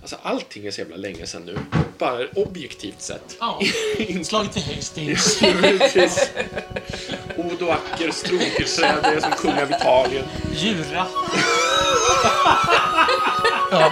Alltså allting är så jävla länge sedan nu. Bara objektivt sett. Ja, inslaget till Hastings. Odo Acker, Stronkelsräde som kung av Italien. Djura. Ja.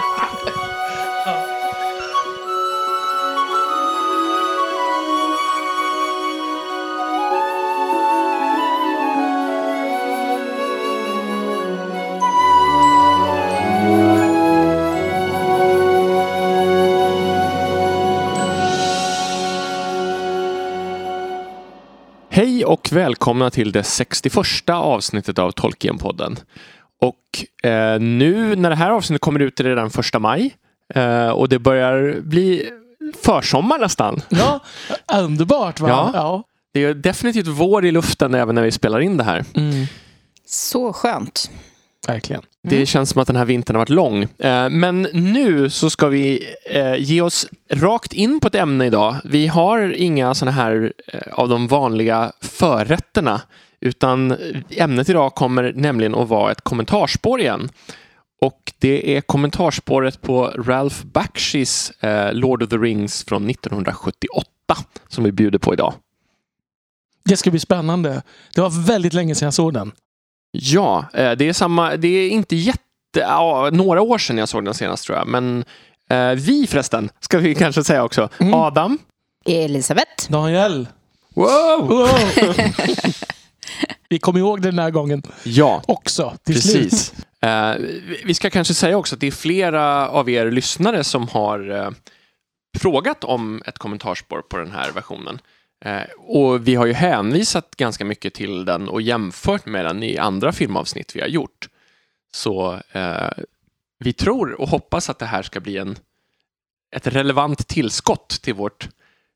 Hej och välkomna till det 61:a avsnittet av Tolkien-podden. Och nu när det här avsnittet kommer ut är det redan 1 maj. Och det börjar bli försommar nästan. Ja, underbart va? Ja. Det är definitivt vår i luften även när vi spelar in det här. Mm. Så skönt. Verkligen. Det känns som att den här vintern har varit lång. Men nu så ska vi ge oss rakt in på ett ämne idag. Vi har inga såna här av de vanliga förrätterna. Utan ämnet idag kommer nämligen att vara ett kommentarspår igen. Och det är kommentarspåret på Ralph Bakshi's Lord of the Rings från 1978 som vi bjuder på idag. Det ska bli spännande. Det var väldigt länge sedan jag såg den. Ja, det är samma. Det är inte några år sedan jag såg den senast tror jag. Men vi förresten, ska vi kanske säga också. Adam. Elisabeth. Daniel. Wow! Vi kommer ihåg det den här gången. Ja, också. Till precis. Slut. Vi ska kanske säga också att det är flera av er lyssnare som har frågat om ett kommentarspår på den här versionen. Och vi har ju hänvisat ganska mycket till den och jämfört med den i andra filmavsnitt vi har gjort. Så vi tror och hoppas att det här ska bli ett relevant tillskott till vårt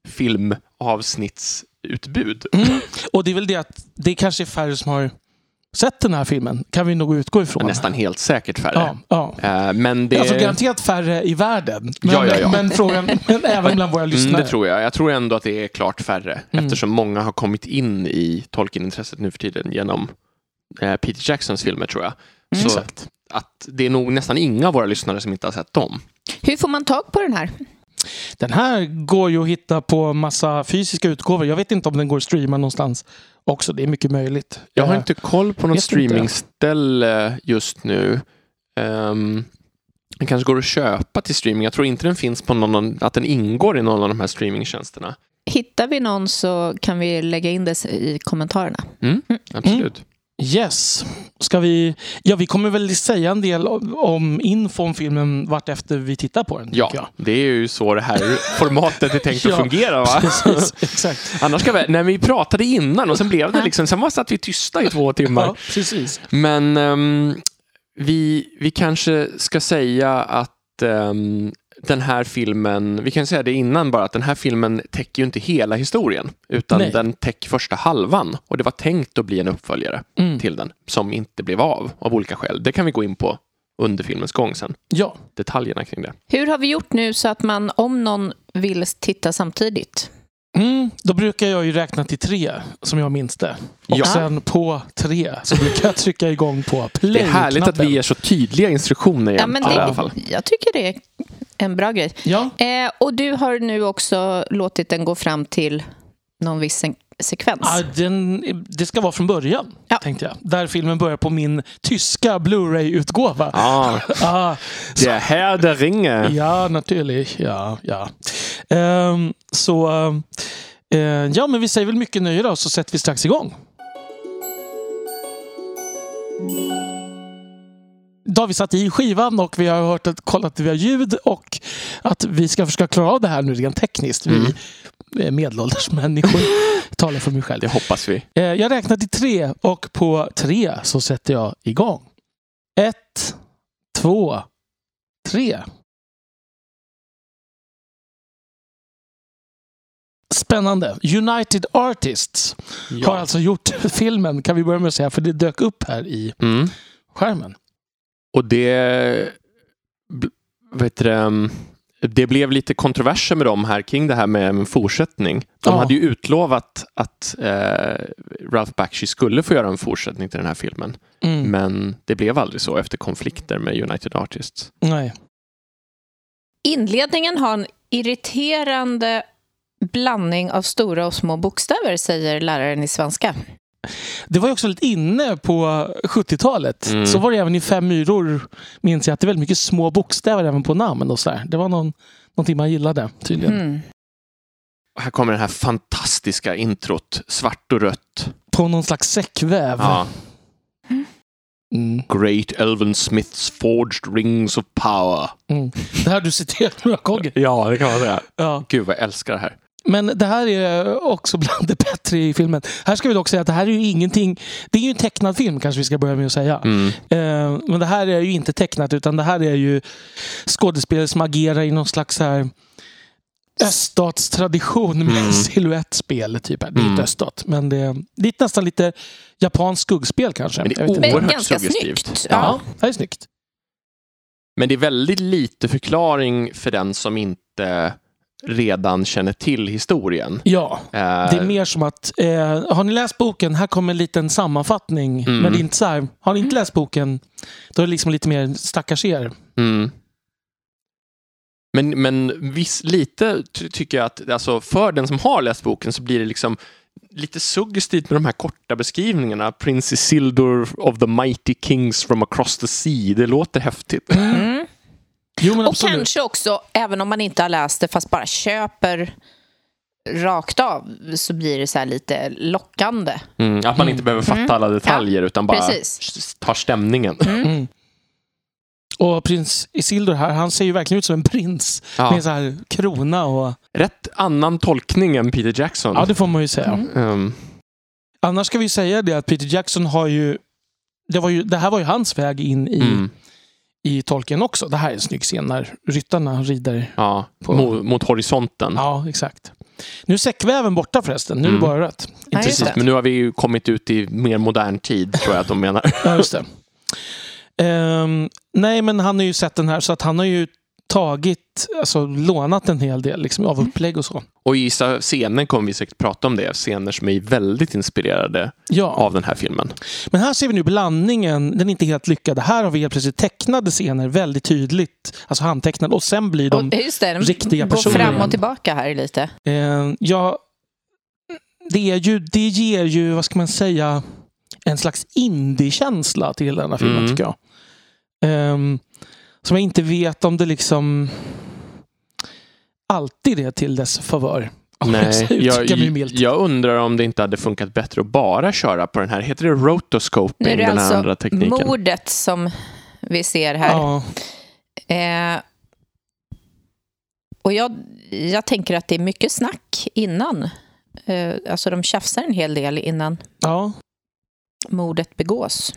filmavsnittsutbud. Och det är väl det att det kanske är färre som har sett den här filmen. Kan vi nog utgå ifrån. Nästan helt säkert färre. Ja. Men det... Alltså garanterat färre i världen. Men, Ja. men frågan, men även bland våra lyssnare. Det tror jag. Jag tror ändå att det är klart färre. Eftersom många har kommit in i Tolkien-intresset nu för tiden genom Peter Jacksons filmer tror jag. Så Exakt. att det är nog nästan inga av våra lyssnare som inte har sett dem. Hur får man tag på den här? Den här går ju att hitta på massa fysiska utgåvor. Jag vet inte om den går att streama någonstans också. Det är mycket möjligt. Jag har inte koll på något streamingställe just nu. Den kanske går att köpa till streaming. Jag tror inte den finns på att den ingår i någon av de här streamingtjänsterna. Hittar vi någon så kan vi lägga in det i kommentarerna. Absolut. Yes. Vi kommer väl säga en del om info om filmen vart efter vi tittar på den. Ja, det är ju så det här formatet är tänkt att fungera va? Precis, exakt. Annars när vi pratade innan och sen blev det liksom, sen satt vi tysta i 2 timmar. Ja, precis. Men vi kanske ska säga att den här filmen, vi kan säga det innan bara, att den här filmen täcker ju inte hela historien utan den täcker första halvan och det var tänkt att bli en uppföljare till den som inte blev av olika skäl. Det kan vi gå in på under filmens gång sen. Ja. Detaljerna kring det. Hur har vi gjort nu så att man, om någon vill titta samtidigt? Då brukar jag ju räkna till 3 som jag minns det. Och sen på 3 så brukar jag trycka igång på play-knappen. Det är härligt att vi ger så tydliga instruktioner igen, i alla fall. Jag tycker det är en bra grej. Ja. Och du har nu också låtit den gå fram till någon viss sekvens. Ja, det ska vara från början, tänkte jag. Där filmen börjar på min tyska Blu-ray-utgåva. Det är här det ringer. Ja, naturligt. Ja. Men vi säger väl mycket nöje då, så sätter vi strax igång. Då har vi satt i skivan och vi har kollat att vi har ljud och att vi ska försöka klara av det här nu rent tekniskt. Vi är medelålders människor. Talar för mig själv. Det hoppas vi. Jag räknar till 3 och på 3 så sätter jag igång. 1, 2, 3. Spännande. United Artists har alltså gjort filmen, kan vi börja med att säga, för det dök upp här i skärmen. Och det blev lite kontroverser med dem här kring det här med en fortsättning. De hade ju utlovat att Ralph Bakshi skulle få göra en fortsättning till den här filmen. Men det blev aldrig så efter konflikter med United Artists. Nej. Inledningen har en irriterande blandning av stora och små bokstäver, säger läraren i svenska. Det var ju också lite inne på 70-talet. Så var det även i 5 myror, minns jag, att det är väldigt mycket små bokstäver även på namn och så där. Det var någonting man gillade tydligen. Här kommer det här fantastiska introt, svart och rött. På någon slags säckväv. Ja. Great Elven Smiths forged rings of power. Det här har du citerat några gånger. Ja, det kan man säga. Ja. Gud vad jag älskar det här. Men det här är också bland det bättre i filmen. Här ska vi dock säga att det här är ju ingenting. Det är ju en tecknad film, kanske vi ska börja med att säga. Men det här är ju inte tecknat, utan det här är ju skådespelare som agerar i någon slags här öststatstradition med silhuettspel typ. Det är inte öststat, men det är nästan lite japanskt skuggspel kanske. Men det är oerhört ganska suggestivt. snyggt. Ja, det är snyggt. Men det är väldigt lite förklaring för den som inte redan känner till historien. Ja, det är mer som att har ni läst boken? Här kommer en liten sammanfattning. Men det är inte så här, har ni inte läst boken, då är det liksom lite mer stackars er. Men lite tycker jag att alltså, för den som har läst boken så blir det liksom lite suggestivt med de här korta beskrivningarna. Prince Isildur of the mighty kings from across the sea. Det låter häftigt. Jo, men och absolut. kanske också, även om man inte har läst det fast bara köper rakt av, så blir det så här lite lockande. Att man inte behöver fatta alla detaljer utan bara tar stämningen. Och prins Isildur här, han ser ju verkligen ut som en prins med en så här krona och... Rätt annan tolkning än Peter Jackson. Ja, det får man ju säga. Annars ska vi säga det att Peter Jackson har ju... Det här var ju hans väg in i Tolkien också. Det här är en snygg scen när ryttarna rider mot horisonten. Ja, exakt. Nu är säckväven borta förresten. Nu är det bara rött. Precis, men nu har vi ju kommit ut i mer modern tid, tror jag att de menar. Ja, just det. Nej, men han har ju sett den här, så att han har ju lånat en hel del liksom, av upplägg och så. Och i vissa scener kommer vi säkert prata om det. Scener som är väldigt inspirerade av den här filmen. Men här ser vi nu blandningen, den är inte helt lyckad. Här har vi helt plötsligt tecknade scener väldigt tydligt, alltså handtecknade, och sen blir de riktiga personer. Går fram och tillbaka här lite. Det ger ju, vad ska man säga, en slags indie-känsla till den här filmen, tycker jag. Som jag inte vet om det liksom alltid är till dess favör. Nej, jag undrar om det inte hade funkat bättre att bara köra på den här. Heter det rotoscoping, nu är det den här alltså andra tekniken? mordet som vi ser här. Ja. Och jag tänker att det är mycket snack innan. Alltså de tjafsar en hel del innan mordet begås.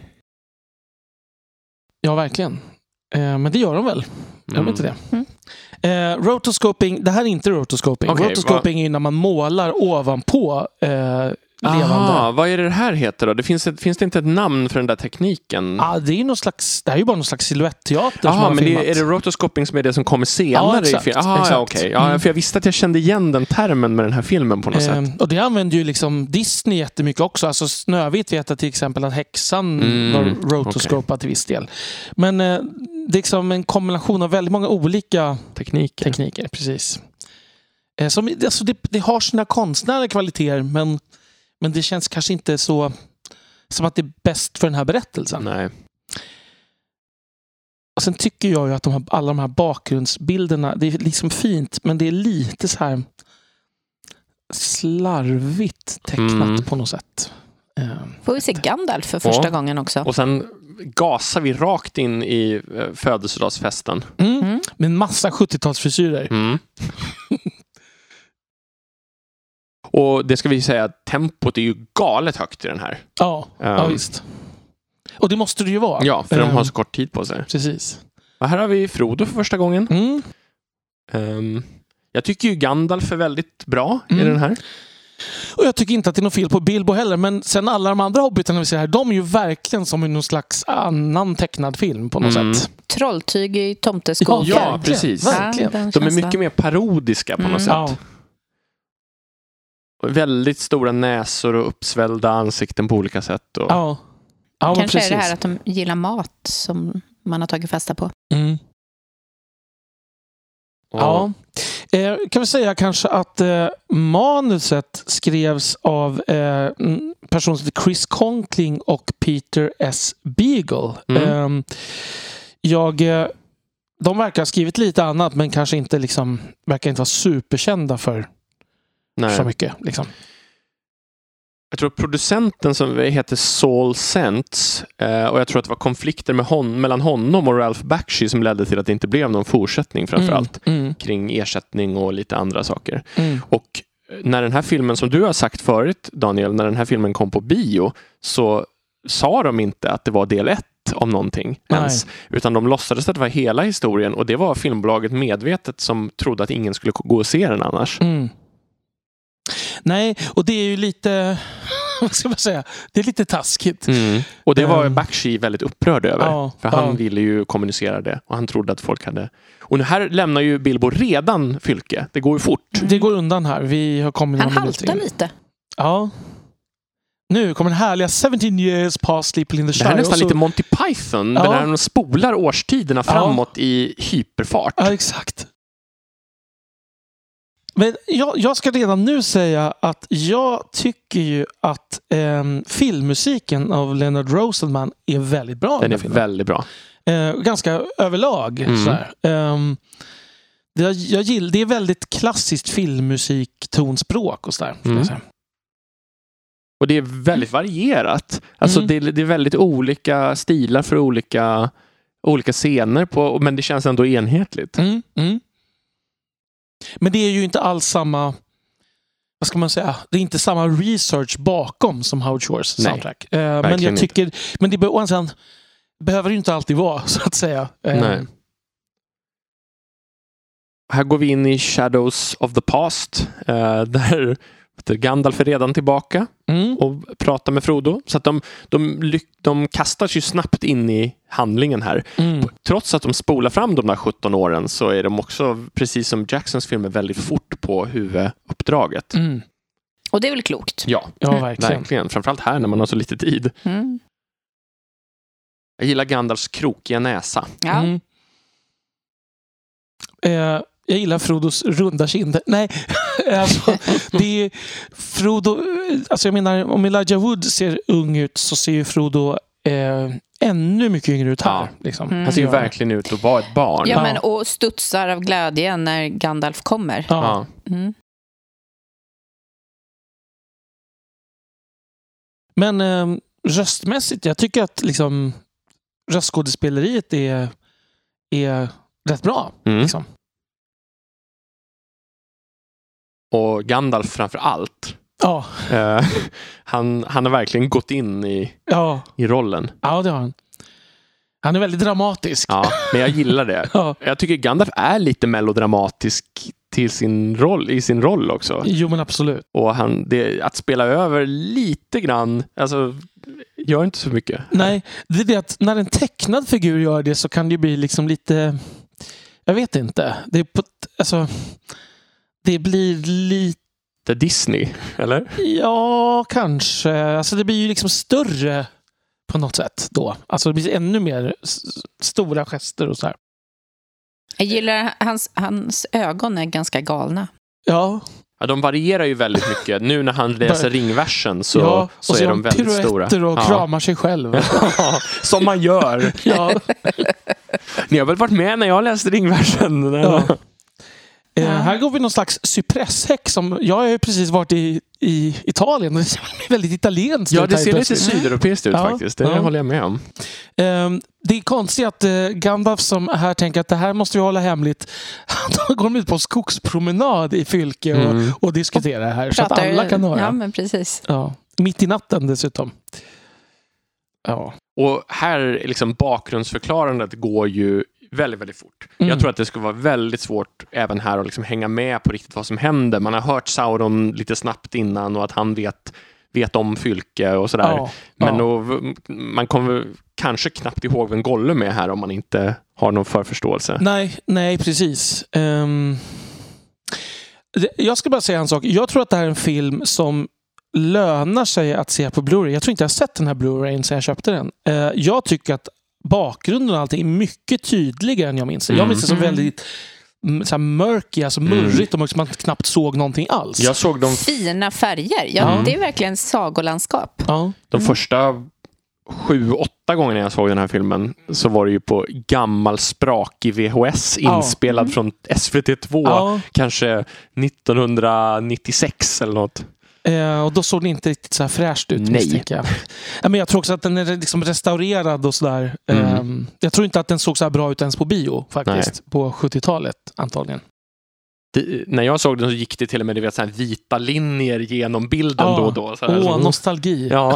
Ja, verkligen. Men det gör de väl? Jag vet inte det. Rotoscoping, det här är inte rotoscoping. Rotoscoping är när man målar ovanpå levande. Vad är det här heter då? Finns det inte ett namn för den där tekniken? Det är ju bara någon slags silhuetteater. Men är det rotoscoping som är det som kommer senare i filmen? För jag visste att jag kände igen den termen med den här filmen på något sätt. Och det använder ju liksom Disney jättemycket också. Alltså Snövit vet jag till exempel att häxan var rotoscopad till viss del. Men det är liksom en kombination av väldigt många olika tekniker, precis. Det har sina konstnärliga kvaliteter, men det känns kanske inte så som att det är bäst för den här berättelsen. Nej. Och sen tycker jag ju att alla de här bakgrundsbilderna, det är liksom fint, men det är lite så här slarvigt tecknat på något sätt. Får vi se Gandalf för första gången också. Och sen gasar vi rakt in i födelsedagsfesten. Med en massa 70-talsfrisyrer. Och det ska vi säga att tempot är ju galet högt i den här. Ja, visst. Och det måste det ju vara. Ja, för de har så kort tid på sig. Precis. Och här har vi Frodo för första gången. Jag tycker ju Gandalf är väldigt bra i den här. Och jag tycker inte att det är något fel på Bilbo heller, men sen alla de andra hobbitarna vi ser här, de är ju verkligen som i någon slags annan tecknad film på något sätt. Trolltyg i tomteskor. Ja, precis. Verkligen. De är mycket mer parodiska på något sätt. Och väldigt stora näsor och uppsvällda ansikten på olika sätt. Och... Kanske är det här att de gillar mat som man har tagit fasta på. Ja. Kan vi säga kanske att manuset skrevs av personer som heter Chris Conkling och Peter S. Beagle. De verkar ha skrivit lite annat, men kanske inte verkar inte vara superkända för så mycket. Liksom. Jag tror producenten som heter Saul Sents och jag tror att det var konflikter mellan honom och Ralph Bakshi som ledde till att det inte blev någon fortsättning framförallt kring ersättning och lite andra saker. Och när den här filmen, som du har sagt förut Daniel, när den här filmen kom på bio så sa de inte att det var del 1 om någonting ens, utan de låtsades att det var hela historien och det var filmbolaget medvetet som trodde att ingen skulle gå och se den annars. Nej, och det är ju lite vad ska man säga? Det är lite taskigt. Och det var Bakshi väldigt upprörd över. För han ville ju kommunicera det. Och han trodde att folk hade... Och nu här lämnar ju Bilbo redan Fylke. Det går ju fort. Det går undan här. Vi har kommit han haltar lite. Ja. Nu kommer den härliga 17 years past Sleeping in the Shire. Det här är nästan lite Monty Python. Där de spolar årstiderna framåt i hyperfart. Ja, exakt. Men jag ska redan nu säga att jag tycker ju att filmmusiken av Leonard Rosenman är väldigt bra. Den är väldigt bra. Ganska överlag. Sådär. Det är väldigt klassiskt filmmusik-tonspråk och sådär. Och det är väldigt varierat. Alltså det är väldigt olika stilar för olika scener men det känns ändå enhetligt. Men det är ju inte alls samma, vad ska man säga, det är inte samma research bakom som Howard Shores soundtrack. Men jag tycker inte. Men det behöver ju inte alltid vara, så att säga. Nej. Här går vi in i Shadows of the Past där Gandalf är redan tillbaka och pratar med Frodo. Så att de kastas ju snabbt in i handlingen här. Trots att de spolar fram de där 17 åren så är de också, precis som Jacksons film, väldigt fort på huvuduppdraget. Och det är väl klokt? Ja, verkligen. Framförallt här när man har så lite tid. Jag gillar Gandalfs krokiga näsa. Ja. Jag gillar Frodos runda kinder. Nej, alltså, det är Frodo... Alltså jag menar, om Elijah Wood ser ung ut så ser ju Frodo ännu mycket yngre ut här. Liksom. Han ser ju verkligen ut att vara ett barn. Ja, men och studsar av glädje när Gandalf kommer. Ja. Men röstmässigt, jag tycker att liksom, röstskådespeleriet är rätt bra. Liksom. Och Gandalf framför allt. Ja. Han har verkligen gått in i rollen. Ja, det har han. Han är väldigt dramatisk. Ja, men jag gillar det. Jag tycker Gandalf är lite melodramatisk i sin roll också. Jo, men absolut. Och att spela över lite grann, alltså, gör inte så mycket. Nej, det är det att när en tecknad figur gör det så kan det bli liksom lite... Jag vet inte. Det blir lite Disney, eller? Ja, kanske. Alltså det blir ju liksom större på något sätt då. Alltså det blir ännu mer stora gester och så här. Jag gillar hans ögon är ganska galna. Ja, de varierar ju väldigt mycket. Nu när han läser ringversen så är de väldigt stora. Och kramar sig själv. Som man gör. Ja. Ni har väl varit med när jag läste ringversen? Ja. Här går vi någon slags cypresshäck som jag har ju precis varit i Italien och det ser väldigt italienskt ut. Ja, det ser lite sydeuropeiskt ut faktiskt. Det håller jag med om. Det är konstigt att Gandalf som här tänker att det här måste vi hålla hemligt. Då går de ut på en skogspromenad i Fylke och diskuterar det här så att alla kan höra. Ja, men precis. Ja. Mitt i natten dessutom. Ja. Och här liksom bakgrundsförklarandet går ju väldigt, väldigt fort. Jag tror att det skulle vara väldigt svårt även här att liksom hänga med på riktigt vad som händer. Man har hört Sauron lite snabbt innan och att han vet om Fylke och sådär. Men man kommer kanske knappt ihåg vem Gollum är här om man inte har någon förförståelse. Nej, precis. Jag ska bara säga en sak. Jag tror att det här är en film som lönar sig att se på Blu-ray. Jag tror inte jag har sett den här Blu-rayen sedan jag köpte den. Jag tycker att bakgrunden och allting är mycket tydligare än jag minns det. Jag minns det som väldigt så här murky, alltså murrigt, och man knappt såg någonting alls. Jag såg de fina färger. Ja, det är verkligen sagolandskap. Ja. De första 7-8 gångerna jag såg den här filmen så var det ju på gammal sprakig VHS inspelad från SVT2 kanske 1996 eller något. Och då såg det inte riktigt så här fräscht ut. Nej. Men jag tror också att den är liksom restaurerad och sådär. Jag tror inte att den såg så här bra ut ens på bio faktiskt. Nej. På 70-talet antagligen. När jag såg den så gick det till och med, du vet, så här vita linjer genom bilden då och då. Nostalgi. Ja.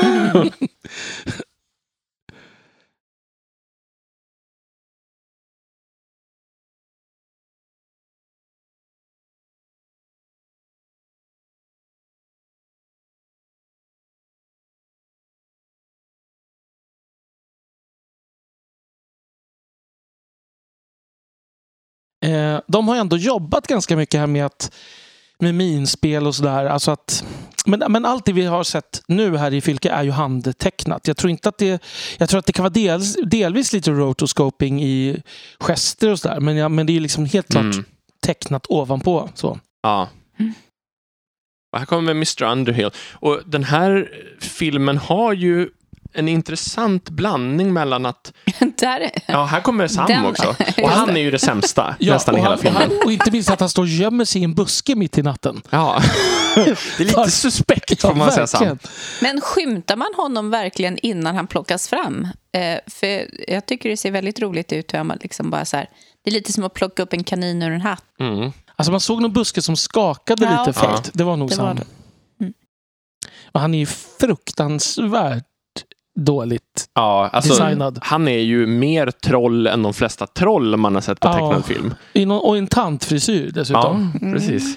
De har ändå jobbat ganska mycket här med minspel och sådär. Alltså att, men allt det vi har sett nu här i Fylke är ju handtecknat. Jag tror inte att jag tror att det kan vara delvis lite rotoscoping i gester och sådär. Men det är ju liksom helt klart tecknat ovanpå. Så. Ja. Och här kommer Mr. Underhill. Och den här filmen har ju en intressant blandning mellan att... Ja, här kommer Sam också. Och han är ju det sämsta nästan i hela filmen. Och inte minst att han står och gömmer sig i en buske mitt i natten. Ja, det är lite suspekt får man säga, Sam. Men skymtar man honom verkligen innan han plockas fram? För jag tycker det ser väldigt roligt ut hur man liksom bara så här... Det är lite som att plocka upp en kanin ur en hatt. Alltså man såg någon buske som skakade lite fett. Det var nog Sam. Och han är ju fruktansvärt dåligt designad. Han är ju mer troll än de flesta troll man har sett på tecknad film. Och en tantfrisyr dessutom. Ja, precis.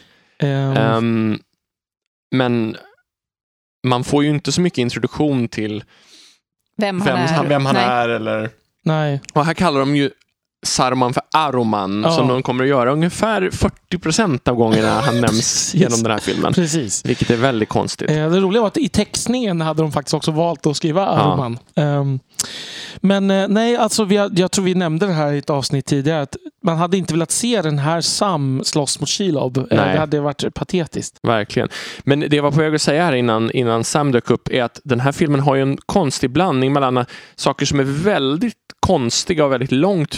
Men man får ju inte så mycket introduktion till vem han är. Eller... Nej. Och här kallar de ju Saruman för Aruman, som de kommer att göra ungefär 40% av gångerna han nämns genom den här filmen. Precis. Vilket är väldigt konstigt. Det roliga var att i textningen hade de faktiskt också valt att skriva Aruman. Men nej, alltså jag tror vi nämnde det här i ett avsnitt tidigare, att man hade inte velat se den här Sam slåss mot Shelob. Det hade varit patetiskt. Verkligen. Men det jag var på väg att säga här innan Sam dök upp är att den här filmen har ju en konstig blandning mellan saker som är väldigt konstiga och väldigt långt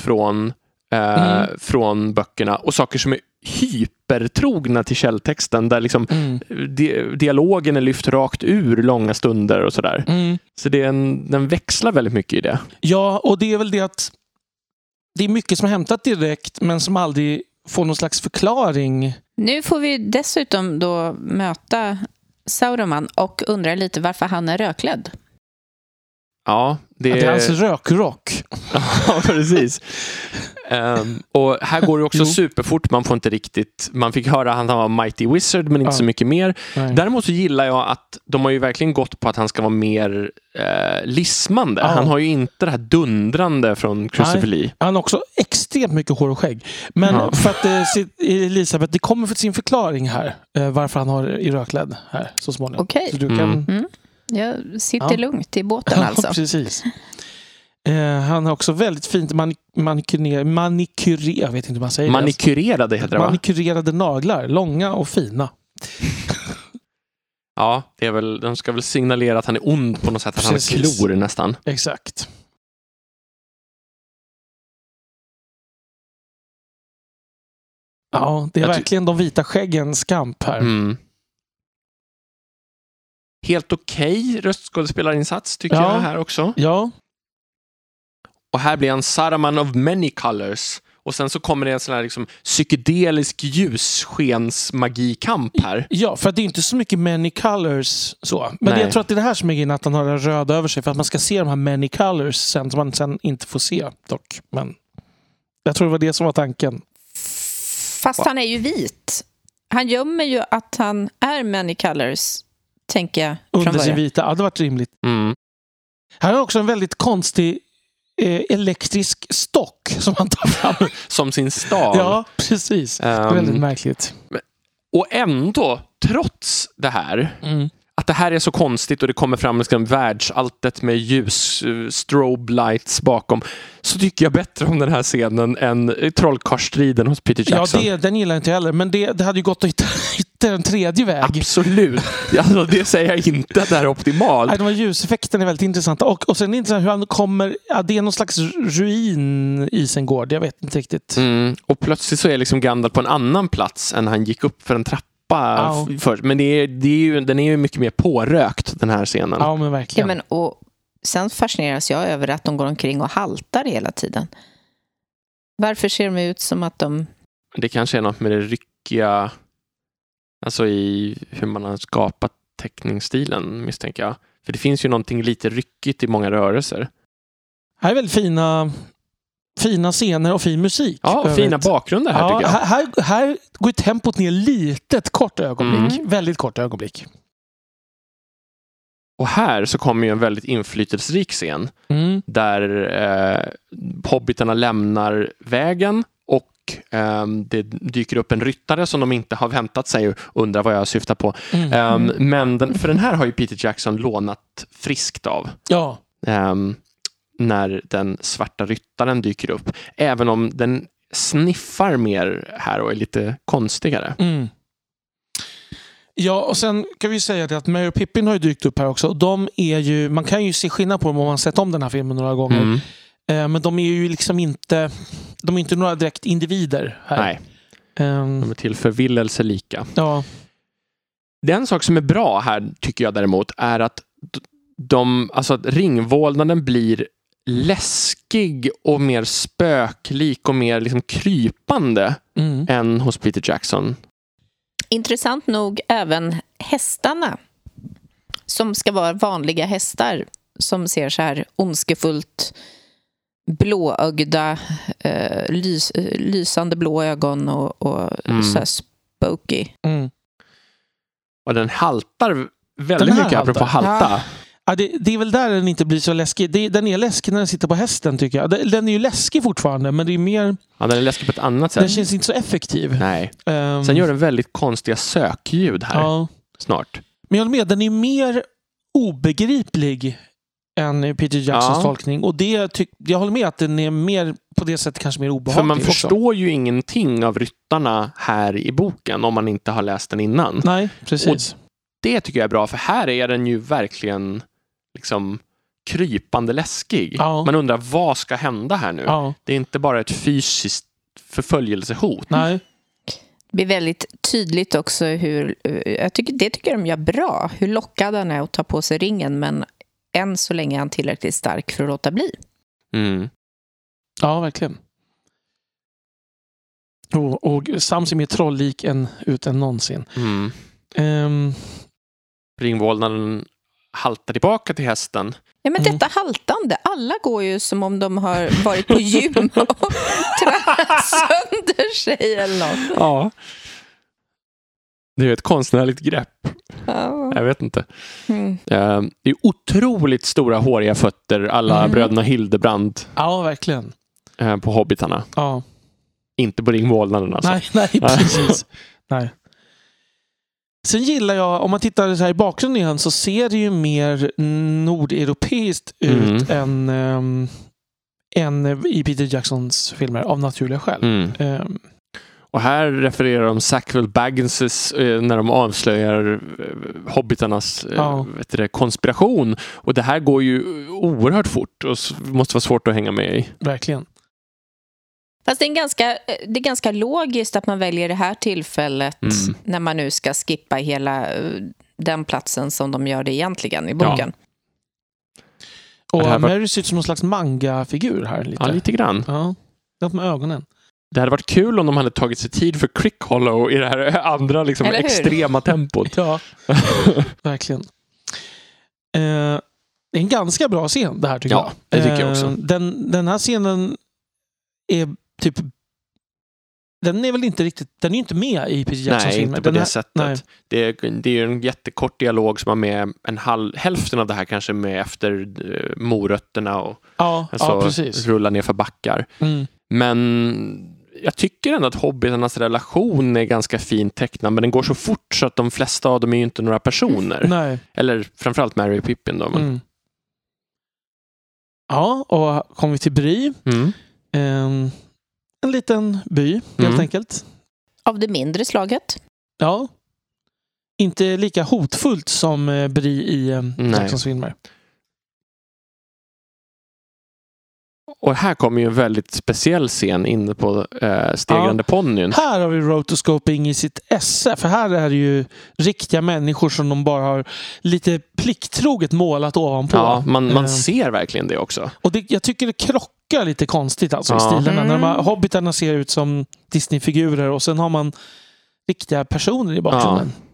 från böckerna och saker som är hypertrogna till källtexten, där liksom dialogen är lyft rakt ur långa stunder och sådär. Så den växlar väldigt mycket i det. Ja, och det är väl det att det är mycket som är hämtat direkt men som aldrig får någon slags förklaring. Nu får vi dessutom då möta Saruman och undra lite varför han är röklädd. Ja, det är hans rökrock. Ja, precis. Och här går det också superfort. Man fick höra att han var Mighty Wizard, men inte så mycket mer. Nej. Däremot så gillar jag att de har ju verkligen gått på att han ska vara mer lismande. Han har ju inte det här dundrande från Christopher Lee. Han har också extremt mycket hår och skägg. Men för att Elisabeth, det kommer för sin förklaring här varför han har i röklädd här så småningom. Okej. Så du kan... Jag sitter lugnt i båten alltså. Ja, precis. Han har också väldigt fint jag vet inte hur man säger manikyrerade heter det, va? Manikyrerade naglar, långa och fina. Ja, det är väl, de ska väl signalera att han är ond på något sätt, att han har klor nästan. Exakt. Ja, det är verkligen de vita skäggens kamp här. Helt okej röstskådespelarinsats tycker jag här också. Ja. Och här blir han Saruman of many colors. Och sen så kommer det en sån här liksom psykedelisk ljusskensmagikamp här. Ja, för att det är inte så mycket many colors så. Men jag tror att det är det här som är grejen, att han har det röda över sig. För att man ska se de här many colors sen, som man sen inte får se dock. Men jag tror det var det som var tanken. Fast han är ju vit. Han gömmer ju att han är many colors, tänker jag. Under sin vita, ja, det var rimligt. Här är också en väldigt konstig elektrisk stock som han tar fram. Som sin stav. Ja, precis. Väldigt märkligt. Och ändå, trots det här, att det här är så konstigt och det kommer fram liksom världsalltet med ljus, strobe lights bakom, så tycker jag bättre om den här scenen än trollkarlsstriden hos Peter Jackson. Ja, den gillar jag inte heller, men det hade ju gått att hitta en tredje väg. Absolut. Alltså, det säger jag inte att det här är optimalt. Nej, de här ljuseffekterna är väldigt intressanta. Och sen är det intressant hur han kommer... Ja, det är någon slags ruin i Isengård. Jag vet inte riktigt. Och plötsligt så är liksom Gandalf på en annan plats än han gick upp för en trappa först. Men den är ju mycket mer pårökt, den här scenen. Ja, men verkligen. Ja, men, och sen fascineras jag över att de går omkring och haltar hela tiden. Varför ser de ut som att de... Det kanske är något med det ryckiga, alltså i hur man har skapat teckningsstilen, misstänker jag. För det finns ju någonting lite ryckigt i många rörelser. Här är väldigt fina scener och fin musik. Ja, och fina bakgrunder här, tycker jag. Här går tempot ner lite, ett kort ögonblick. Väldigt kort ögonblick. Och här så kommer ju en väldigt inflytelserik scen där hobbitarna lämnar vägen och det dyker upp en ryttare som de inte har väntat sig och undrar vad jag syftar på. Men för den här har ju Peter Jackson lånat friskt av. Ja. När den svarta ryttaren dyker upp. Även om den sniffar mer här och är lite konstigare. Ja, och sen kan vi säga att Merry och Pippin har ju dykt upp här också. De är ju, man kan ju se skillnad på dem om man sett om den här filmen några gånger. Men de är ju liksom inte, de är inte några direkt individer här. Nej, de är till förvillelse lika. Ja. Den sak som är bra här, tycker jag däremot, är att att ringvålnaden blir läskig och mer spöklik och mer liksom krypande än hos Peter Jackson. Intressant nog även hästarna som ska vara vanliga hästar som ser så här ondskefullt blåögda lysande blå ögon och så här spooky. Och den haltar väldigt mycket apropå halta. Ja, det är väl där den inte blir så läskig. Den är läskig när den sitter på hästen, tycker jag. Den är ju läskig fortfarande, men det är mer... Ja, den är läskig på ett annat sätt. Den känns inte så effektiv. Nej. Sen gör den väldigt konstiga sökljud här snart. Men jag håller med, den är mer obegriplig än Peter Jacksons tolkning. Och jag håller med att den är mer på det sättet kanske mer obehaglig. För man förstår ju ingenting av ryttarna här i boken om man inte har läst den innan. Nej, precis. Och det tycker jag är bra, för här är den ju verkligen liksom krypande läskig. Ja. Man undrar, vad ska hända här nu? Ja. Det är inte bara ett fysiskt förföljelsehot. Nej. Det blir väldigt tydligt också hur, det tycker de gör bra, hur lockad han är att ta på sig ringen, men än så länge är han tillräckligt stark för att låta bli. Ja, verkligen. Och Sams är mer trolllik än någonsin. Ringvålnaden haltar tillbaka till hästen. Ja, men detta haltande. Alla går ju som om de har varit på gym och tränat sönder sig eller något. Ja. Det är ett konstnärligt grepp. Ja. Jag vet inte. Det är otroligt stora håriga fötter, alla bröderna Hildebrand. Ja, verkligen. På hobbitarna. Ja. Inte på ringvålnaden alltså. Nej, precis. Nej. Sen gillar jag, om man tittar så här i bakgrunden igen, så ser det ju mer nordeuropeiskt ut än i Peter Jacksons filmer av naturliga skäl. Och här refererar de Sackville Bagginses när de avslöjar hobbitarnas konspiration. Och det här går ju oerhört fort och måste vara svårt att hänga med i. Verkligen. Fast det är ganska logiskt att man väljer det här tillfället när man nu ska skippa hela den platsen som de gör det egentligen i boken. Ja. Och Mary ser ut som någon slags manga-figur här. Lite. Ja, lite grann. Ja, något med ögonen. Det hade varit kul om de hade tagit sig tid för Crick Hollow i det här andra liksom, extrema tempot. Ja, verkligen. Det är en ganska bra scen det här, tycker jag. Det tycker jag också. Den här scenen är typ... Den är väl inte riktigt... Den är inte med i Peter Jacksons filmer. Nej, inte på det sättet. Det är en jättekort dialog som har med hälften av det här kanske med efter morötterna och precis. rulla ner för backar. Men jag tycker ändå att hobbitarnas relation är ganska fint tecknad, men den går så fort så att de flesta av dem är ju inte några personer. Nej. Eller framförallt Merry och Pippin då. Men... Ja, och kommer vi till Bry. En liten by, helt enkelt. Av det mindre slaget. Ja. Inte lika hotfullt som Bry i Jacksons filmer. Och här kommer ju en väldigt speciell scen inne på stegrande ponnyn. Här har vi rotoscoping i sitt esse. För här är det ju riktiga människor som de bara har lite plikttroget målat ovanpå. Ja, man ser verkligen det också. Och jag tycker det krockar lite konstigt alltså i stilarna. När hobbitarna ser ut som Disney-figurer och sen har man riktiga personer i bakgrunden. Ja.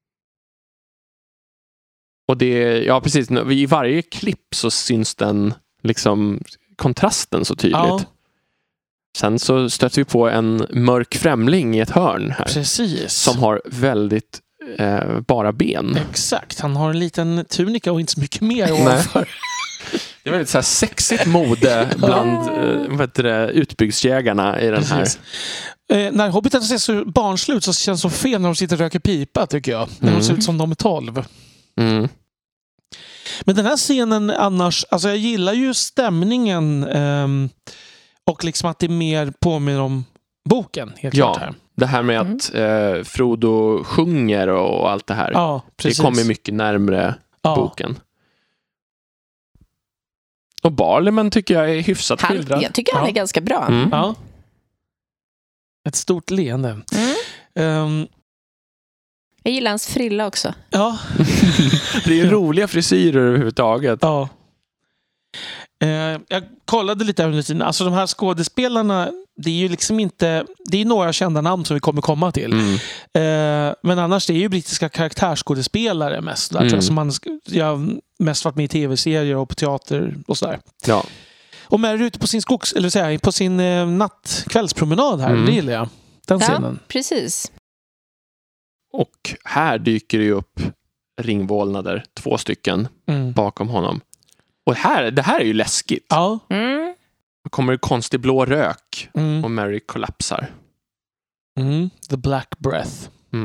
Och det, precis. I varje klipp så syns den liksom kontrasten så tydligt. Ja. Sen så stöter vi på en mörk främling i ett hörn här. Precis. Som har väldigt bara ben. Exakt. Han har en liten tunika och inte så mycket mer ovanför. Det är väldigt så här sexigt mode bland utbyggsjägarna i den här. När hobbitarna ser så barnslut så känns det så fel när de sitter och röker pipa, tycker jag. När de ser ut som de är 12. Men den här scenen annars, alltså jag gillar ju stämningen och liksom att det mer påminner om boken, helt klart här. Det här med att Frodo sjunger och allt det här. Ja, precis. Det kommer mycket närmare boken. Och Barliman tycker jag är hyfsat skildrad. Jag tycker han är ganska bra. Ja. Ett stort leende. Jag gillar hans frilla också. Ja. Det är roliga frisyrer överhuvudtaget. Ja. Jag kollade lite under tiden. Alltså de här skådespelarna, det är ju liksom inte... Det är några kända namn som vi kommer komma till. Men annars det är ju brittiska karaktärsskådespelare mest. Där, tror jag, som jag mest varit med i tv-serier och på teater och sådär. Ja. Och med ute på sin på sin nattkvällspromenad här, det gillar jag. Den scenen. Ja, precis. Och här dyker det ju upp ringvålnader, 2 stycken bakom honom. Och det här är ju läskigt. Ja. Det kommer en konstig blå rök och Merry kollapsar. The black breath.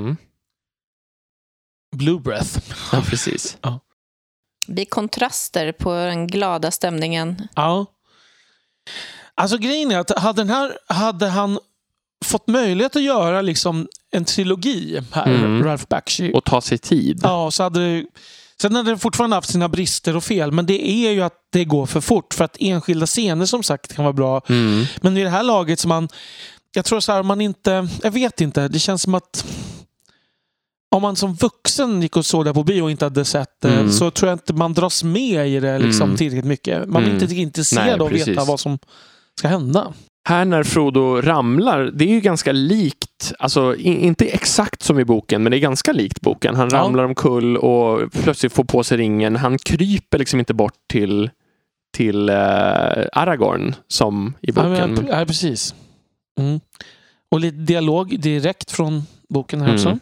Blue breath. Ja, precis. Ja. Det blir kontraster på den glada stämningen. Ja. Alltså grejen är att hade han fått möjlighet att göra liksom en trilogi här, Ralph Bakshi. Och ta sig tid. Ja, sen hade det fortfarande haft sina brister och fel, men det är ju att det går för fort, för att enskilda scener som sagt kan vara bra. Men i det här laget som jag tror så här, jag vet inte, det känns som att om man som vuxen gick och såg det på bio och inte hade sett det, så tror jag inte man dras med i det liksom tillräckligt mycket. Man är inte intresserad av att veta vad som ska hända. Här när Frodo ramlar, det är ju ganska likt, alltså inte exakt som i boken, men det är ganska likt boken. Han ramlar omkull och plötsligt får på sig ringen. Han kryper liksom inte bort till Aragorn som i boken. Ja, precis. Och lite dialog direkt från boken här också.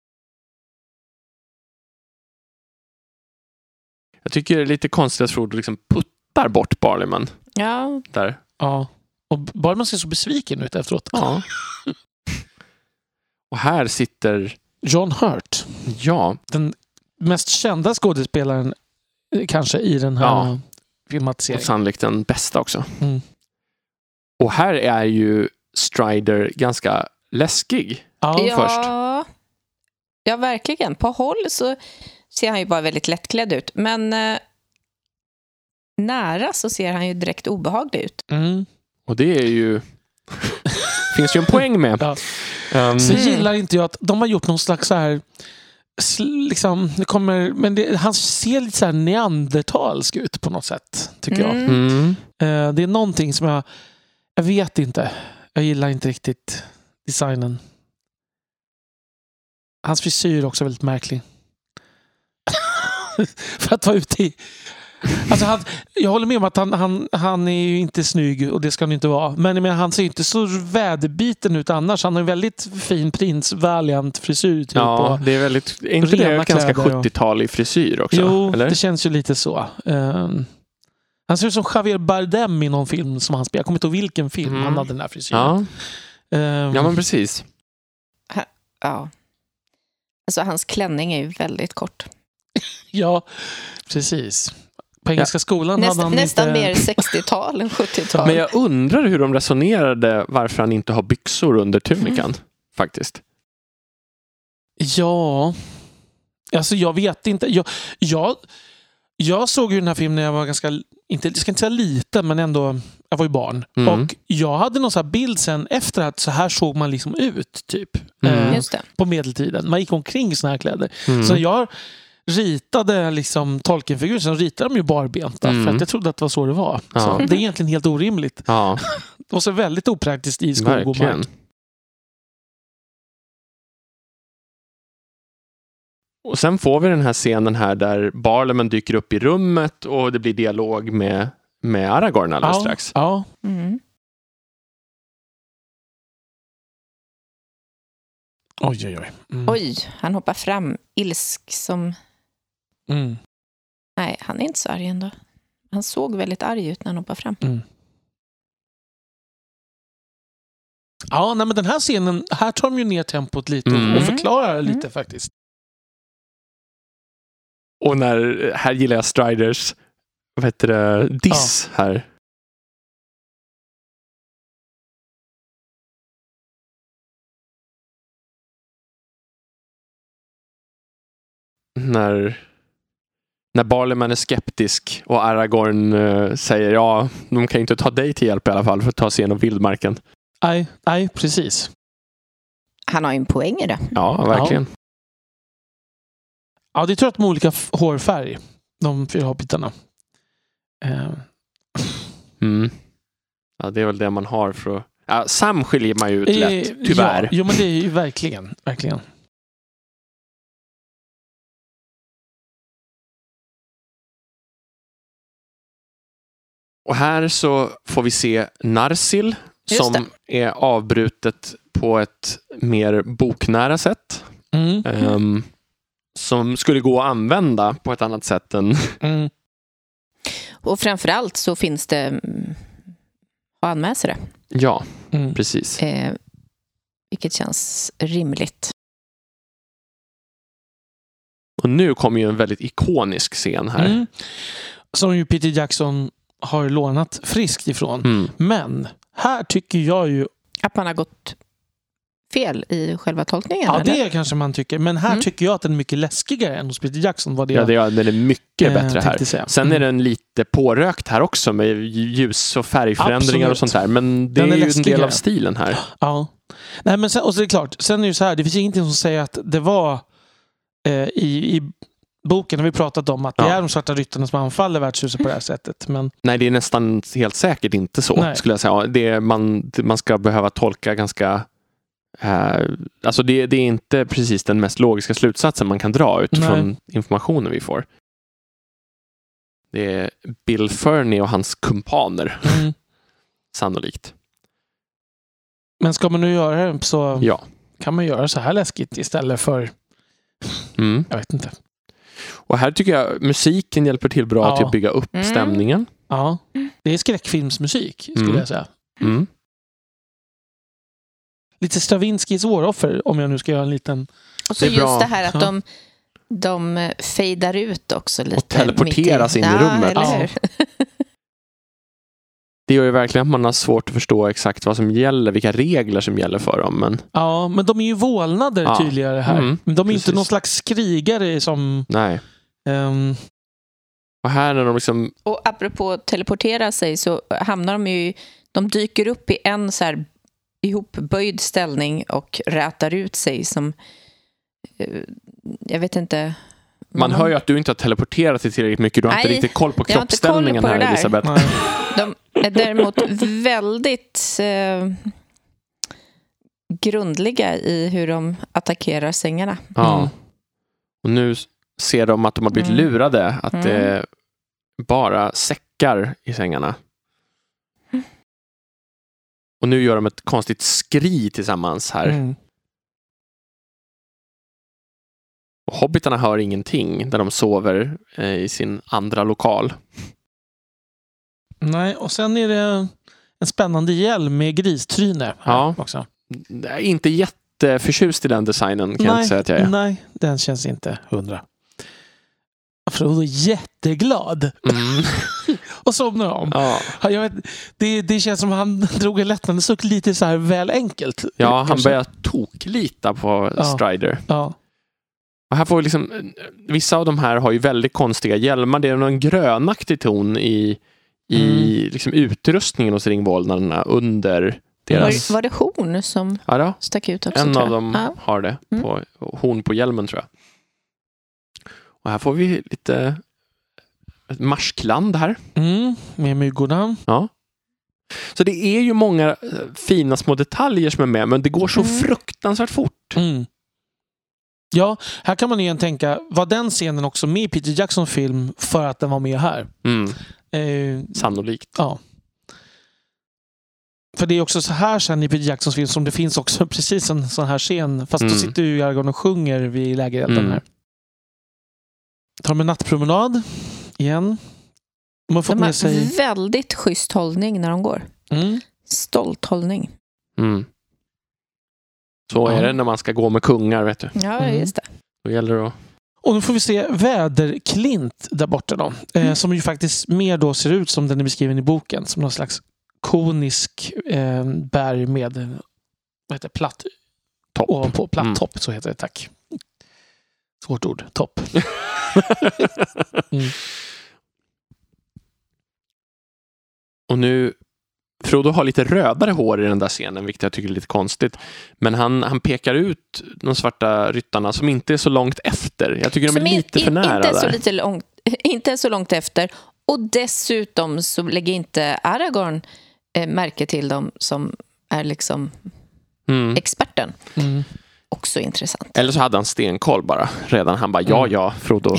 Jag tycker det är lite konstigt att Frodo liksom puttar bort Barliman. Ja. Där. Ja. Och Barliman ser så besviken ut efteråt. Ja. Och här sitter John Hurt. Ja. Den mest kända skådespelaren kanske i den här filmatiseringen. Och sannolikt den bästa också. Och här är ju Strider ganska läskig. Först. Ja, verkligen. På håll så ser han ju bara väldigt lättklädd ut. Men nära så ser han ju direkt obehaglig ut. Och det är ju... finns ju en poäng med. Ja. Så gillar inte jag att de har gjort någon slags så här... liksom, det kommer, men han ser lite så här neandertalsk ut på något sätt, tycker jag. Det är någonting som jag vet inte. Jag gillar inte riktigt designen. Hans frisyr är också väldigt märklig. För att vara ute i... Alltså jag håller med om att han är ju inte snygg, och det ska han inte vara. Men han ser ju inte så väderbiten ut annars. Han har en väldigt fin Prince Valiant frisyr. Typ, det är väldigt... inte det ganska 70-talig frisyr också? Jo, eller? Det känns ju lite så. Han ser ut som Javier Bardem i någon film som han spelar. Jag kommer inte ihåg vilken film han hade den här frisyren. Ja, men precis. Ja. Alltså hans klänning är ju väldigt kort. Ja, precis. På Engelska skolan hade han nästan inte... mer 60-tal än 70-tal. Men jag undrar hur de resonerade varför han inte har byxor under tunikan, faktiskt. Ja, alltså jag vet inte. Jag såg ju den här filmen när jag var ganska, jag ska inte säga liten, men ändå, jag var ju barn. Och jag hade någon sån här bild sen efter att så här såg man liksom ut, typ. Just det. På medeltiden. Man gick omkring i såna här kläder. Så jag ritade liksom Tolkien-figurer, så ritade de ju barbenta för att jag trodde att det var så det var. Ja. Så det är egentligen helt orimligt. Ja. Och så väldigt opraktiskt i skog och mark. Och sen får vi den här scenen här där Barleman dyker upp i rummet och det blir dialog med Aragorn alldeles strax. Ja. Oj. Oj, han hoppar fram ilsk som... Nej, han är inte så arg ändå. Han såg väldigt arg ut när han hoppar fram. Ja, nej, men den här scenen, här tar de ju ner tempot lite och förklarar lite faktiskt. Och här gillar jag Striders diss här. När Barleman är skeptisk och Aragorn säger de kan inte ta dig till hjälp i alla fall för att ta sig igenom vildmarken. Nej, precis. Han har ju en poäng i det. Ja, verkligen. Ja, det är trött med olika hårfärg, de 4 hobbitarna. Ja, det är väl det man har för att... Sam skiljer man ju ut lätt, tyvärr. Ja, men det är ju verkligen. Och här så får vi se Narsil som är avbrutet på ett mer boknära sätt. Som skulle gå att använda på ett annat sätt än... Och framförallt så finns det anmäsare. Ja, precis. Vilket känns rimligt. Och nu kommer ju en väldigt ikonisk scen här. Som ju Peter Jackson har lånat friskt ifrån. Men här tycker jag ju... Att man har gått fel i själva tolkningen? Ja, eller? det kanske man tycker. Men här tycker jag att den är mycket läskigare än hos Peter Jackson. Den är mycket bättre här. Sen är den lite pårökt här också med ljus- och färgförändringar och sånt där. Men det är ju en del av stilen här. Ja. Nej, men sen, och så är det klart. Sen är det så här, det finns ingenting som säger att det var i boken har vi pratat om att det är de svarta ryttarna som anfaller värdshuset på det här sättet. Men... Nej, det är nästan helt säkert inte så, skulle jag säga. Det man ska behöva tolka ganska... alltså det är inte precis den mest logiska slutsatsen man kan dra utifrån informationen vi får. Det är Bill Fernie och hans kumpaner. Sannolikt. Men ska man nu göra det så kan man göra så här läskigt istället för jag vet inte. Och här tycker jag musiken hjälper till bra till att bygga upp stämningen. Ja, det är skräckfilmsmusik skulle jag säga. Lite Stravinskys Våroffer, om jag nu ska göra en liten... Och så just det här att de fejdar ut också lite. Och teleporteras in i rummet. Det gör ju verkligen att man har svårt att förstå exakt vad som gäller, vilka regler som gäller för dem. Men... Ja, men de är ju vålnader tydligare här. Men de är inte någon slags skrigare som... Nej. Och här när de liksom... Och apropå teleportera sig så hamnar de ju... De dyker upp i en så här ihopböjd ställning och rätar ut sig som... Jag vet inte... Man hör ju att du inte har teleporterat dig tillräckligt mycket. Du har inte riktigt koll på kroppsställningen här, Elisabeth. De är däremot väldigt grundliga i hur de attackerar sängarna. Ja. Och nu ser de att de har blivit lurade. Att det bara säckar i sängarna. Och nu gör de ett konstigt skri tillsammans här. Och hobbitarna hör ingenting där de sover i sin andra lokal. Nej, och sen är det en spännande hjälm med gristryne här också. inte jätteförtjust i den designen, kan jag inte säga att jag är. Nej, den känns inte 100. Frodo är jätteglad. Och somnar om. Ja. Jag vet, det känns som han drog en lättnad suck lite så här väl enkelt. Ja, han börjar toklita på Strider. Ja. Och här får vi liksom, vissa av de här har ju väldigt konstiga hjälmar. Det är någon grönaktig ton i liksom utrustningen hos ringvålnaderna under deras... Var det horn som stack ut också? En av dem har det. På horn på hjälmen, tror jag. Och här får vi lite marskland här. Med myggorna. Ja. Så det är ju många fina små detaljer som är med, men det går så fruktansvärt fort. Ja, här kan man igen tänka, var den scenen också med i Peter Jacksons film för att den var med här? Sannolikt. Ja. För det är också så här sen i Peter Jacksons film som det finns också precis en sån här scen, fast då sitter ju Aragorn och sjunger vid lägerelden här. Tar de en nattpromenad igen. De har fått med sig väldigt schysst hållning när de går. Stolt hållning. Så är det när man ska gå med kungar, vet du. Ja, just det. Då gäller det att... Och nu får vi se väderklint där borta då. Som ju faktiskt mer då ser ut som den är beskriven i boken. Som någon slags konisk berg med vad heter platt topp. Ovanpå, platt topp, så heter det, tack. Svårt ord, topp. Och nu Frodo har lite rödare hår i den där scenen, vilket jag tycker är lite konstigt. Men han pekar ut de svarta ryttarna som inte är så långt efter. Jag tycker de är lite för nära där. Inte så långt efter. Och dessutom så lägger inte Aragorn märke till dem som är liksom experten. Också intressant. Eller så hade han stenkoll bara redan. Han bara, ja, Frodo.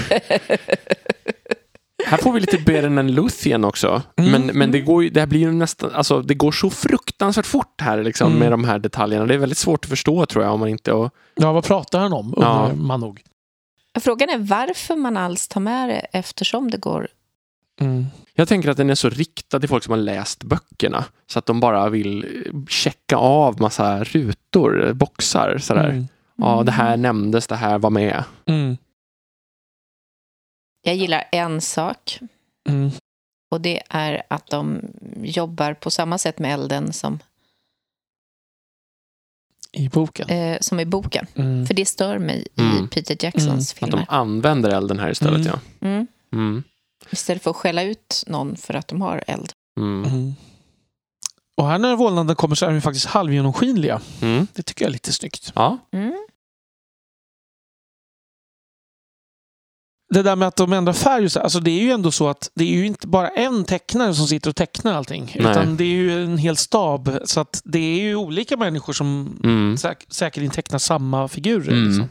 Här får vi lite Beren än Luthien också. Men det här blir ju nästan, alltså det går så fruktansvärt fort här liksom, med de här detaljerna. Det är väldigt svårt att förstå, tror jag, om man inte... Ja, vad pratar han om? Man nog. Frågan är varför man alls tar med det eftersom det går... Jag tänker att den är så riktad till folk som har läst böckerna, så att de bara vill checka av massa rutor, boxar sådär. Ja, det här nämndes, det här var med. Jag gillar en sak. Och det är att de jobbar på samma sätt med elden som i boken. Som i boken. För det stör mig i Peter Jacksons filmer. Att de använder elden här istället, Istället för att skälla ut någon för att de har eld. Och här när vålnaden kommer så är de faktiskt halvgenomskinliga. Det tycker jag är lite snyggt. Ja. Det där med att de ändrar färg, alltså det är ju ändå så att det är ju inte bara en tecknare som sitter och tecknar allting. Nej. Utan det är ju en hel stab. Så att det är ju olika människor som säkert tecknar samma figurer. Liksom.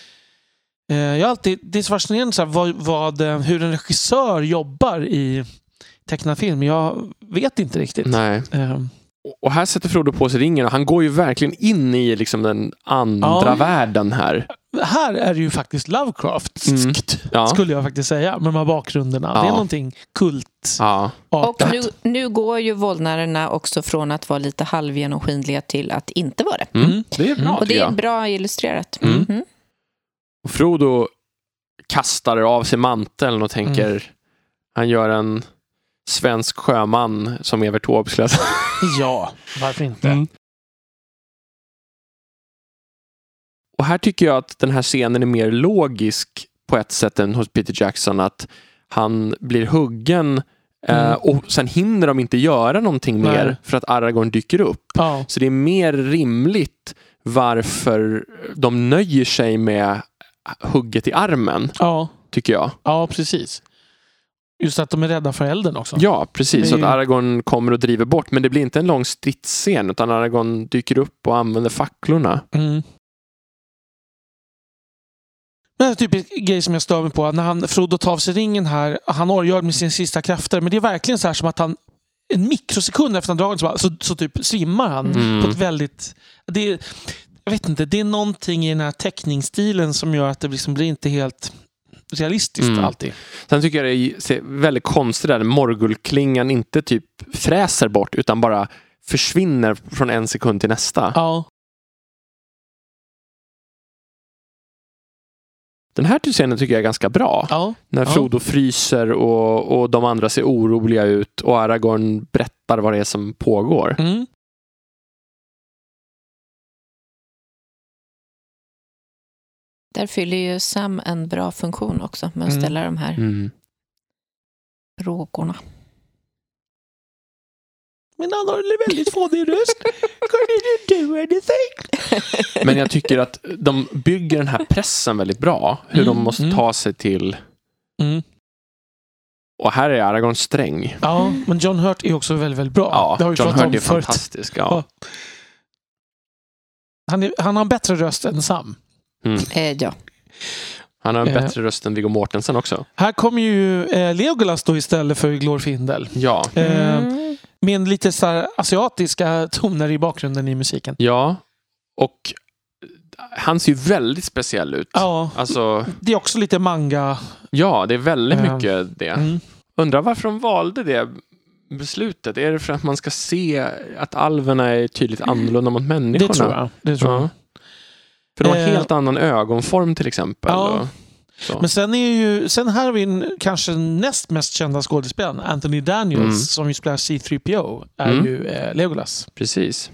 Det är så fascinerande så här, hur en regissör jobbar i tecknad film. Jag vet inte riktigt. Nej. Och här sätter Frodo på sig ringen och han går ju verkligen in i liksom den andra världen här. Här är det ju faktiskt Lovecraftskt, skulle jag faktiskt säga, med de här bakgrunderna. Det är någonting kult. Och nu går ju vålnaderna också från att vara lite halvgenomskinliga till att inte vara det. Det är bra. Och det är bra illustrerat. Och Frodo kastar av sig manteln och tänker han gör en svensk sjöman som Evert Taube skulle säga. Ja, varför inte? Och här tycker jag att den här scenen är mer logisk på ett sätt än hos Peter Jackson, att han blir huggen och sen hinner de inte göra någonting mer för att Aragorn dyker upp. Så det är mer rimligt varför de nöjer sig med hugget i armen, tycker jag. Ja, precis. Just att de är rädda för elden också. Ja, precis. Så att Aragorn kommer och driver bort. Men det blir inte en lång stridsscen, utan Aragorn dyker upp och använder facklorna. Det är typ en grej som jag stör mig på. När Frodo tar av sig ringen här, han gör med sina sista krafter. Men det är verkligen så här som att han en mikrosekund efter han drar så typ svimmar han på ett väldigt... Jag vet inte, det är någonting i den här teckningsstilen som gör att det liksom blir inte helt realistiskt alltid. Sen tycker jag det är väldigt konstigt där Morgulklingan inte typ fräser bort utan bara försvinner från en sekund till nästa. Ja. Den här scenen tycker jag är ganska bra. Ja. När Frodo fryser och de andra ser oroliga ut och Aragorn berättar vad det är som pågår. Mm. Där fyller ju Sam en bra funktion också med att ställa de här frågorna. Men han har en väldigt fånig röst. Can you do anything? Men jag tycker att de bygger den här pressen väldigt bra. Hur de måste ta sig till... Och här är Aragorn sträng. Ja, men John Hurt är också väldigt, väldigt bra. Ja, det har vi John pratat Hurt om är förut. fantastisk. Ja. Han har en bättre röst än Sam. Ja. Han har en bättre röst än Viggo Mortensen också. Här kommer ju Legolas då istället för Glorfindel. Ja. Med lite så här asiatiska toner i bakgrunden i musiken. Ja, och han ser ju väldigt speciell ut. Ja, alltså, det är också lite manga. Ja, det är väldigt mycket det. Undrar varför de valde det beslutet. Är det för att man ska se att alverna är tydligt annorlunda mot människorna? Det tror jag. För de har helt annan ögonform till exempel. Ja. Men sen här har vi kanske näst mest kända skådespelaren, Anthony Daniels, som ju spelar C-3PO, är ju Legolas. Precis.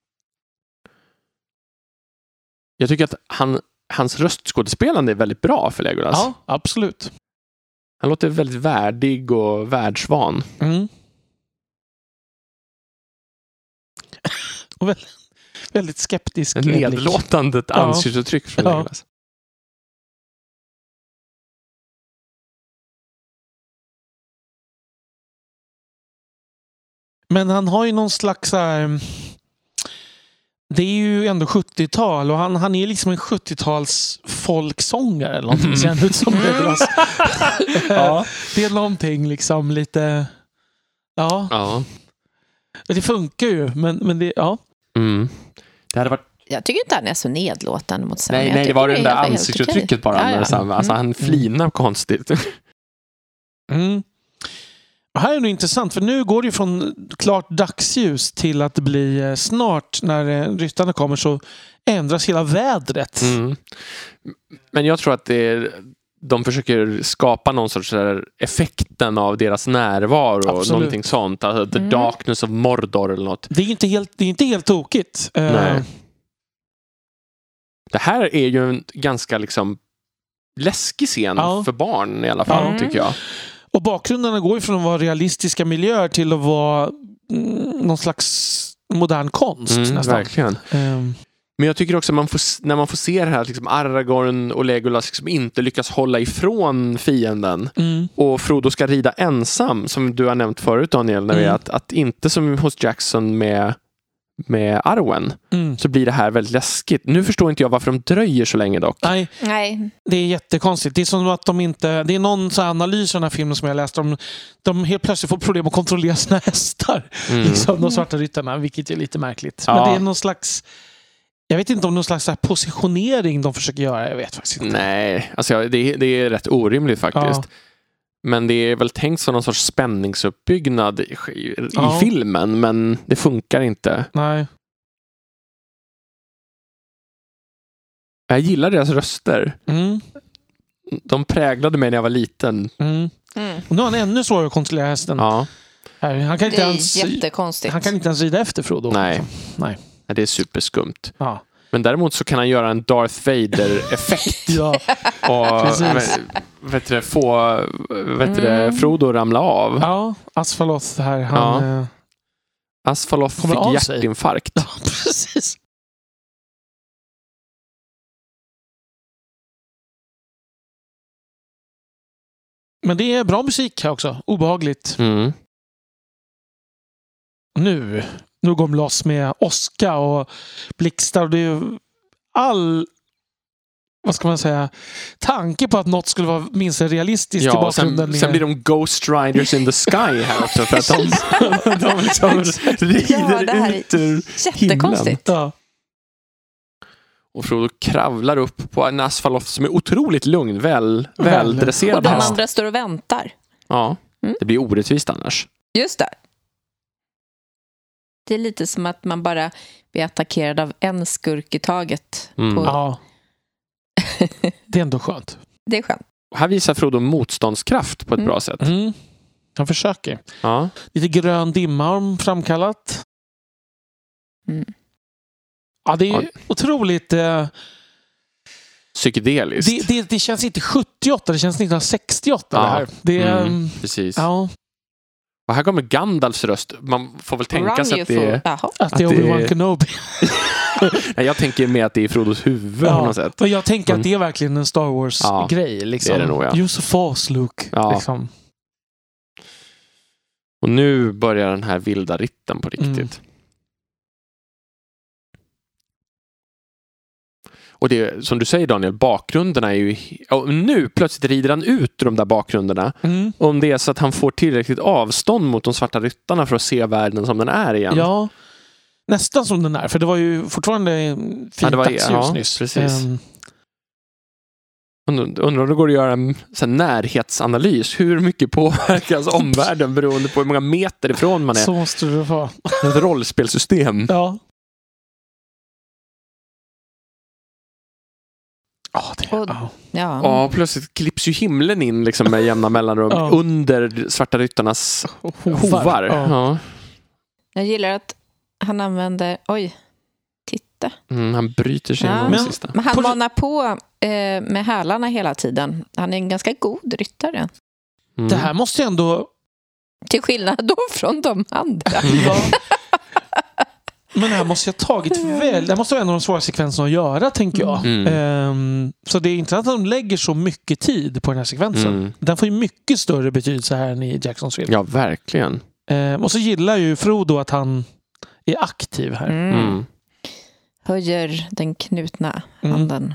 Jag tycker att hans röstskådespelande är väldigt bra för Legolas. Ja, absolut. Han låter väldigt värdig och världsvan. Och väldigt skeptisk. Ett nedlåtande ansiktsuttryck från Legolas. Men han har ju någon slags det är ju ändå 70-tal och han är liksom en 70-tals folksångare eller någonting. Ser han ut som Legolas. Det är någonting liksom lite... Ja. Det funkar ju, men det... Ja. Det hade varit... Jag tycker inte han är så nedlåtande mot Sam. Nej, det var det där ansiktsuttrycket bara. Alltså, han flinar konstigt. Här är det intressant, för nu går det ju från klart dagsljus till att det blir snart, när ryttarna kommer så ändras hela vädret. Men jag tror att de försöker skapa någon sorts effekten av deras närvaro. Absolut. Någonting sånt. Alltså, the darkness of Mordor eller något. Det är inte helt tokigt. Nej. Det här är ju en ganska liksom läskig scen för barn i alla fall, tycker jag. Och bakgrunderna går ju från att vara realistiska miljöer till att vara någon slags modern konst nästan. Verkligen. Men jag tycker också när man får se det här liksom Aragorn och Legolas liksom inte lyckas hålla ifrån fienden och Frodo ska rida ensam, som du har nämnt förut, Daniel, när vi att inte som hos Jackson med Arwen så blir det här väldigt läskigt. Nu förstår inte jag varför de dröjer så länge dock. Nej. Det är jättekonstigt. Det är som att de inte... Det är någon så analys av den här filmen som jag läste. De helt plötsligt får problem att kontrollera sina hästar. Liksom de svarta ryttarna, vilket är lite märkligt. Men det är någon slags... Jag vet inte om någon slags positionering de försöker göra. Jag vet faktiskt inte. Nej, alltså det är rätt orimligt faktiskt. Men det är väl tänkt som någon sorts spänningsuppbyggnad i filmen, men det funkar inte. Nej. Jag gillar deras röster. De präglade mig när jag var liten. Och nu har han ännu svårare att kontrollera hästen. Ja. Han kan inte jättekonstigt. Han kan inte ens rida efter Frodo. Nej. Det är superskumt. Ja. Men däremot så kan han göra en Darth Vader-effekt. Och Frodo ramla av. Ja, Asfaloth här. Asfaloth fick hjärtinfarkt. Ja, precis. Men det är bra musik här också. Obehagligt. Nu går de loss med åska och blixtar. Det är vad ska man säga, tanke på att något skulle vara minst realistiskt i bakgrunden. Sen blir de Ghost Riders in the Sky här också, för att de liksom rider ut ur himlen. Ja. Och Frodo kravlar upp på en Asfaloth som är otroligt lugn, väldresserad. Och de andra står och väntar. Ja, det blir orättvist annars. Just det. det är lite som att man bara blir attackerad av en skurk i taget. Ja. Det är ändå skönt. Det är skönt. Här visar Frodo motståndskraft på ett bra sätt. Han försöker. Ja. Lite grön dimma har de framkallat. Ja, det är otroligt... psykedeliskt. Det känns inte 78, det känns 1968 det här. Det är, precis. Ja. Och här kommer Gandalfs röst. Man får väl tänka sig att det är... Att det är Obi-Wan Kenobi. Nej, jag tänker mer att det är Frodos huvud på något sätt. Och jag tänker att det är verkligen en Star Wars-grej. Liksom. Det är det nog, ja. Use of force, Luke. Ja. Liksom. Och nu börjar den här vilda ritten på riktigt. Och det, som du säger Daniel, bakgrunderna är ju... Och nu plötsligt rider han ut ur de där bakgrunderna. Om det är så att han får tillräckligt avstånd mot de svarta ryttarna för att se världen som den är igen. Ja, nästan som den är. För det var ju fortfarande fint dagsljus nyss. Precis. Undrar om det går att göra en sån närhetsanalys. Hur mycket påverkas omvärlden beroende på hur många meter ifrån man är? Så måste det vara. Ett rollspelsystem. Ja. Ja, plötsligt klipps ju himlen in liksom med jämna mellanrum under svarta ryttarnas hovar. Ja. Jag gillar att han använder... Oj, titta. Han bryter sig igenom det sista. Men han manar på med hälarna hela tiden. Han är en ganska god ryttare. Det här måste ju ändå... Till skillnad då från de andra. Men det här måste jag ha tagit väl. Det måste vara en av de svåra sekvenserna att göra, tänker jag. Så det är inte att de lägger så mycket tid på den här sekvensen. Den får ju mycket större betydelse här än i Jacksons film. Ja, verkligen. Och så gillar ju Frodo att han är aktiv här. Höjer den knutna handen.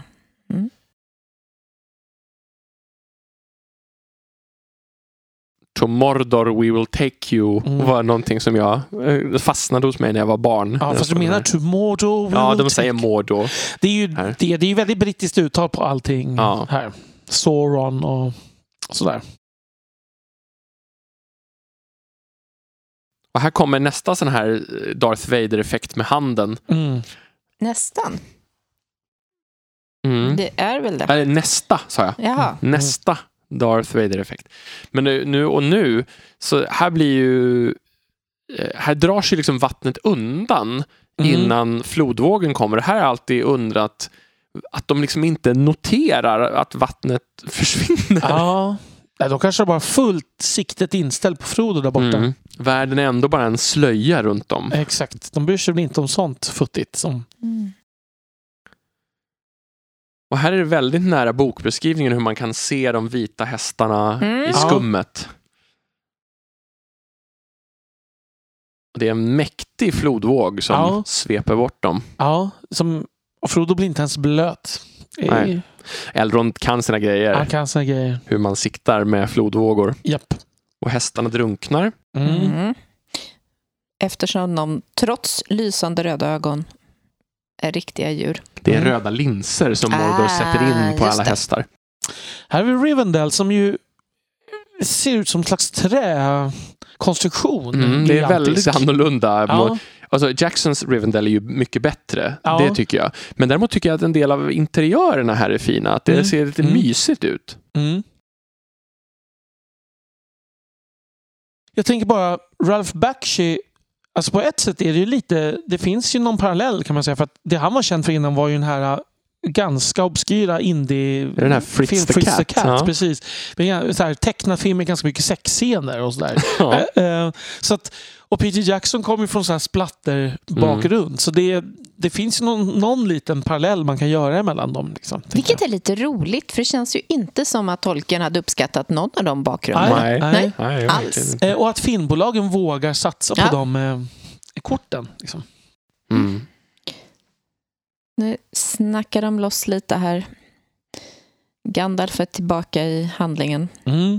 To Mordor we will take you var någonting som jag fastnade hos mig när jag var barn. Ja, fast du menar to Mordor we will de säger Mordor. Det är ju väldigt brittiskt uttal på allting här. Sauron och sådär. Och här kommer nästa sån här Darth Vader-effekt med handen. Nästan. Det är väl det. Nästa, sa jag. Jaha. Nästa Darth Vader-effekt. Men nu så här blir ju här drar sig liksom vattnet undan innan flodvågen kommer. Här är alltid undrat att de liksom inte noterar att vattnet försvinner. Ja, de kanske har bara fullt siktet inställt på Frodo där borta. Världen är ändå bara en slöja runt om. Exakt, de bryr sig väl inte om sånt futtigt som... Och här är det väldigt nära bokbeskrivningen hur man kan se de vita hästarna i skummet. Det är en mäktig flodvåg som sveper bort dem. Ja, och Frodo blir inte ens blöt. Nej. Elrond kan sina grejer. Han kan sina grejer. Hur man siktar med flodvågor. Japp. Och hästarna drunknar. Eftersom de trots lysande röda ögon är riktiga djur. Det är röda linser som Mordor sätter in på alla hästar. Här har vi Rivendell som ju ser ut som en slags träkonstruktion. Det är väldigt annorlunda. Ja. Alltså Jacksons Rivendell är ju mycket bättre. Det tycker jag. Men däremot tycker jag att en del av interiörerna här är fina. Att det ser lite mysigt ut. Jag tänker bara Ralph Bakshi. Alltså på ett sätt är det ju lite... Det finns ju någon parallell kan man säga. För att det han var känd för innan var ju den här ganska obskyra indie... Den här Fritz the Cat. Ja. Precis. Så här, tecknad film med ganska mycket sexscener och sådär. Så att, och Peter Jackson kommer ju från så här splatter bakgrund. Så det finns ju någon liten parallell man kan göra mellan dem. Liksom, vilket är lite roligt, för det känns ju inte som att Tolkien hade uppskattat någon av de bakgrunderna. Nej. Alls. Och att filmbolagen vågar satsa på de korten. Liksom. Nu snackar de loss lite här. Gandalf är tillbaka i handlingen.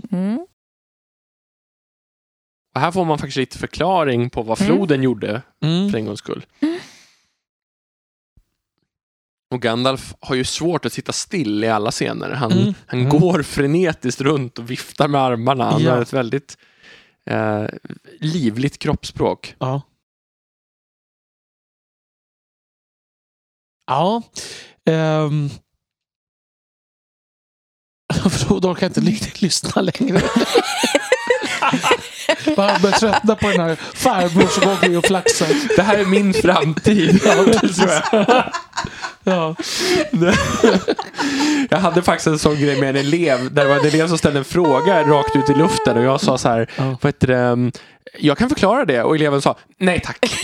Och här får man faktiskt lite förklaring på vad floden gjorde för en gångs skull. Och Gandalf har ju svårt att sitta still i alla scener. Han går frenetiskt runt och viftar med armarna. Han har ett väldigt livligt kroppsspråk. Ja. Ja. Frodo orkar inte lyssna längre. Bara börjar tröttna på den här farbror som går och flaxar. Det här är min framtid. Ja, tror jag. Ja. Jag hade faktiskt en sån grej med en elev där det var en elev som ställde en fråga rakt ut i luften och jag sa så här, vad heter det? Jag kan förklara det. Och eleven sa, nej tack.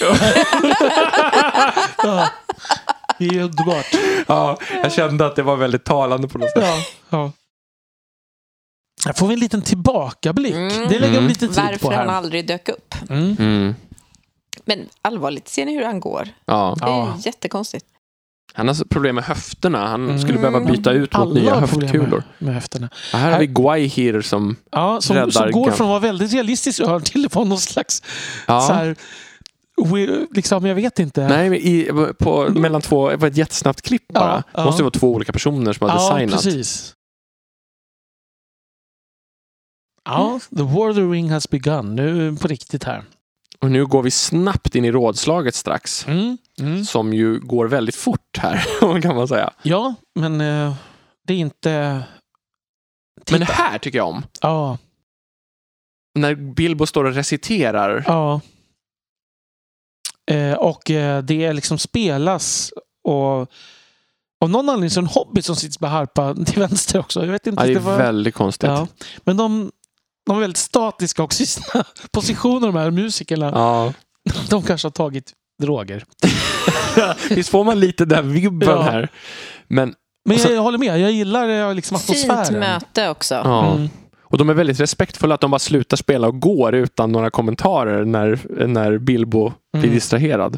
Ja. Det är underbart. Ja, jag kände att det var väldigt talande på något sätt. Ja. Jag får vi en liten tillbakablick. Det lägger jag lite tid Varför på här. han aldrig dök upp. Men allvarligt, ser ni hur han går? Ja. Det är jättekonstigt. Han har problem med höfterna. Han skulle behöva byta ut mot nya höftkulor. Med höfterna. Och här har vi Gwaihir som som går från att vara väldigt realistisk till att få någon slags så här, liksom, jag vet inte. Nej, mellan två, det var ett jättesnabbt klipp bara. Det måste vara två olika personer som har designat. Ja, precis. Ja, the War of the Ring has begun. Nu på riktigt här. Och nu går vi snabbt in i rådslaget strax. Som ju går väldigt fort här, kan man säga. Ja, men det är inte... Men det här tycker jag om. Ja. När Bilbo står och reciterar. Ja. Och det liksom spelas och av någon anledning så är en hobbit som sitter med harpa till vänster också. Jag vet inte. Ja, det är väldigt konstigt. Ja. Men de är väldigt statiska också i sina positioner, de här musikerna. Ja. De kanske har tagit droger. Visst får man lite den vibben här. Men jag håller med. Jag gillar liksom atmosfären. Fint möte också. Ja. Och de är väldigt respektfulla att de bara slutar spela och går utan några kommentarer när Bilbo blir distraherad.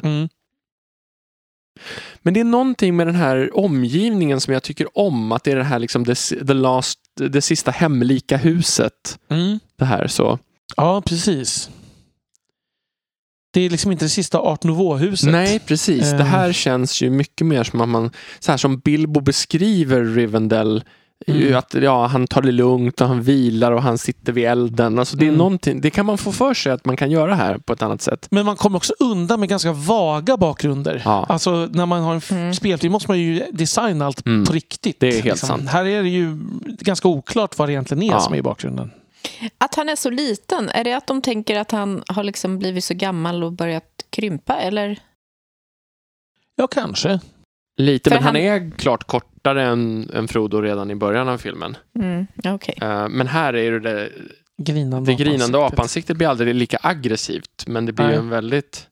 Men det är någonting med den här omgivningen som jag tycker om. Att det är det här liksom det sista hemlika huset. Det här så. Ja, precis. Det är liksom inte det sista Art Nouveau-huset. Nej, precis. Det här känns ju mycket mer som att man, så här som Bilbo beskriver Rivendell, att han tar det lugnt och han vilar och han sitter vid elden. Alltså det är någonting, det kan man få för sig att man kan göra här på ett annat sätt. Men man kommer också undan med ganska vaga bakgrunder. Ja. Alltså när man har en speltid måste man ju designa allt på riktigt. Det är helt sant. Här är det ju ganska oklart vad det egentligen är som är i bakgrunden. Att han är så liten, är det att de tänker att han har liksom blivit så gammal och börjat krympa, eller? Ja, kanske. Lite, men han är klart kortare än Frodo redan i början av filmen. Okay. Men här är det grinande apansiktet blir aldrig lika aggressivt, men det blir ju en väldigt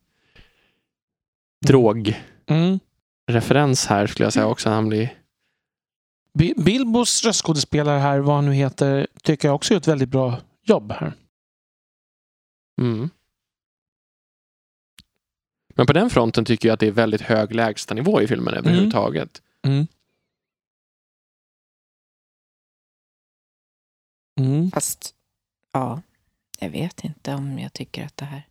drogreferens här skulle jag säga också. Han blir... Bilbos röstskådespelare här, vad han nu heter, tycker jag också gör ett väldigt bra jobb här. Men på den fronten tycker jag att det är väldigt hög lägstanivå i filmen överhuvudtaget. Fast, jag vet inte om jag tycker att det här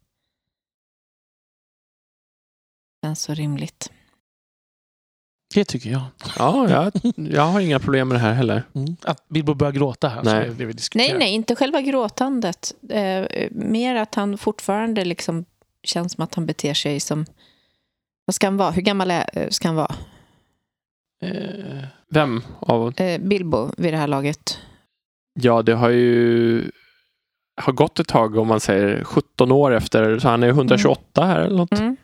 är så rimligt. Det tycker jag. Ja, jag har inga problem med det här heller. Att Bilbo börjar gråta här. Nej. Så är det vi diskuterar. Nej, inte själva gråtandet. Mer att han fortfarande liksom känns som att han beter sig som... Vad ska han vara? Hur gammal ska han vara? Vem av... Bilbo vid det här laget. Ja, det har gått ett tag om man säger 17 år efter. Så han är 128 här eller något.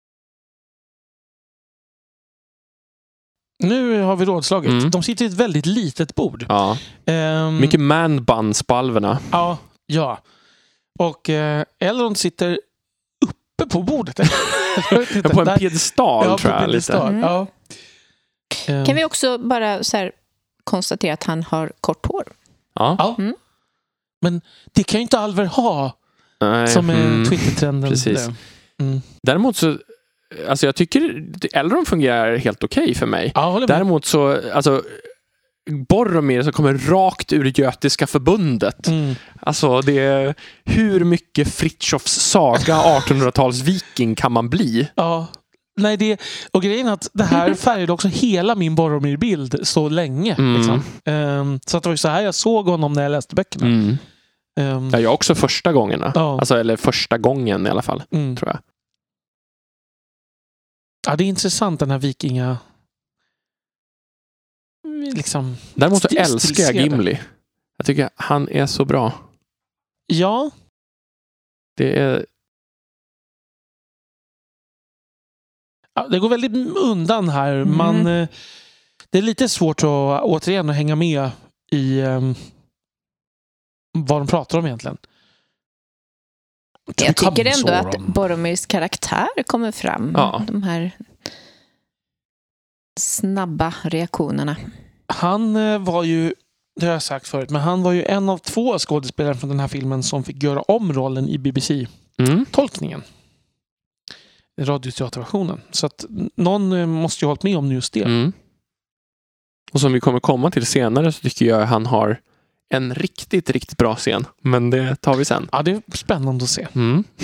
Nu har vi rådslaget. De sitter i ett väldigt litet bord. Ja. Mycket man-buns på alverna. Ja. Och Elrond sitter uppe på bordet. På en piedestal tror jag. Lite. Kan vi också bara så här konstatera att han har kort hår? Ja. Men det kan ju inte alver ha. Nej. Som är Twitter-trenden. Precis. Däremot så alltså jag tycker Elrond fungerar helt okej för mig. Däremot så alltså Boromir som kommer rakt ur Götiska förbundet. Alltså det är hur mycket Fritjofs saga 1800-tals viking kan man bli? Ja. Nej, och grejen är att det här färgade också hela min Boromir-bild så länge. Liksom. Så att det var ju så här jag såg honom när jag läste böckerna. Jag också första gångerna. Alltså, eller första gången i alla fall, tror jag. Ja, det är intressant den här vikinga liksom... Däremot så älskar jag Gimli. Jag tycker han är så bra. Ja. Det är... Ja, det går väldigt undan här. Det är lite svårt att återigen att hänga med i vad de pratar om egentligen. Jag tycker ändå att Boromirs karaktär kommer fram. Ja. De här snabba reaktionerna. Han var ju, det har jag sagt förut, men han var ju en av 2 skådespelare från den här filmen som fick göra om rollen i BBC-tolkningen. Radioteaterversionen. Så att någon måste ju ha hållit med om just det. Och som vi kommer komma till senare så tycker jag han har en riktigt, riktigt bra scen. Men det tar vi sen. Ja, det är spännande att se.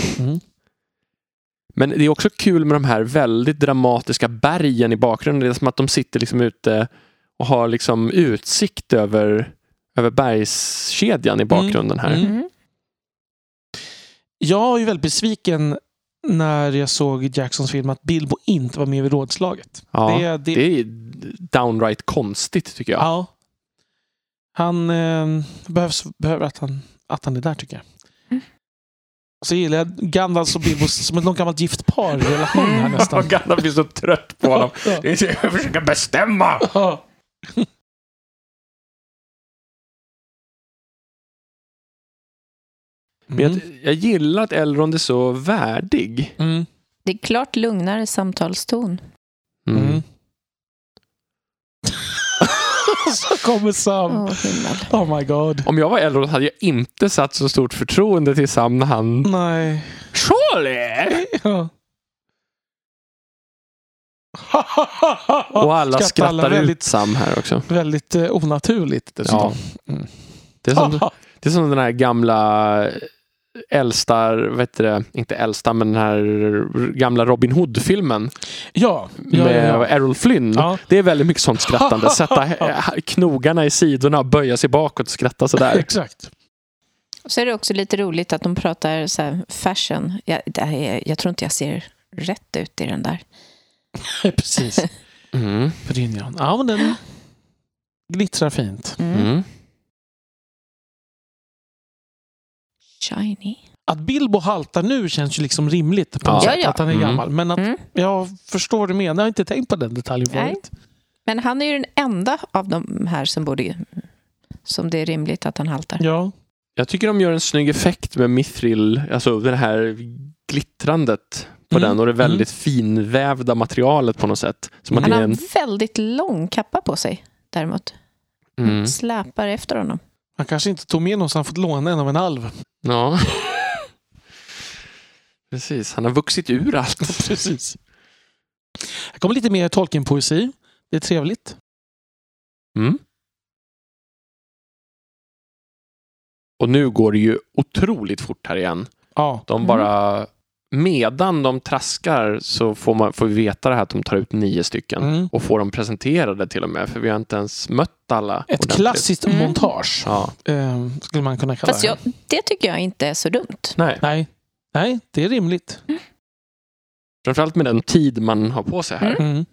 Men det är också kul med de här väldigt dramatiska bergen i bakgrunden. Det är som att de sitter liksom ute och har liksom utsikt över bergskedjan i bakgrunden här. Jag är ju väldigt besviken när jag såg Jacksons film att Bilbo inte var med vid rådslaget. Ja, det är downright konstigt tycker jag. Ja. Han behöver att han är där tycker jag. Så gillar jag Gandalf och Bilbo som ett något gammalt gift par i relation här nästan. Gandalf blir så trött på honom. Det är så jag försöker bestämma. Men jag gillar att Elrond är så värdig. Det är klart lugnare samtalston. Så kommer Sam. Oh my god. Om jag var Elrond hade jag inte satt så stort förtroende till Sam när han... Nej. Surely! Ja. Och alla skrattar väldigt, ut Sam här också. Väldigt onaturligt dessutom. Ja. Det är som den här gamla äldsta, inte äldsta, men den här gamla Robin Hood-filmen. Med Errol Flynn. Ja. Det är väldigt mycket sånt skrattande. Sätta knogarna i sidorna och böja sig bakåt och skratta sådär. Exakt. Så är det också lite roligt att de pratar så här fashion. Jag tror inte jag ser rätt ut i den där. Precis. Brynjan. Ja, men den glittrar fint. Shiny. Att Bilbo haltar nu känns ju liksom rimligt på något sätt att han är gammal. Men att jag förstår vad du menar. Jag har inte tänkt på den detaljen förut. Men han är ju den enda av de här som det är rimligt att han haltar. Ja. Jag tycker de gör en snygg effekt med mithril, alltså det här glittrandet på den och det väldigt finvävda materialet på något sätt. Som han att har en väldigt lång kappa på sig däremot. Släpar efter honom. Han kanske inte tog med någon så han fått låna en av en alv. Ja. Precis, han har vuxit ur allt. Precis. Här kommer lite mer Tolkien-poesi. Det är trevligt. Och nu går det ju otroligt fort här igen. Ja. De bara... Medan de traskar så får vi veta det här att de tar ut 9 stycken och får dem presenterade till och med, för vi har inte ens mött alla. Ett ordentligt. Klassiskt montage skulle man kunna kalla det. Det tycker jag inte är så dumt. Nej, det är rimligt. Framförallt med den tid man har på sig här.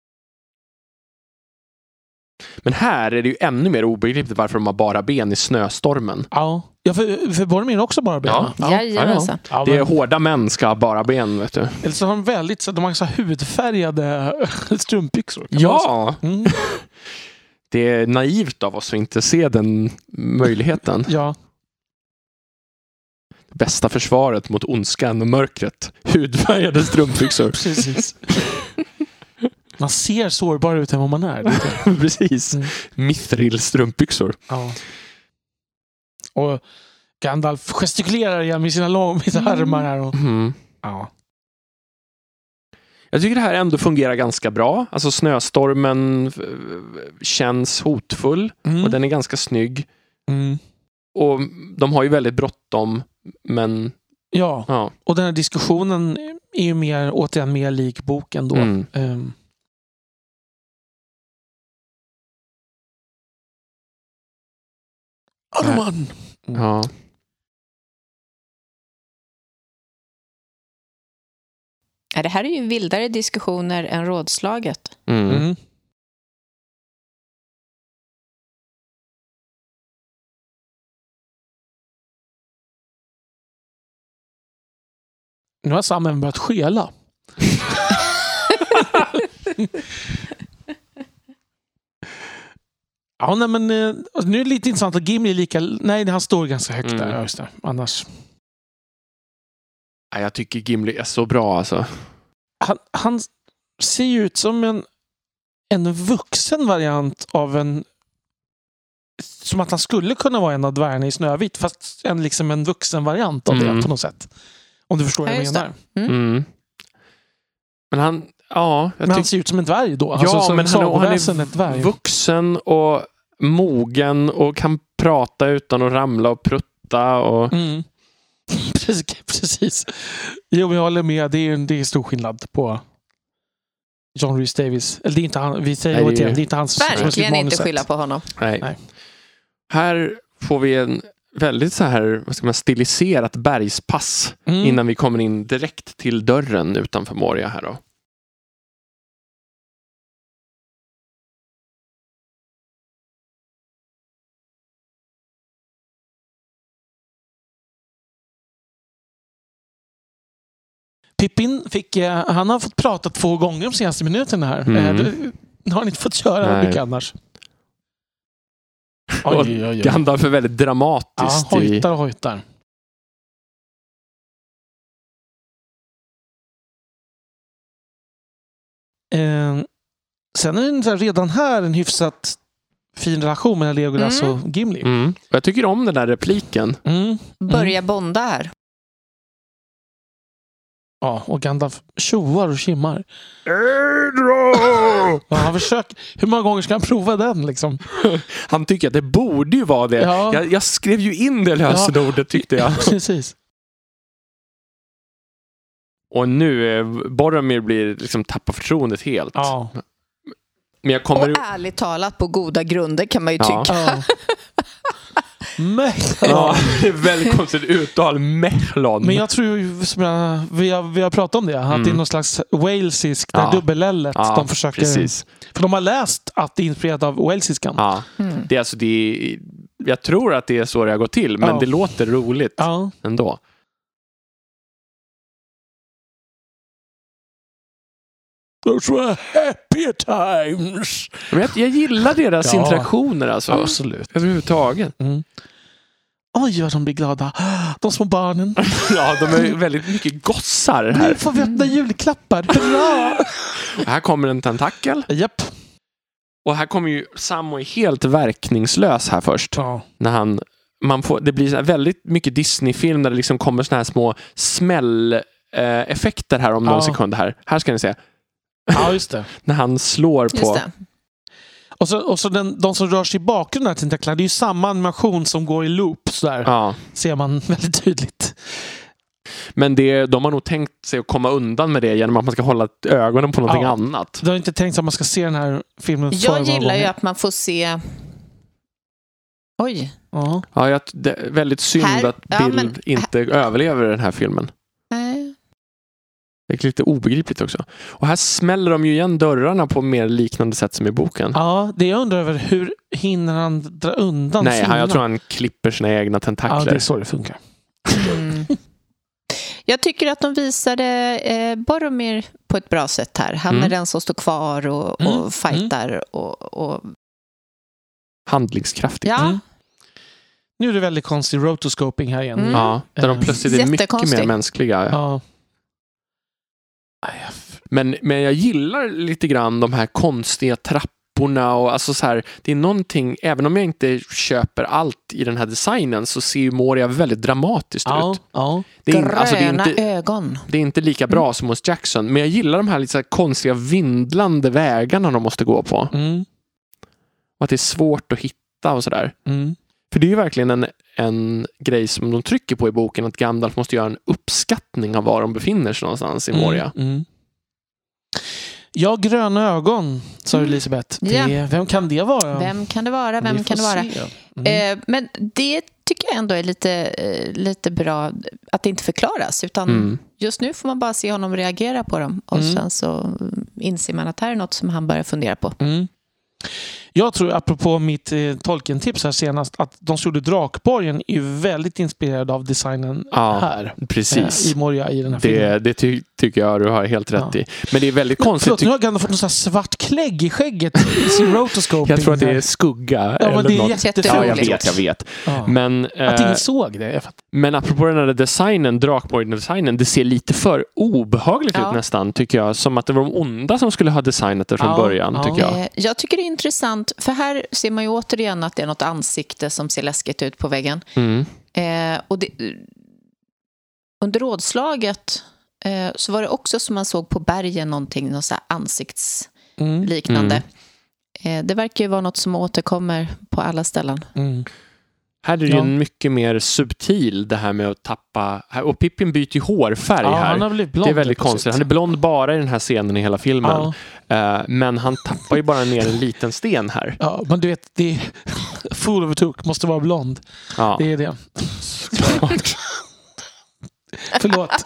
Men här är det ju ännu mer obegripligt varför de har bara ben i snöstormen. Ja, för Boromir är också bara ben. Ja. Det är hårda män ska ha bara ben, vet du. Eller så har de väldigt så de har så hudfärgade strumpbyxor. Ja! Det är naivt av oss att inte se den möjligheten. Ja. Det bästa försvaret mot ondskan och mörkret. Hudfärgade strumpbyxor. Precis. Man ser sårbar ut än vad man är. Precis. Mithril strumpbyxor. Ja. Och Gandalf gestikulerar igen med sina armar här. Och... Ja. Jag tycker det här ändå fungerar ganska bra. Alltså snöstormen känns hotfull och den är ganska snygg. Och de har ju väldigt bråttom, men... Ja, och den här diskussionen är ju återigen mer lik boken då. Arman! Ja. Det här är ju vildare diskussioner än rådslaget. Nu har Sam även börjat skela. Ja, nej, men nu är det lite intressant att Gimli är lika... Nej, han står ganska högt där. Ja, just det. Annars... Ja, jag tycker Gimli är så bra alltså. Han ser ju ut som en vuxen variant av en... Som att han skulle kunna vara en av dvärgarna i Snövit, fast liksom en vuxen variant av det på något sätt. Om du förstår vad jag menar. Men han... Ja, men han ser ut som en dvärg då. Ja, alltså, men han är vuxen och mogen och kan prata utan att ramla och prutta. Och... Precis. Jo, jag håller med. Det är stor skillnad på John Rhys Davies. Eller det är inte han. Vi säger det är inte hans. Verkligen inte skylla på honom. Nej. Här får vi en väldigt så här, vad ska man, stiliserat bergspass innan vi kommer in direkt till dörren utanför Moria här då. Pippin han har fått prata 2 gånger de senaste minuterna här. Det har han inte fått göra mycket annars. Oj. Gandalf är väldigt dramatiskt. Ja, hojtar. Sen är det redan här en hyfsat fin relation mellan Legolas och Gimli. Jag tycker om den där repliken. Börja bonda här. Ja, och Gandalf tjoar och kimmar. Ja, han försöker. Hur många gånger ska han prova den liksom? Han tycker att det borde ju vara det. Ja. Jag skrev ju in det lösenordet tyckte jag. Precis. Och nu Boromir blir liksom tappar förtroendet helt. Ja. Men jag kommer... Och ärligt talat på goda grunder kan man ju tycka. Ja. Ja, det är väldigt konstigt uttal. Mehlon. Men jag tror vi har pratat om det. Att det är någon slags walesisk dubbel-L-et de försöker. Precis. För de har läst att det är inspirerat av walesiskan. Ja. Det är alltså jag tror att det är så det har gått till. Men det låter roligt ändå. Those were happy times. Men jag gillar deras interaktioner alltså. Absolut. Överhuvudtaget. Oj, vad de blir glada. De små barnen. Ja, de är väldigt mycket gossar här. Nu får vi öppna julklappar. Bra! Här kommer en tentakel. Japp. Och här kommer ju Sam är helt verkningslös här först. Ja. När det blir så väldigt mycket Disney-film där det liksom kommer såna här små smäll-effekter här om någon sekund här. Här ska ni se. Ja, just det. När han slår på... Och så de som rör sig i bakgrunden till tentaklar, det är ju samma animation som går i loop sådär. Ja. Ser man väldigt tydligt. Men de har nog tänkt sig att komma undan med det genom att man ska hålla ögonen på någonting annat. De har inte tänkt sig att man ska se den här filmen för Jag gillar ju att man får se... Oj. Ja, det är väldigt synd att Bill inte överlever den här filmen. Det är lite obegripligt också. Och här smäller de ju igen dörrarna på mer liknande sätt som i boken. Ja, det jag undrar över hur hinner han dra undan sina? Jag tror han klipper sina egna tentakler. Ja, det är så det funkar. Jag tycker att de visade Boromir på ett bra sätt här. Han är den som står kvar och fightar och... handlingskraftigt. Ja. Nu är det väldigt konstig rotoscoping här igen. Ja, där de plötsligt är mycket mer mänskliga. Ja. Men jag gillar lite grann de här konstiga trapporna och alltså så här, det är någonting, även om jag inte köper allt i den här designen så ser ju Moria väldigt dramatiskt ut. Ja. Gröna ögon. Det är inte lika bra som hos Jackson, men jag gillar de här lite så här konstiga vindlande vägarna de måste gå på. Och att det är svårt att hitta och sådär. För det är ju verkligen en grej som de trycker på i boken, att Gandalf måste göra en uppskattning av var de befinner sig någonstans i Moria. Ja, gröna ögon, sa Elisabeth. Vem kan det vara? Vem kan det vara? Men det tycker jag ändå är lite bra att det inte förklaras, utan just nu får man bara se honom reagera på dem och sen så inser man att det här är något som han börjar fundera på. Jag tror, apropå mitt Tolkien-tips här senast, att de som gjorde Drakborgen är ju väldigt inspirerade av designen här. Precis. I Moria i den här filmen. Det tycker jag du har helt rätt i. Men det är väldigt konstigt. Förlåt, nu har Gandalf fått någon sån här svart klägg i skägget i sin rotoscoping. Jag tror att det är skugga. Ja, men det är jättefult. Ja, jag vet. Ja. Men, att ingen såg det. Men apropå den här designen, Drakborgen-designen, det ser lite för obehagligt ut nästan, tycker jag. Som att det var de onda som skulle ha designat det från början, tycker jag. Jag tycker det är intressant, för här ser man ju återigen att det är något ansikte som ser läskigt ut på väggen. Och under rådslaget så var det också som man såg på bergen något så här ansiktsliknande. Det verkar ju vara något som återkommer på alla ställen. Här är det ju en mycket mer subtil, det här med att tappa... Och Pippin byter ju hårfärg här. Han har blivit blond. Det är väldigt konstigt. Han är blond bara i den här scenen i hela filmen. Men han tappar ju bara ner en liten sten här. Ja, men du vet, det är Fool of a Took måste vara blond. Ja. Det är det. Förlåt.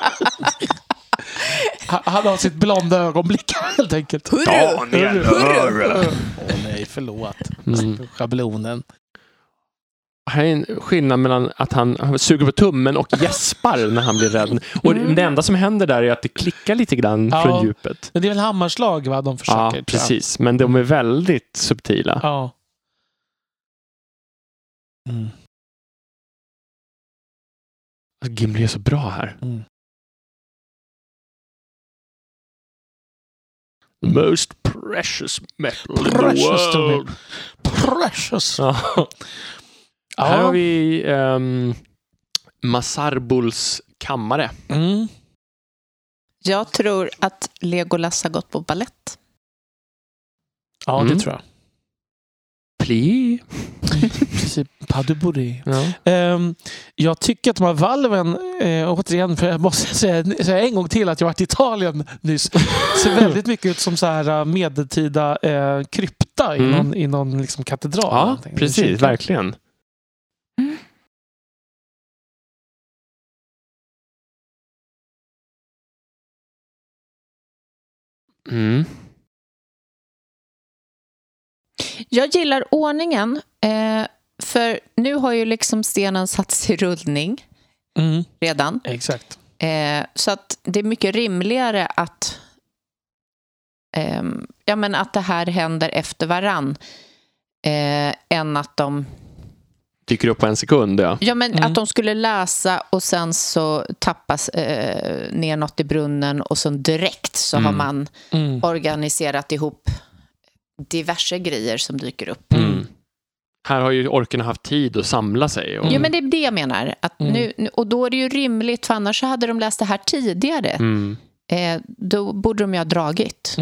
Han har sitt blonda ögonblick helt enkelt. Hurra! Nej, förlåt. Schablonen. Här är en skillnad mellan att han suger på tummen och gäspar när han blir rädd. Och det enda som händer där är att det klickar lite grann från djupet. Men det är väl hammarslag, va, de försöker. Ja, precis. Men de är väldigt subtila. Ja. Gimli är så bra här. The most precious metal in the world. Precious. Här har vi Masarbuls kammare. Jag tror att Legolas har gått på ballett. Ja, det tror jag. Pli. Precis, pas de bourrée. Jag tycker att de här valven, återigen, för jag måste säga en gång till att jag varit i Italien nyss, ser väldigt mycket ut som så här medeltida krypta i någon liksom katedral. Ja, precis, verkligen. Jag gillar ordningen, för nu har ju liksom stenen satts i rullning redan. Exakt. Så att det är mycket rimligare att att det här händer efter varann än att de dyker upp på en sekund, att de skulle läsa och sen så tappas ner något i brunnen och så direkt så har man organiserat ihop diverse grejer som dyker upp. Här har ju orkerna haft tid att samla sig. Ja, men det är det jag menar. Att nu, och då är det ju rimligt, för annars så hade de läst det här tidigare. Då borde de ju ha dragit.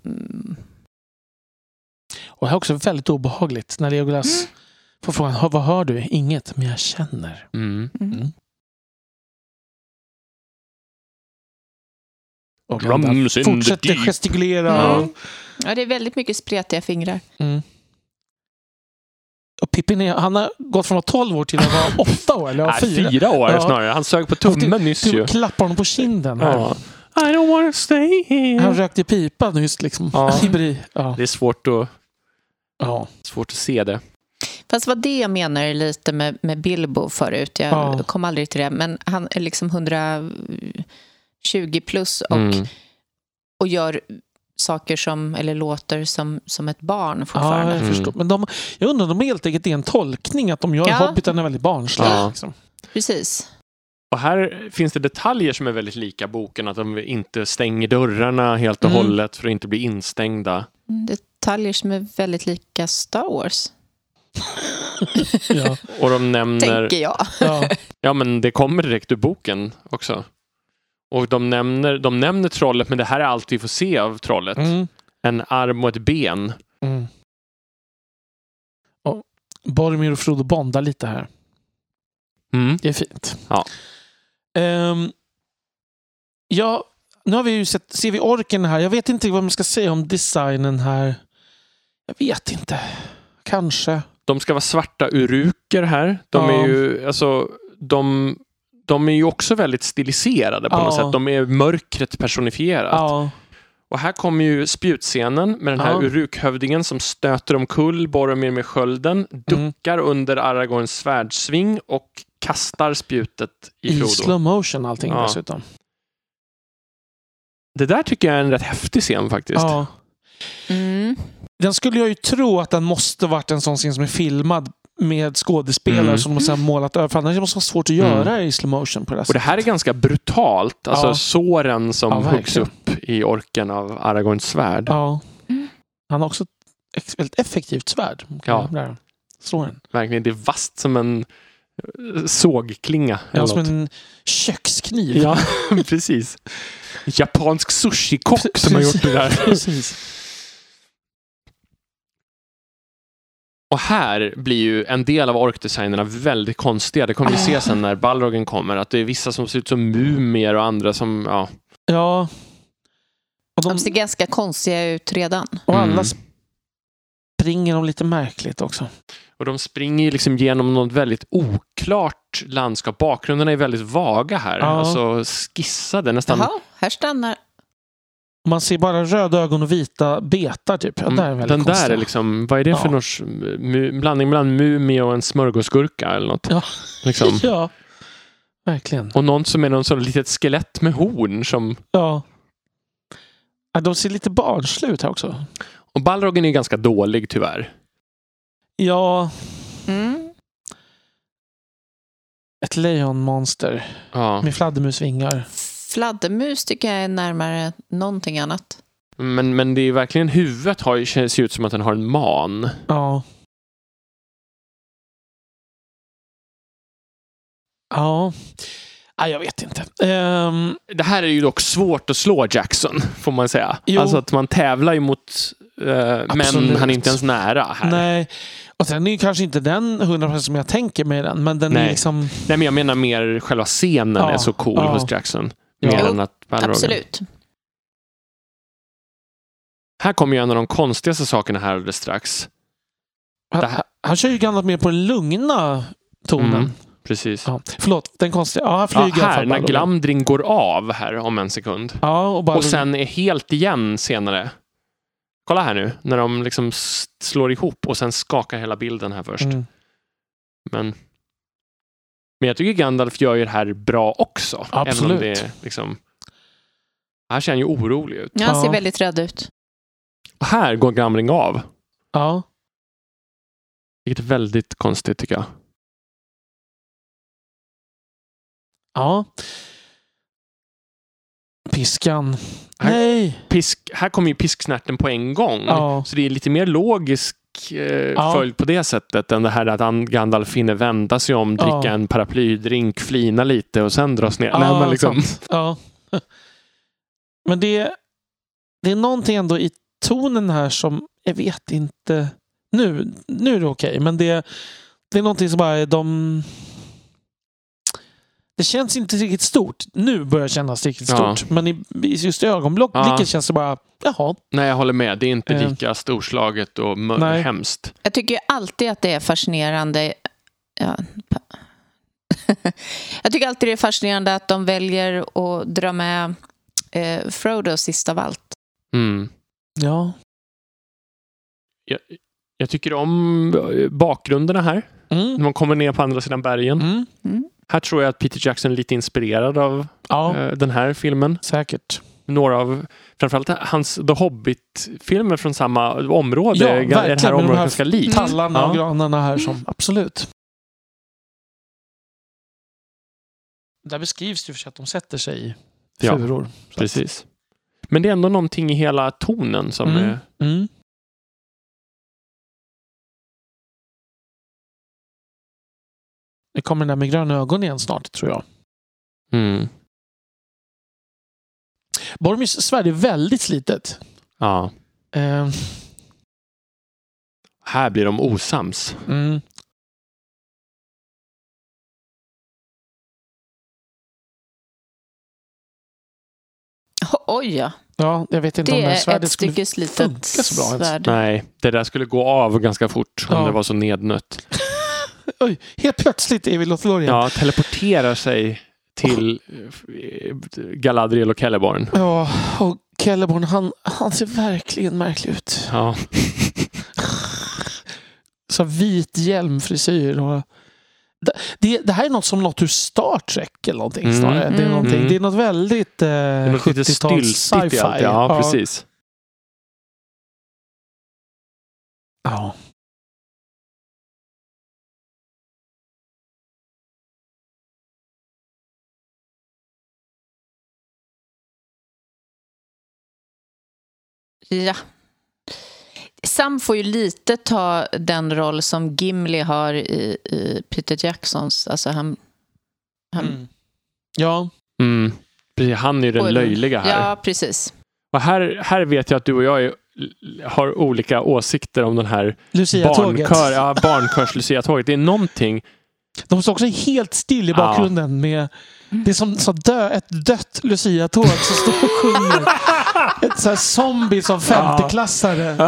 Och här är också väldigt obehagligt när Legolas får frågan, vad hör du? Inget, men jag känner. Och han fortsätter gestikulera. Ja, det är väldigt mycket spretiga fingrar. Och Pippin han har gått från att vara 12 år till att vara 8 år. Eller 4 år snarare. Han sög på tummen nyss ju. Klappar honom på kinden. I don't want to stay here. Han rökte pipa nyss liksom. Det är svårt att se det. Fast vad det jag menar lite med Bilbo förut. Jag kom aldrig till det. Men han är liksom 120 plus och gör saker eller låter som ett barn fortfarande. Ja, jag förstår. Men jag undrar om helt enkelt är en tolkning att de gör Hobbiten väldigt barnsliga. Liksom. Precis. Och här finns det detaljer som är väldigt lika boken. Att de inte stänger dörrarna helt och hållet för att inte bli instängda. Detaljer som är väldigt lika Star Wars. Och de nämner... Tänker jag. Ja, men det kommer direkt ur boken också. Och de nämner trollet, men det här är allt vi får se av trollet. En arm och ett ben. Och Boromir och Frodo bondar lite här. Det är fint. Nu har vi ju ser vi orken här. Jag vet inte vad man ska säga om designen här. Jag vet inte. Kanske. De ska vara svarta uruker här. De är ju, alltså, de är ju också väldigt stiliserade på något sätt. De är mörkret personifierat. Och här kommer ju spjutscenen med den här urukhövdingen som stöter omkull Boromir med skölden, duckar under Aragorns svärdsving och kastar spjutet i Frodo. I slow motion allting dessutom. Det där tycker jag är en rätt häftig scen faktiskt. Ja. Den skulle jag ju tro att den måste varit en sån scen som är filmad med skådespelare som de har målat över. För annars måste det vara svart att göra i slow motion på det och det här är ganska brutalt. Alltså såren som huggs upp i orken av Aragorns svärd. Ja. Han har också ett väldigt effektivt svärd. Ja. Slår den. Verkligen, det är vasst som en sågklinga. Ja, som en kökskniv. Ja, precis. Japansk sushi-kock som har gjort det där. Precis. Och här blir ju en del av orkdesignerna väldigt konstiga. Det kommer vi se sen när Balrogen kommer. Att det är vissa som ser ut som mumier och andra som, Ja. Och de ser ganska konstiga ut redan. Och alla springer de lite märkligt också. Och de springer ju liksom genom något väldigt oklart landskap. Bakgrunderna är väldigt vaga här. Alltså skissade nästan. Jaha, här stannar. Man ser bara röda ögon och vita betar typ. Ja, där är väldigt den konstigt. Där är liksom, vad är det för något blandning mellan mumie och en smörgåsgurka eller något? Ja, liksom. Ja. Verkligen. Och någon som är någon sån litet skelett med horn som... Ja. De ser lite barnsliga ut här också. Och Balrogen är ganska dålig tyvärr. Ja. Ett lejonmonster med fladdermusvingar. Fladdermus tycker jag är närmare någonting annat. Men det är verkligen huvudet ser ut som att den har en man. Ja. Ja. Nej, jag vet inte. Det här är ju dock svårt att slå Jackson, får man säga. Jo. Alltså att man tävlar ju mot men han är inte ens nära här. Nej. Och sen är ju kanske inte den 100% som jag tänker med den, men den är liksom... Nej, men jag menar mer själva scenen är så cool hos Jackson. Mer än att Balrogen. Absolut. Här kommer ju en av de konstigaste sakerna här alldeles strax. Han kör ju Gandalf mer på den lugna tonen. Precis. Ja. Förlåt, den konstiga. Ja, han flyger här, när Glamdring går av här om en sekund. Ja, och sen är helt igen senare. Kolla här nu, när de liksom slår ihop och sen skakar hela bilden här först. Men jag tycker Gandalf gör ju det här bra också. Absolut. Även om det är liksom... Här ser han ju orolig ut. Ja, han ser väldigt rädd ut. Och här går Glamdring av. Ja. Vilket är väldigt konstigt tycker jag. Ja. Piskan. Nej. Här kommer ju pisksnärten på en gång. Ja. Så det är lite mer logisk följd på det sättet än det här att Gandalf finner vända sig om, dricka en paraplydrink, flina lite och sen dras ner. Nej, men liksom... Ja. Men det är någonting ändå i tonen här som jag vet inte. Nu är det okej, men det är någonting som bara det känns inte riktigt stort. Nu börjar det kännas riktigt stort. Men just i ögonblicket känns det bara, jaha. Nej, jag håller med. Det är inte lika storslaget och hemskt. Jag tycker alltid att det är fascinerande. Ja. Jag tycker alltid det är fascinerande att de väljer att dra med Frodo sist av allt. Ja. Jag tycker om bakgrunderna här. När man kommer ner på andra sidan bergen. Här tror jag att Peter Jackson är lite inspirerad av den här filmen. Säkert. Några av, framförallt hans The Hobbit-filmer från samma område. Ja, verkligen. Är det här området ganska likt. Tallarna och granarna här som, absolut. Där beskrivs det för att de sätter sig i furor. Ja, precis. Men det är ändå någonting i hela tonen som är... Det kommer den där med gröna ögon igen snart, tror jag. Boromirs svärd är väldigt slitet. Ja. Här blir de osams. Oj, ja. Ja, jag vet inte om det svärdet skulle funka så bra. Svärd. Nej, det där skulle gå av ganska fort om det var så nednött. Oj, helt plötsligt är vi Lothlorien. Ja, teleporterar sig till Galadriel och Celeborn. Ja, och Celeborn, han ser verkligen märklig ut. Ja. Så vit hjälmfrisyr och det här är något ur Star Trek eller någonting snarare. Det är något väldigt 70-tals sci-fi. Ja, precis. Ja. Ja. Sam får ju lite ta den roll som Gimli har i Peter Jacksons. Alltså han... Ja. Han är ju den löjliga här. Ja, precis. Och här vet jag att du och jag har olika åsikter om den här barnkörs Lucia-tåget. Det är någonting... De står också helt still i bakgrunden med... Det är som ett dött Lucia-tåg som står och sjunger. Ett så här zombie som 50-klassare.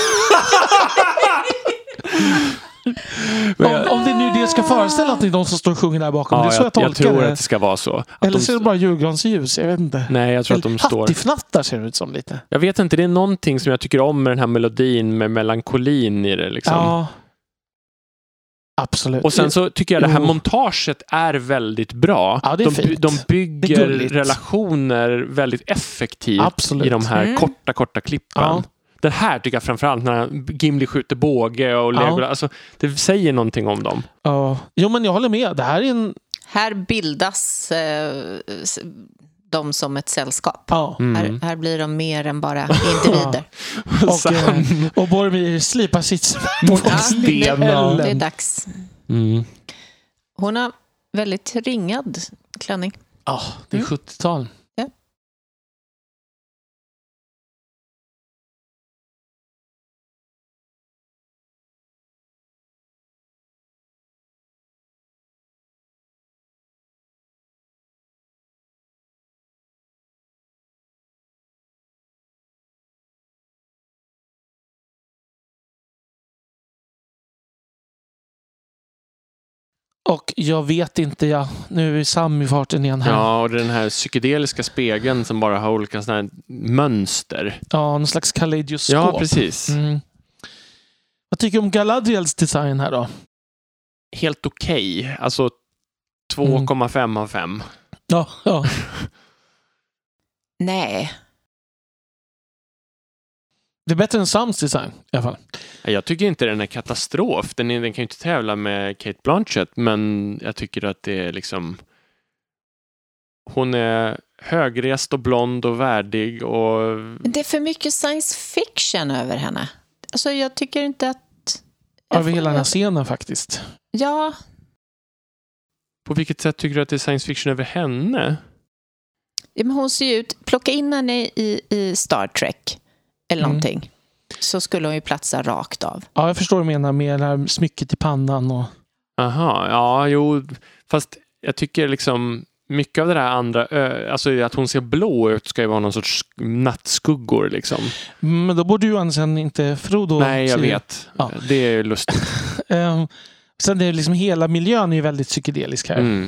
Om det nu det ska föreställa att det är de som står och sjunger där bakom. Det är så jag tolkar det. Jag tror att det ska vara så. Eller så är det bara julgransljus, jag vet inte. Nej, jag tror att de står... Hattifnattar ser det ut som lite. Jag vet inte, det är någonting som jag tycker om med den här melodin med melankolin i det liksom. Ja. Absolut. Och sen så tycker jag det här montaget är väldigt bra. Ja, det är fint. De bygger relationer väldigt effektivt i de här korta klippen. Ja. Den här tycker jag framförallt när Gimli skjuter båge och Legolas, alltså, det säger någonting om dem. Ja. Jo, men jag håller med. Det här är Här bildas de som ett sällskap. Ja. Här blir de mer än bara individer. Och Boromir slipar sitt sten. Det är dags. Hon har väldigt ringad klänning. Ja, det är 70-tal. Ja. Och jag vet inte, nu är Sam i farten igen här. Ja, och den här psykedeliska spegeln som bara har olika sådana här mönster. Ja, någon slags kaleidoskop. Ja, precis. Vad tycker du om Galadriels design här då? Helt okej. Alltså 2,5 av 5. Ja. Nej. Det är bättre än Sams design i alla fall. Jag tycker inte den är katastrof. Den kan ju inte tävla med Cate Blanchett, men jag tycker att det är liksom... Hon är högrest och blond och värdig och... Det är för mycket science fiction över henne. Alltså jag tycker inte att... Över hela den här scenen faktiskt. Ja. På vilket sätt tycker du att det är science fiction över henne? Ja, men hon ser ju ut... Plocka in henne i Star Trek eller någonting. Så skulle hon ju platsa rakt av. Ja, jag förstår vad du menar med det här smycket i pannan och... Aha, ja, jo. Fast jag tycker liksom mycket av det där andra, alltså att hon ser blå ut ska ju vara någon sorts nattskuggor liksom. Men då borde ju ansen inte Frodo... Nej, jag vet. Ja. Det är ju lustigt. Sen är det liksom hela miljön är ju väldigt psykedelisk här.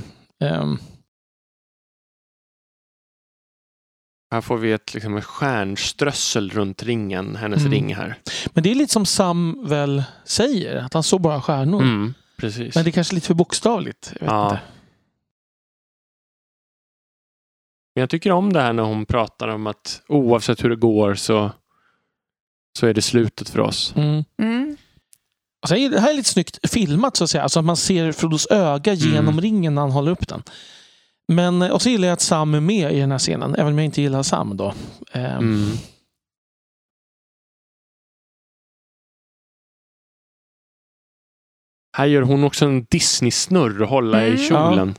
Här får vi ett stjärnströssel runt ringen, hennes ring här. Men det är lite som Sam väl säger, att han såg bara stjärnor. Precis. Men det är kanske lite för bokstavligt. Jag vet inte. Men jag tycker om det här när hon pratar om att oavsett hur det går så är det slutet för oss. Alltså, det här är lite snyggt filmat så att säga. Alltså att man ser Frodos öga genom ringen när han håller upp den. Men och så gillar jag att Sam är med i den här scenen, även om jag inte gillar Sam då. Här gör hon också en Disney-snurr och hålla i kjolen.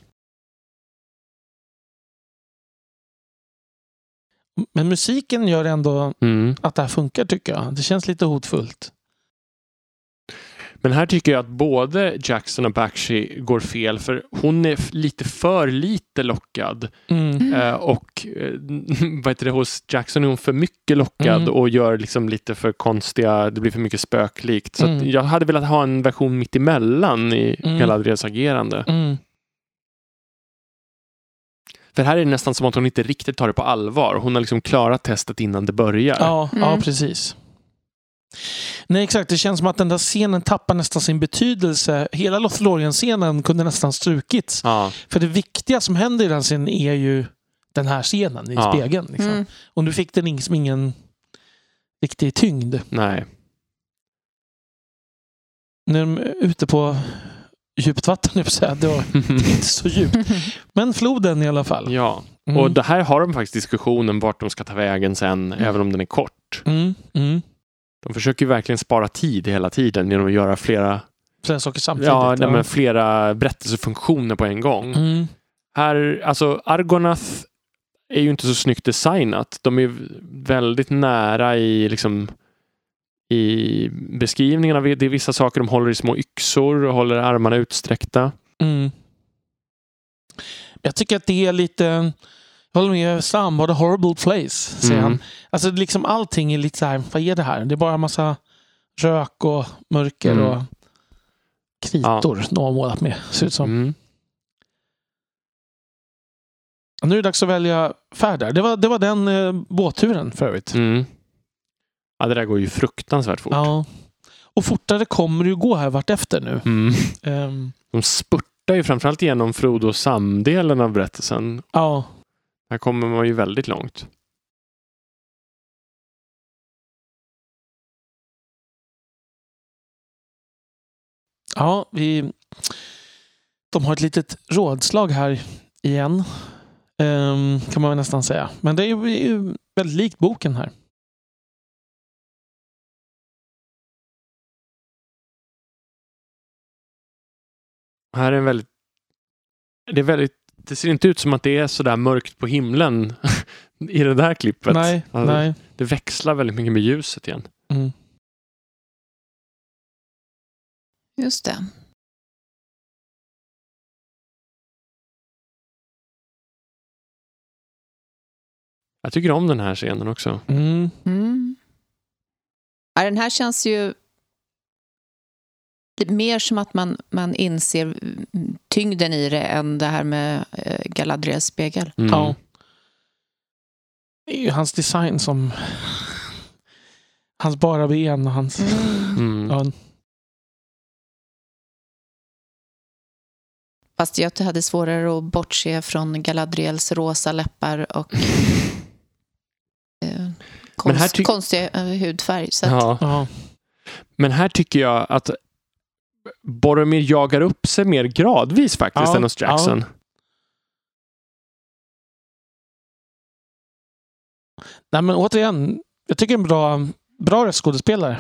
Men musiken gör ändå att det här funkar tycker jag. Det känns lite hotfullt. Men här tycker jag att både Jackson och Bakshi går fel, för hon är lite för lite lockad. Och vad heter det, hos Jackson är hon för mycket lockad och gör liksom lite för konstiga, det blir för mycket spöklikt. Så att jag hade velat ha en version mitt emellan i Galadriels agerande. För här är det nästan som att hon inte riktigt tar det på allvar. Hon har liksom klarat testet innan det börjar. Ja, precis. Nej, exakt. Det känns som att den där scenen tappar nästan sin betydelse. Hela Lothlorien-scenen kunde nästan strukits. Ja. För det viktiga som händer i den scenen är ju den här scenen i spegeln. Liksom. Och nu fick den ingen riktig tyngd. Nej. När de är ute på djupt vatten, det är inte så djupt. Men floden i alla fall. Ja, och det här har de faktiskt diskussionen vart de ska ta vägen sen, även om den är kort. De försöker ju verkligen spara tid hela tiden genom att göra flera saker samtidigt. Men flera berättelsefunktioner på en gång. Här, alltså Argonath är ju inte så snyggt designat. De är väldigt nära i liksom i beskrivningen av det är vissa saker de håller i små yxor och håller armarna utsträckta. Jag tycker att det är lite, jag håller med Sam, what a horrible place, säger han. Alltså liksom allting är lite så här, vad är det här? Det är bara en massa rök och mörker och kritor de har målat med, ser ut som. Nu är det dags att välja färd där. Det var den båtturen för övrigt. Ja, det där går ju fruktansvärt fort. Ja. Och fortare kommer det ju gå här vart efter nu. De spurtar ju framförallt igenom Frodo och Sam-delen av berättelsen. Ja. Här kommer man ju väldigt långt. Ja, de har ett litet rådslag här igen. Kan man väl nästan säga. Men det är ju väldigt likt boken här. Här är det ser inte ut som att det är så där mörkt på himlen i det där klippet. Nej. Det växlar väldigt mycket med ljuset igen. Just det. Jag tycker om den här scenen också. Ja, den här känns ju mer som att man inser tyngden i det än det här med Galadriels spegel. Ja. Det är ju hans design som hans bara ben och hans Fast jag hade svårare att bortse från Galadriels rosa läppar och konstig hudfärg. Så att... Men här tycker jag att Boromir jagar upp sig mer gradvis faktiskt än hos Jackson. Nej, men återigen, jag tycker en bra röstskådespelare.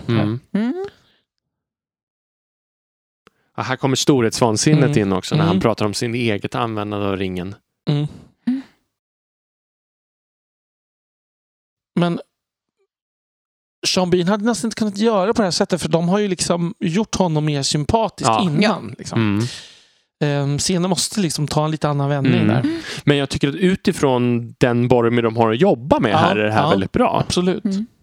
Ja, här kommer storhetsvansinnet in också när han pratar om sin eget användande av ringen. Men Sean Bean hade nästan inte kunnat göra på det här sättet, för de har ju liksom gjort honom mer sympatisk innan. Liksom. Scenen måste liksom ta en lite annan vändning där. Men jag tycker att utifrån den Boromir de har att jobba med här är det här väldigt bra. Absolut.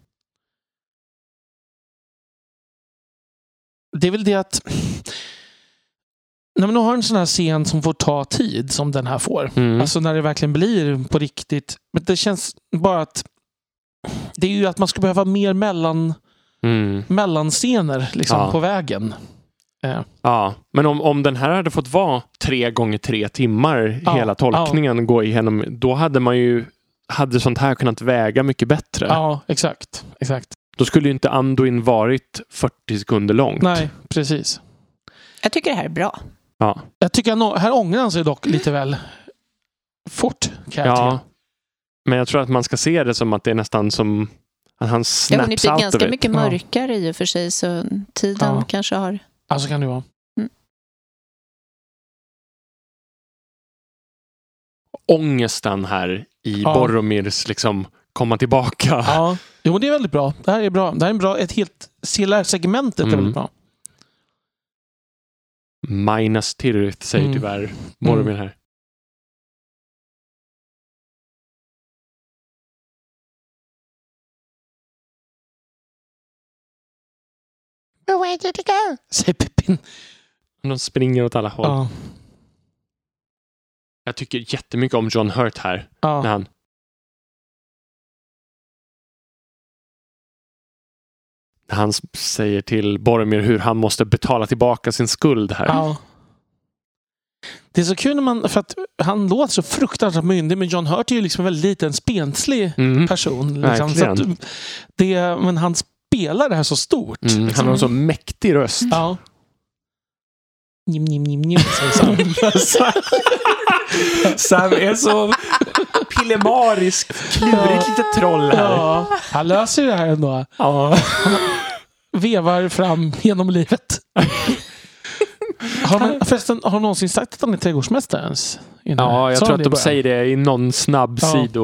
Det är väl det att när man har en sån här scen som får ta tid som den här får, alltså när det verkligen blir på riktigt, men det känns bara att det är ju att man ska behöva mer mellanscener liksom, på vägen. Ja, men om den här hade fått vara 3 gånger 3 timmar hela tolkningen gå igenom, då hade sånt här kunnat väga mycket bättre. Ja, exakt. Då skulle ju inte Anduin varit 40 sekunder långt. Nej, precis. Jag tycker det här är bra. Ja. Jag tycker här ångrar han sig dock lite väl fort. Men jag tror att man ska se det som att det är nästan som att han snaps out. Det blir ganska mycket mörkare i och för sig, så tiden kanske har... Alltså kan det vara. Ångesten här i Boromirs liksom komma tillbaka. Ja, jo, det är väldigt bra. Det här är bra. Det här är bra. Ett helt segmentet är väldigt bra. Minas Tirith säger tyvärr Boromir här. Where did it go? Säger Pippin. De springer åt alla håll. Jag tycker jättemycket om John Hurt här. Ja. När han säger till Boromir hur han måste betala tillbaka sin skuld här. Ja. Det är så kul för att han låter så fruktansvärt myndig, men John Hurt är ju liksom en väldigt liten spenslig person. Liksom. Så att men han spelar det här så stort. Liksom. Han har en så mäktig röst. Ja. Njim, säger Sam. Sam är så pillemarisk, klurigt litet troll här. Ja, han löser det här ändå. Ja. Vevar fram genom livet. Har de någonsin sagt att han är trädgårdsmästarens? Ja, jag tror att de säger det i någon snabb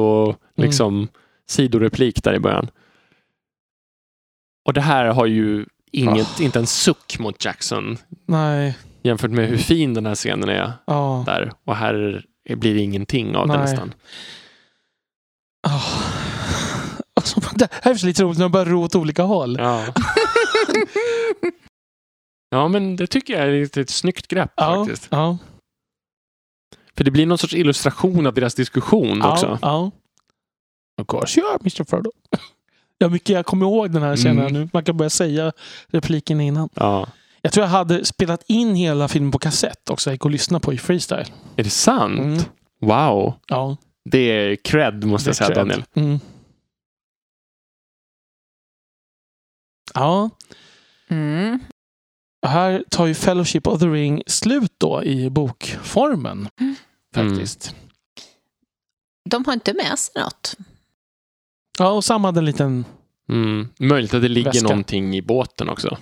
sidoreplik där i början. Och det här har ju inte en suck mot Jackson. Nej. Jämfört med hur fin den här scenen är där. Och här blir det ingenting av det nästan. Alltså, det här är så lite roligt när de börjar ro åt olika håll. Ja. Ja, men det tycker jag är ett snyggt grepp faktiskt. Ja. För det blir någon sorts illustration av deras diskussion också. Ja. Of course you are, Mr. Frodo. Jag kommer ihåg den här scenen nu. Man kan börja säga repliken innan. Ja. Jag tror jag hade spelat in hela filmen på kassett också. Jag gick och lyssnade på i freestyle. Är det sant? Wow. Ja. Det är cred, måste jag säga, Daniel. Ja. Här tar ju Fellowship of the Ring slut då i bokformen. Faktiskt. De har inte med sig något. Ja, och Sam hade en liten möjligt att det ligger väska. Någonting i båten också.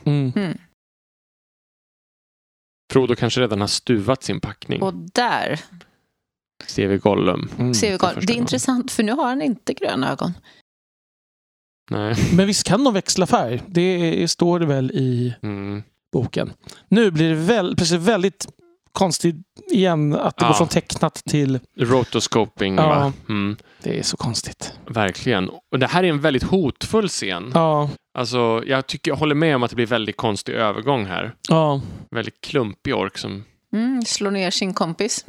Frodo kanske redan har stuvat sin packning. Och där ser vi Gollum. Det är intressant, för nu har han inte gröna ögon. Nej. Men visst kan de växla färg? Det står det väl i boken. Nu blir det väldigt konstigt igen att det går från tecknat till rotoscoping. Ja, det är så konstigt. Verkligen. Och det här är en väldigt hotfull scen. Ja. Alltså, jag håller med om att det blir väldigt konstig övergång här. Ja. Väldigt klumpig ork som slår ner sin kompis.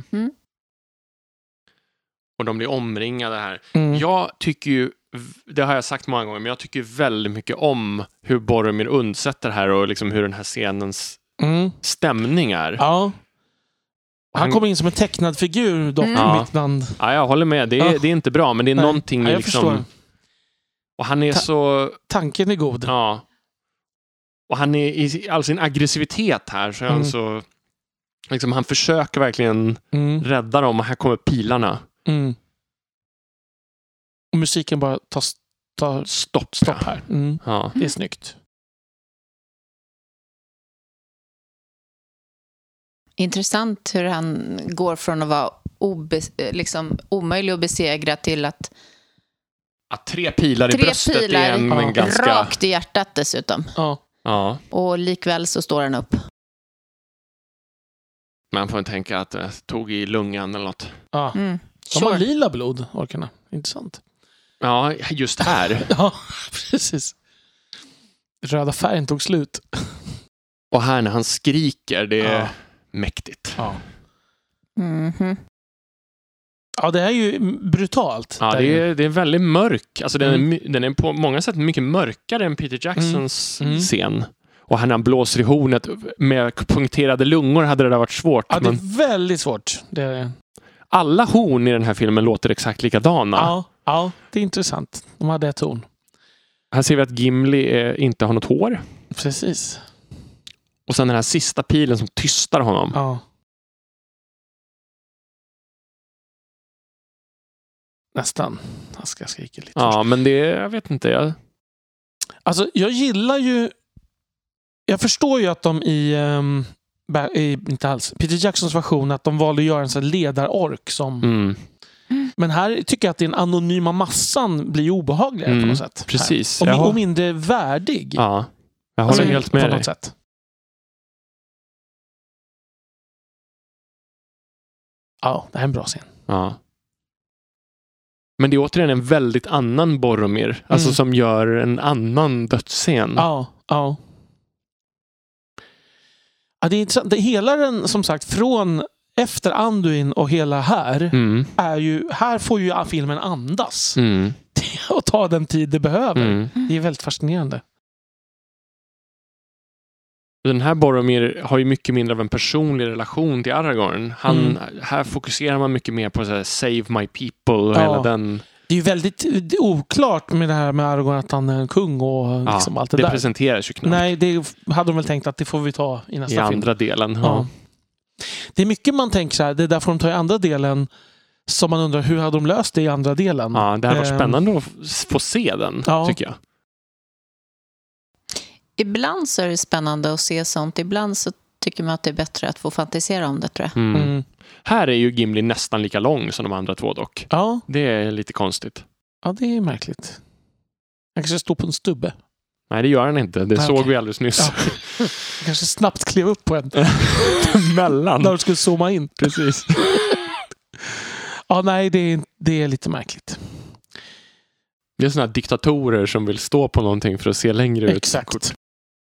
Och de blir omringade här. Jag tycker ju, det har jag sagt många gånger, men jag tycker väldigt mycket om hur Boromir undsätter här och liksom hur den här scenens stämning är. Ja. Han kommer in som en tecknad figur dock mitt bland. Ja, jag håller med. Det är inte bra, men det är någonting liksom. Förstår. Och han är så... Tanken är god. Ja. Och han är i all sin aggressivitet här så är han så... Liksom, han försöker verkligen rädda dem och här kommer pilarna. Och musiken bara tar stopp här. Ja. Det är snyggt. Intressant hur han går från att vara omöjlig att besegra till att 3 pilar i bröstet är en ganska... rakt i hjärtat dessutom. Ja. Och likväl så står han upp. Man får tänka att det tog i lungan eller något. Ja. De har lila blod, orkarna. Intressant. Ja, just här. Ja, precis. Röda färgen tog slut. Och här när han skriker, det är mäktigt. Ja. Ja, det är ju brutalt. Ja, det är väldigt mörk. Alltså den är på många sätt mycket mörkare än Peter Jacksons scen. Och när han blåser i hornet med punkterade lungor hade det där varit svårt. Ja, det är väldigt svårt. Alla horn i den här filmen låter exakt likadana. Ja, det är intressant. De hade ett horn. Här ser vi att Gimli inte har något hår. Precis. Och sen den här sista pilen som tystar honom. Ja. Nästan. Jag ska skrika lite. Ja, men jag vet inte. Alltså, jag gillar ju... Jag förstår ju att de inte alls, Peter Jacksons version, att de valde att göra en sån ledarork som... Men här tycker jag att den anonyma massan blir obehagligare på något sätt. Precis. Och mindre värdig. Ja, jag håller helt med på dig. Något sätt. Ja, det här är en bra scen. Ja. Men det är återigen en väldigt annan Boromir. Alltså som gör en annan dödsscen. Ja. Ja, det är intressant. Hela den, som sagt, från efter Anduin och hela här är ju, här får ju filmen andas och ta den tid det behöver. Det är väldigt fascinerande. Den här Boromir har ju mycket mindre av en personlig relation till Aragorn. Här fokuserar man mycket mer på så här, save my people och hela den. Det är ju väldigt oklart med det här med Aragorn att han är en kung och liksom allt det där. Det presenteras ju knappt. Nej, det hade de väl tänkt att det får vi ta i nästa film. I andra delen. Ja. Det är mycket man tänker så här, det är därför de tar i andra delen som man undrar hur hade de löst det i andra delen. Ja, det här var spännande att få se den, tycker jag. Ibland så är det spännande att se sånt. Ibland så tycker man att det är bättre att få fantisera om det, tror jag. Här är ju Gimli nästan lika lång som de andra två dock. Ja. Det är lite konstigt. Ja, det är märkligt. Han kanske står på en stubbe. Nej, det gör han inte. Det såg vi alldeles nyss. Ja. Kanske snabbt klev upp på en. Mellan. När de skulle zooma in. Precis. Ja, nej, det är lite märkligt. Det är såna här diktatorer som vill stå på någonting för att se längre ut. Exakt.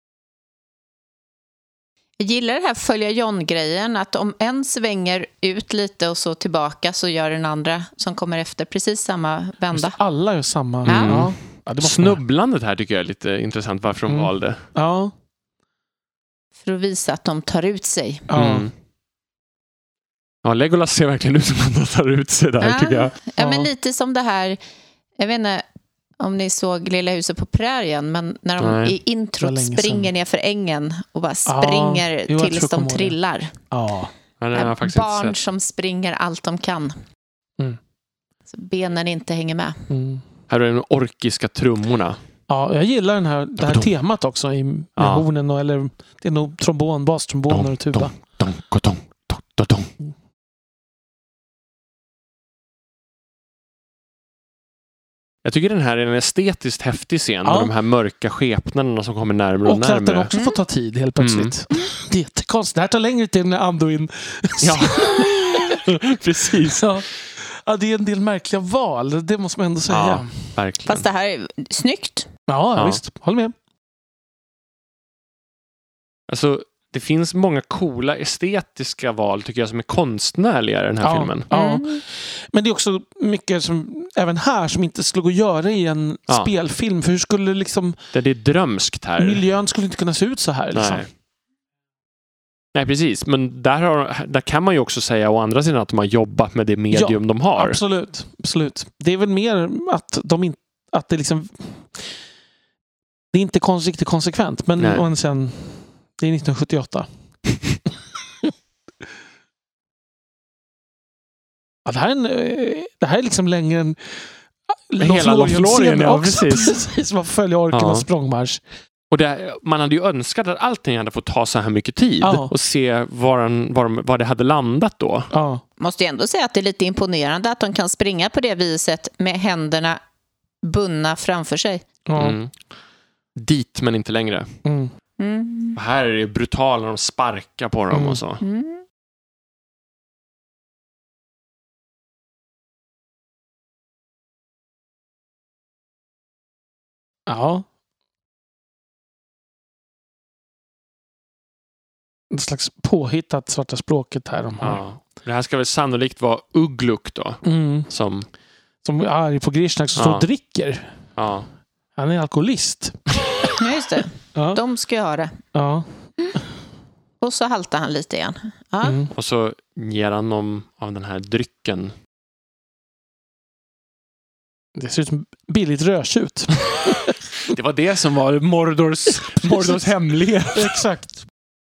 Jag gillar det här följa John-grejen, att om en svänger ut lite och så tillbaka så gör den andra som kommer efter precis samma vända. Alla är samma. Ja, det snubblandet här tycker jag är lite intressant varför de valde. Ja. För att visa att de tar ut sig. Ja, Legolas ser verkligen ut som att de tar ut sig där, tycker jag. Ja, men lite som det här, jag vet inte om ni såg Lilla huset på prärien, men när de i introt springer ner för ängen och bara springer tills de trillar. Ja. Barn som springer allt de kan. Så benen inte hänger med. Här är de orkiska trummorna. Ja, jag gillar det här temat också med hornen eller det är nog trombon, bastromboner och tuba. Jag tycker den här är en estetiskt häftig scen med de här mörka skepnaderna som kommer närmare och närmare. Och att den också får ta tid helt plötsligt. Det är jättekonstigt. Det här tar längre tid än Anduin. Ja, precis. Ja, det är en del märkliga val. Det måste man ändå säga. Ja, verkligen. Fast det här är snyggt. Ja, visst. Håll med. Alltså, det finns många coola estetiska val tycker jag som är konstnärliga i den här filmen. Ja. Men det är också mycket som även här som inte skulle gå att göra i en spelfilm. För hur skulle liksom... Det är drömskt här. Miljön skulle inte kunna se ut så här. Liksom. Nej, precis. Men där kan man ju också säga å andra sidan att de har jobbat med det medium de har. Absolut. Det är väl mer att att det liksom... Det är inte riktigt konsekvent. Men sen... Det är 1978. Det här är liksom längre än hela Lothlorien, precis. Man följer orkernas språngmarsch. Och man hade ju önskat att allting hade fått ta så här mycket tid och se var det hade landat då. Måste ju ändå säga att det är lite imponerande att de kan springa på det viset med händerna bundna framför sig. Dit men inte längre. Och här är det brutalt när de sparkar på dem och så. Ja. En slags påhittat svarta språket här de har. Ja. Det här ska väl sannolikt vara Ugluk då. Som är arg på Grishnak som står och dricker. Ja. Han är alkoholist. Ja, just det. De ska ju ha det. Ja. Och så haltar han lite igen. Och så ger han dem av den här drycken. Det ser ut som billigt rödtjut. Det var det som var Mordors hemlighet. Exakt.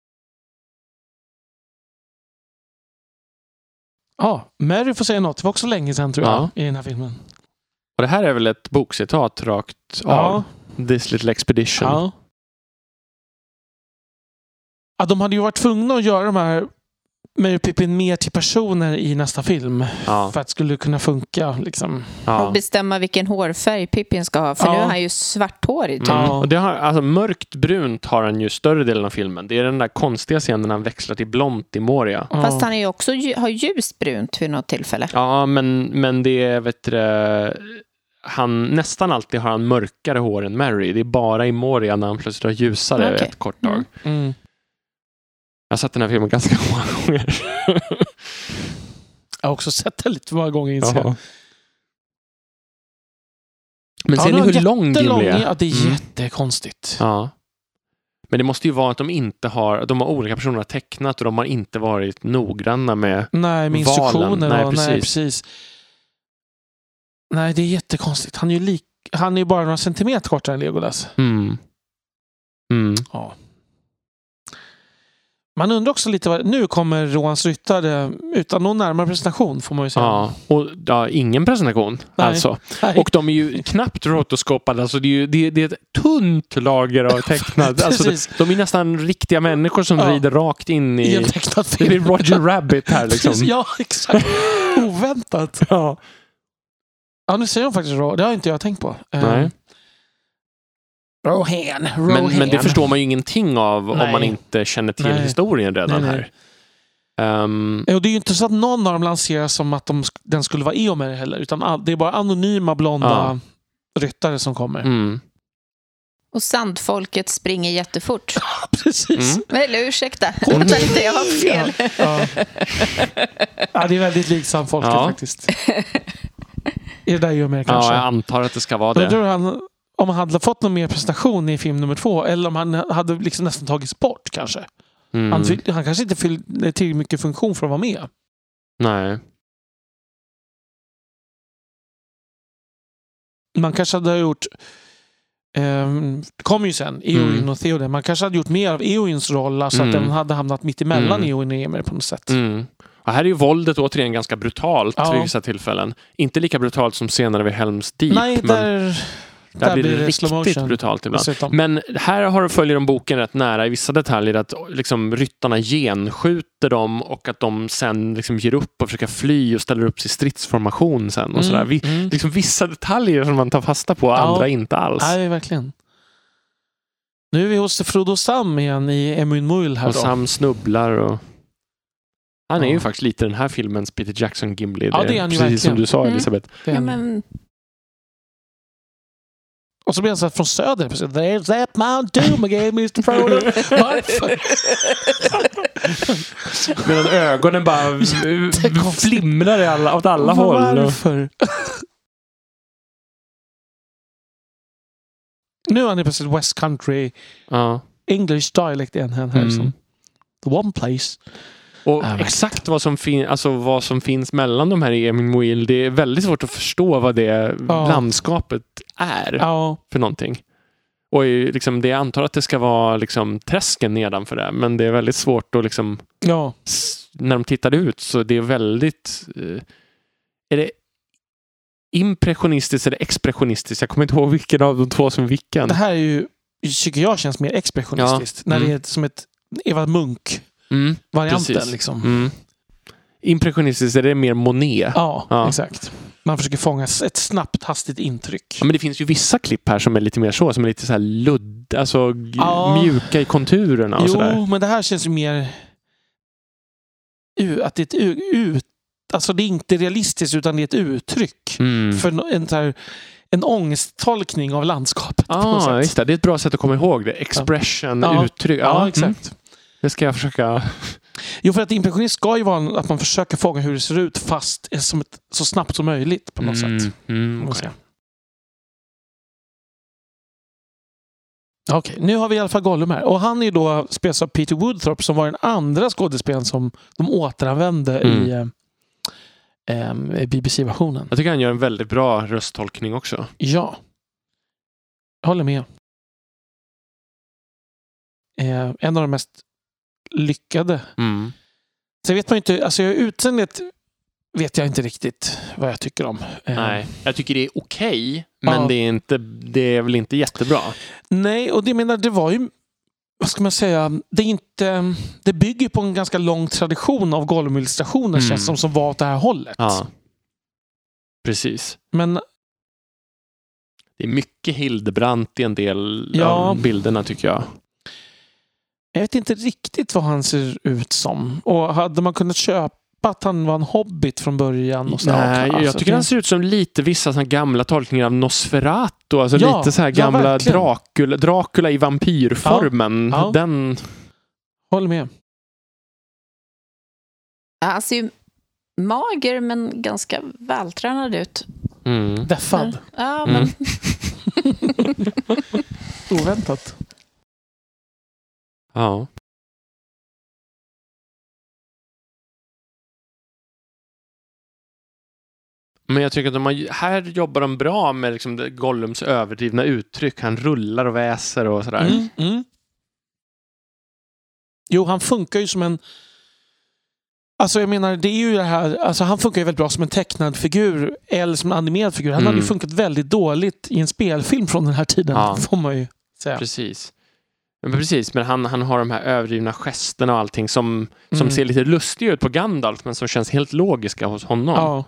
Ja, Mary får säga något. Det var också länge sedan tror jag i den här filmen. Och det här är väl ett bokcitat rakt av This Little Expedition. Ja, de hade ju varit tvungna att göra de här med Pippin mer till personer i nästa film. För att det skulle kunna funka. Liksom. Och bestämma vilken hårfärg Pippin ska ha. För nu är han ju svarthårig. Typ. Och det har, mörkt brunt har han ju större delen av filmen. Det är den där konstiga scenen när han växlar till blont i Moria. Fast han är ju också har ljusbrunt vid något tillfälle. Ja, men det är nästan alltid har han mörkare hår än Mary. Det är bara i Moria när han plötsligt har ljusare ett kort tag. Jag har sett den här filmen ganska många gånger. Jag har också sett det lite många gånger, inser jag. Men ser ni hur lång Gimli är? Ja, det är jättekonstigt. Ja. Men det måste ju vara att de har olika personer tecknat och de har inte varit noggranna med med instruktioner. Nej, precis. Nej, precis. Nej, det är jättekonstigt. Han är ju bara några centimeter kortare än Legolas. Ja. Man undrar också lite nu kommer Rohans ryttare utan någon närmare presentation, får man ju säga. Ja, och ingen presentation. Nej. Alltså. Nej. Och de är ju knappt rotoskopade. Alltså det är ett tunt lager av tecknat. Alltså de är nästan riktiga människor som rider rakt in i... en tecknad film. Det är Roger Rabbit här liksom. Ja, exakt. Oväntat. Ja, nu säger de faktiskt det har inte jag tänkt på. Nej. Rohan. Men det förstår man ju ingenting av om man inte känner till historien redan här. Och det är ju inte så att någon av dem lanseras som att den skulle vara Eomer heller, utan det är bara anonyma blonda ryttare som kommer. Och sandfolket springer jättefort. Precis. Eller ursäkta, inte jag har fel. Ja, det är väldigt likt sandfolket faktiskt. Är det där Eomer kanske? Ja, jag antar att det ska vara det. Jag tror om han hade fått någon mer presentation i film nummer 2, eller om han hade liksom nästan tagits bort kanske. Han kanske inte fyllde till mycket funktion för att vara med. Nej. Man kanske hade gjort det kommer ju sen, Eowyn och Theoden. Man kanske hade gjort mer av Eowyns roll, alltså att den hade hamnat mitt emellan Eowyn och Eomer på något sätt. Och här är ju våldet återigen ganska brutalt vid vissa tillfällen. Inte lika brutalt som senare vid Helm's Deep. Nej, men där blir det riktigt brutalt ibland. Dessutom. Men här följer de boken rätt nära i vissa detaljer, att liksom ryttarna genskjuter dem och att de sen liksom ger upp och försöker fly och ställer upp sig i stridsformation sen och sådär. Liksom vissa detaljer som man tar fasta på, andra inte alls. Nej, verkligen. Nu är vi hos Frodo Sam igen i Emyn Muil här. Och Sam snubblar och... Han är ju faktiskt lite den här filmens Peter Jackson Gimli. Ja, det är han ju precis verkligen. Som du sa, Elisabeth. Och så blir han så här från söder. There's that Mount Doom again, Mr. Frodo. Varför? Medan ögonen bara flimrar åt alla håll. Varför? Nu är han plötsligt West Country English dialect igen här som the one place. Och exakt vad som finns mellan de här i Emyn Muil, det är väldigt svårt att förstå vad det landskapet är för någonting. Och liksom, det antar att det ska vara liksom träsken nedanför det, men det är väldigt svårt att liksom när de tittar ut, så det är väldigt är det impressionistiskt eller expressionistiskt? Jag kommer inte ihåg vilken av de två som är vilken. Det här är ju, tycker jag, känns mer expressionistiskt. När det är som ett Eva Munk-varianten. Liksom. Impressionistiskt är det mer Monet. Ja, exakt. Man försöker fånga ett snabbt, hastigt intryck. Ja, men det finns ju vissa klipp här som är lite mer som är lite så här alltså mjuka i konturerna och sådär. Jo, men det här känns ju mer att det är alltså det är inte realistiskt, utan det är ett uttryck för en ångesttolkning av landskapet. Ja, just det. Det är ett bra sätt att komma ihåg det. Expression, uttryck. Ja, exakt. Det ska jag försöka... Jo, för att impressionist ska ju vara att man försöker fånga hur det ser ut fast så snabbt som möjligt på något sätt. Okay. Okej, nu har vi i alla fall Gollum här. Och han är ju då spelad av Peter Woodthorpe, som var den andra skådespelaren som de återanvände i BBC-versionen. Jag tycker han gör en väldigt bra rösttolkning också. Ja. Jag håller med. En av de mest lyckade. Så vet man inte, alltså utseendet vet jag inte riktigt vad jag tycker om. Nej, jag tycker det är okej, men det är väl inte jättebra. Nej, och det var ju, vad ska man säga, det bygger på en ganska lång tradition av Gollum-illustrationer känns som var åt det här hållet. Ja. Precis. Men det är mycket Hildebrandt i en del av bilderna, tycker jag. Jag vet inte riktigt vad han ser ut som. Och hade man kunnat köpa att han var en hobbit från början? Och nej, jag tycker han ser ut som lite vissa såna gamla tolkningar av Nosferatu. Alltså lite så här gamla Dracula i vampyrformen. Ja. Den... Håller med. Han ser ju mager men ganska vältränad ut. Deffad. Ja, men... Oväntat. Ja. Men jag tycker att här jobbar de bra med liksom Gollums överdrivna uttryck. Han rullar och väser och sådär. Jo, han funkar ju som en... Alltså jag menar, det är ju det här... Alltså han funkar ju väldigt bra som en tecknad figur eller som en animerad figur. Han hade ju funkat väldigt dåligt i en spelfilm från den här tiden, får man ju säga. Precis. Men han har de här överdrivna gesterna och allting som ser lite lustiga ut på Gandalf men som känns helt logiska hos honom. Ja.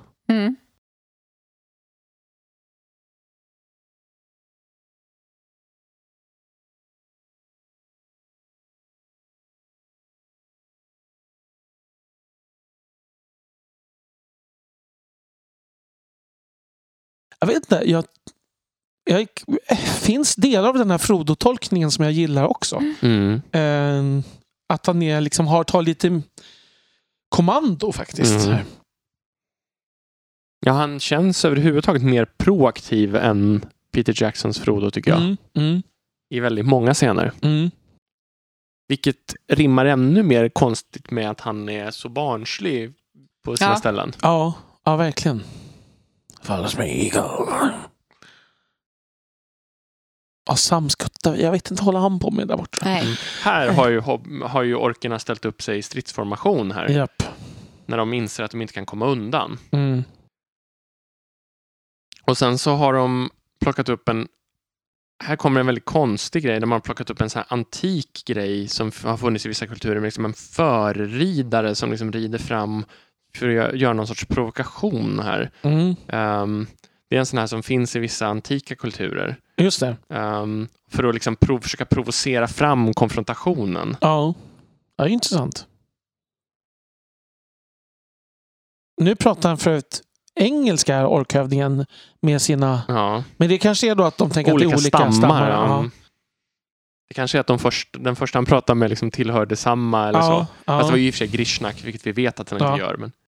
Jag vet inte, finns delar av den här Frodo-tolkningen som jag gillar också. Att han liksom tar lite kommando faktiskt. Ja, han känns överhuvudtaget mer proaktiv än Peter Jacksons Frodo tycker jag. I väldigt många scener. Vilket rimmar ännu mer konstigt med att han är så barnslig på sina ställen. Ja, verkligen. Follows me, Eagle. Ja, samskutta. Jag vet inte, håller han på med där borta. Här har ju orkerna ställt upp sig i stridsformation här. Japp. När de inser att de inte kan komma undan. Och sen så har de plockat upp här kommer en väldigt konstig grej där man har plockat upp en sån här antik grej som har funnits i vissa kulturer med liksom en förridare som liksom rider fram för att göra någon sorts provokation här. Det är en sån här som finns i vissa antika kulturer. Just det. För att liksom försöka provocera fram konfrontationen. Ja, intressant. Nu pratar han förut engelska orkhövdingen med sina... Ja. Men det kanske är då att de tänker att det är olika stammar. Ja. Det kanske är att den första han pratar med liksom tillhör detsamma eller så. Ja. Fast det var ju i och för sig Grishnak, vilket vi vet att han inte gör. Men...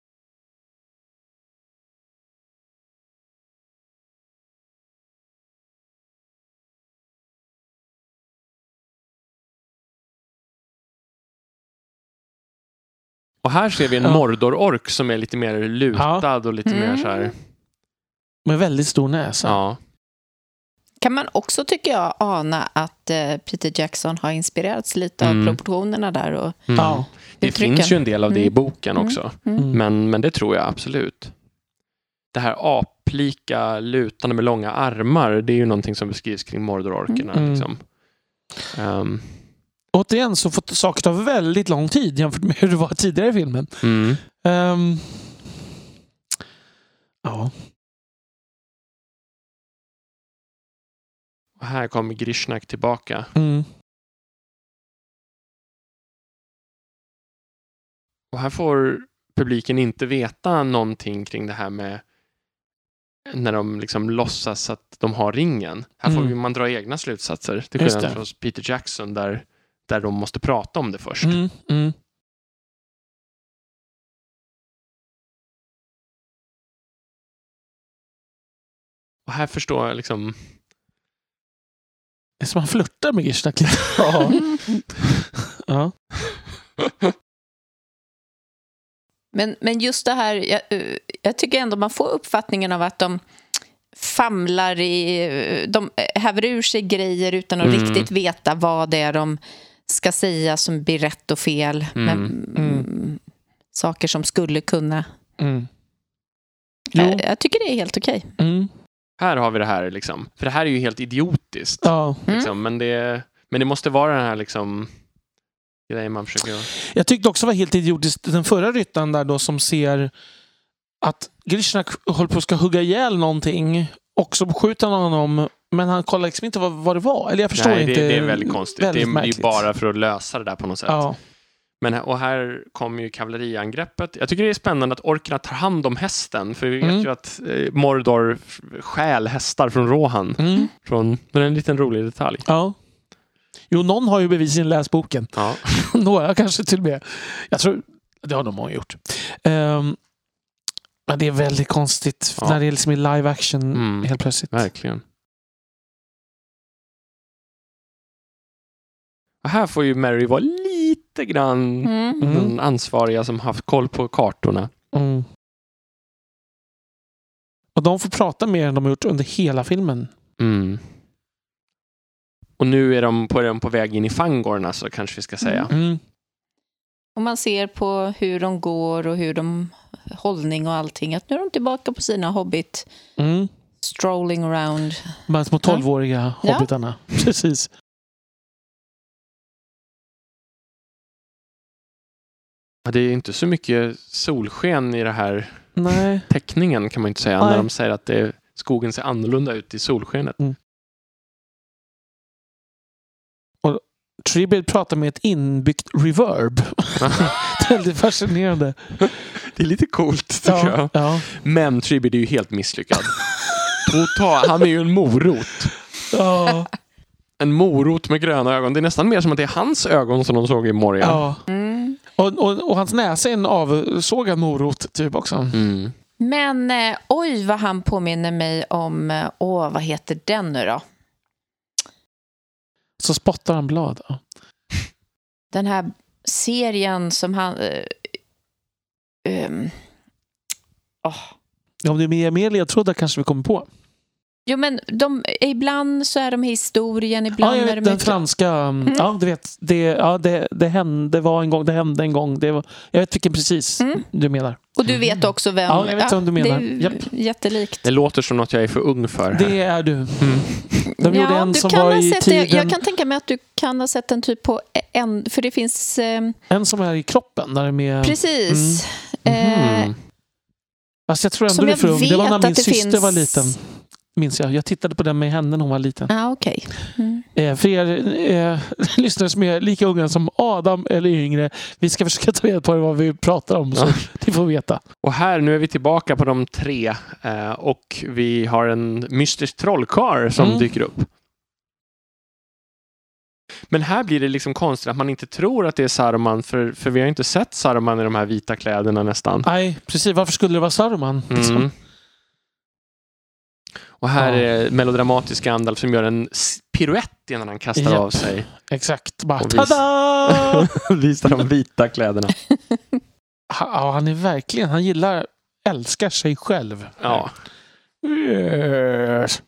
Och här ser vi en Mordor-ork som är lite mer lutad och lite mer så här... Med väldigt stor näsa. Ja. Kan man också, tycker jag, ana att Peter Jackson har inspirerats lite av proportionerna där och det finns ju en del av det i boken också. Men det tror jag absolut. Det här aplika lutande med långa armar, det är ju någonting som beskrivs kring Mordor-orkerna. Liksom. Återigen så får saker ta väldigt lång tid jämfört med hur det var tidigare i filmen. Ja. Och här kommer Grishnak tillbaka. Och här får publiken inte veta någonting kring det här med när de liksom låtsas att de har ringen. Här får man dra egna slutsatser. Det är från Peter Jackson där de måste prata om det först. Och här förstår jag liksom... Det är som han flörtar med Grishnak lite. Ja. Men just det här, jag tycker ändå man får uppfattningen av att de famlar de häver ur sig grejer utan att riktigt veta vad det är de ska säga som blir rätt och fel. Men, saker som skulle kunna... Jag tycker det är helt okej. Här har vi det här liksom. För det här är ju helt idiotiskt. Liksom. Men det måste vara den här liksom grejen man försöker... Jag tyckte också var helt idiotiskt den förra ryttaren där då som ser att Grishnak håller på att ska hugga ihjäl någonting och så skjuter han honom, men han kollar liksom inte vad det var. Eller jag förstår inte. Det är väldigt konstigt. Det är ju bara för att lösa det där på något sätt. Och här kommer ju kavalleriangreppet. Jag tycker det är spännande att orkerna tar hand om hästen. För vi vet ju att Mordor stjäl hästar från Rohan. Men en liten rolig detalj. Ja. Jo, någon har ju bevisligen läst boken. Ja. Några kanske till och med. Jag tror, det har de många gjort. Ja, det är väldigt konstigt när det är liksom i live action helt plötsligt. Verkligen. Och här får ju Mary vara lite grann den ansvariga som haft koll på kartorna. Mm. Och de får prata mer än de har gjort under hela filmen. Mm. Och nu är de på väg in i fangorna, så kanske vi ska säga. Mm. Och man ser på hur de går och hur de hållning och allting. Att nu är de tillbaka på sina hobbit. Strolling around. De små 12-åriga hobbitarna. Precis. Ja, det är inte så mycket solsken i det här teckningen, kan man inte säga. När de säger att skogen ser annorlunda ut i solskenet. Mm. Och Treebeard pratar med ett inbyggt reverb. Väldigt fascinerande. Det är lite coolt, tycker jag. Ja. Men Treebeard är ju helt misslyckad. Han är ju en morot. Ja. En morot med gröna ögon. Det är nästan mer som att det är hans ögon som de såg i Moria. Ja. Och hans näsa är en avsågad morot typ också. Mm. Men oj vad han påminner mig om, vad heter den nu då? Så spottar han blad. Ja. Den här serien som han... Om det är mer ledtrådar kanske vi kommer på. Jo, men ibland så är de historien, ibland jag vet, är de den franska... Ja, du vet. Det hände en gång. Jag vet vilken precis du menar. Och du vet också vem... Ja, jag vet vem du menar. Det är jättelikt. Det låter som något jag är för ung för. Det är du. De gjorde en som var i tiden... Jag kan tänka mig att du kan ha sett en typ på en... För det finns... En som är i kroppen. Där är med... Precis. Fast jag tror ändå du är för ung. Det var när min syster var liten. Minns jag. Jag tittade på den med henne när hon var liten. Okej. För er lyssnare som är lika unga som Adam eller yngre, vi ska försöka ta reda på vad vi pratar om, så ni får veta. Och nu är vi tillbaka på de 3 och vi har en mystisk trollkarl som dyker upp. Men här blir det liksom konstigt att man inte tror att det är Saruman, för vi har inte sett Saruman i de här vita kläderna nästan. Nej, precis. Varför skulle det vara Saruman? Och här är melodramatisk Gandalf som gör en piruett innan han kastar av sig. Exakt. Bara, tada! Visar de vita kläderna. Han är verkligen, älskar sig själv. Ja. Yes.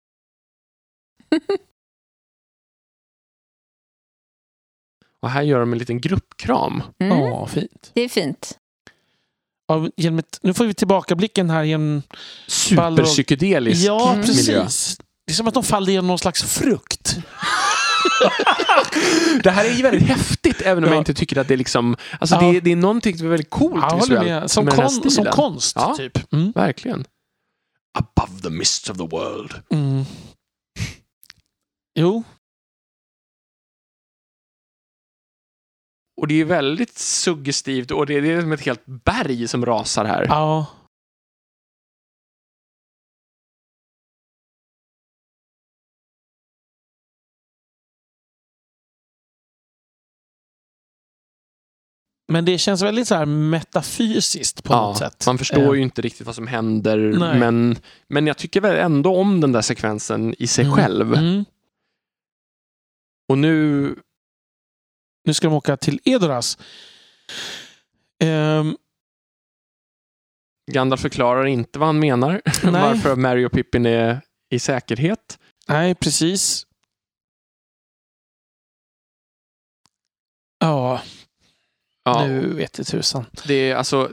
Och här gör de en liten gruppkram. Fint. Det är fint. Nu får vi tillbaka blicken här genom superpsykedelisk miljö. Precis. Det är som att de faller genom någon slags frukt. Det här är ju väldigt häftigt, även om jag inte tycker att det är liksom... Alltså det är någonting som är väldigt coolt visuellt. Som konst, typ. Verkligen. Above the mists of the world. Jo. Och det är väldigt suggestivt, och det är som ett helt berg som rasar här. Ja. Men det känns väldigt så här metafysiskt på något sätt. Man förstår ju inte riktigt vad som händer, men jag tycker väl ändå om den där sekvensen i sig själv. Och nu ska de åka till Edoras. Gandalf förklarar inte vad han menar. Varför Merry och Pippin är i säkerhet. Nej, precis. Ja. Nu vet jag tusan. Det är alltså...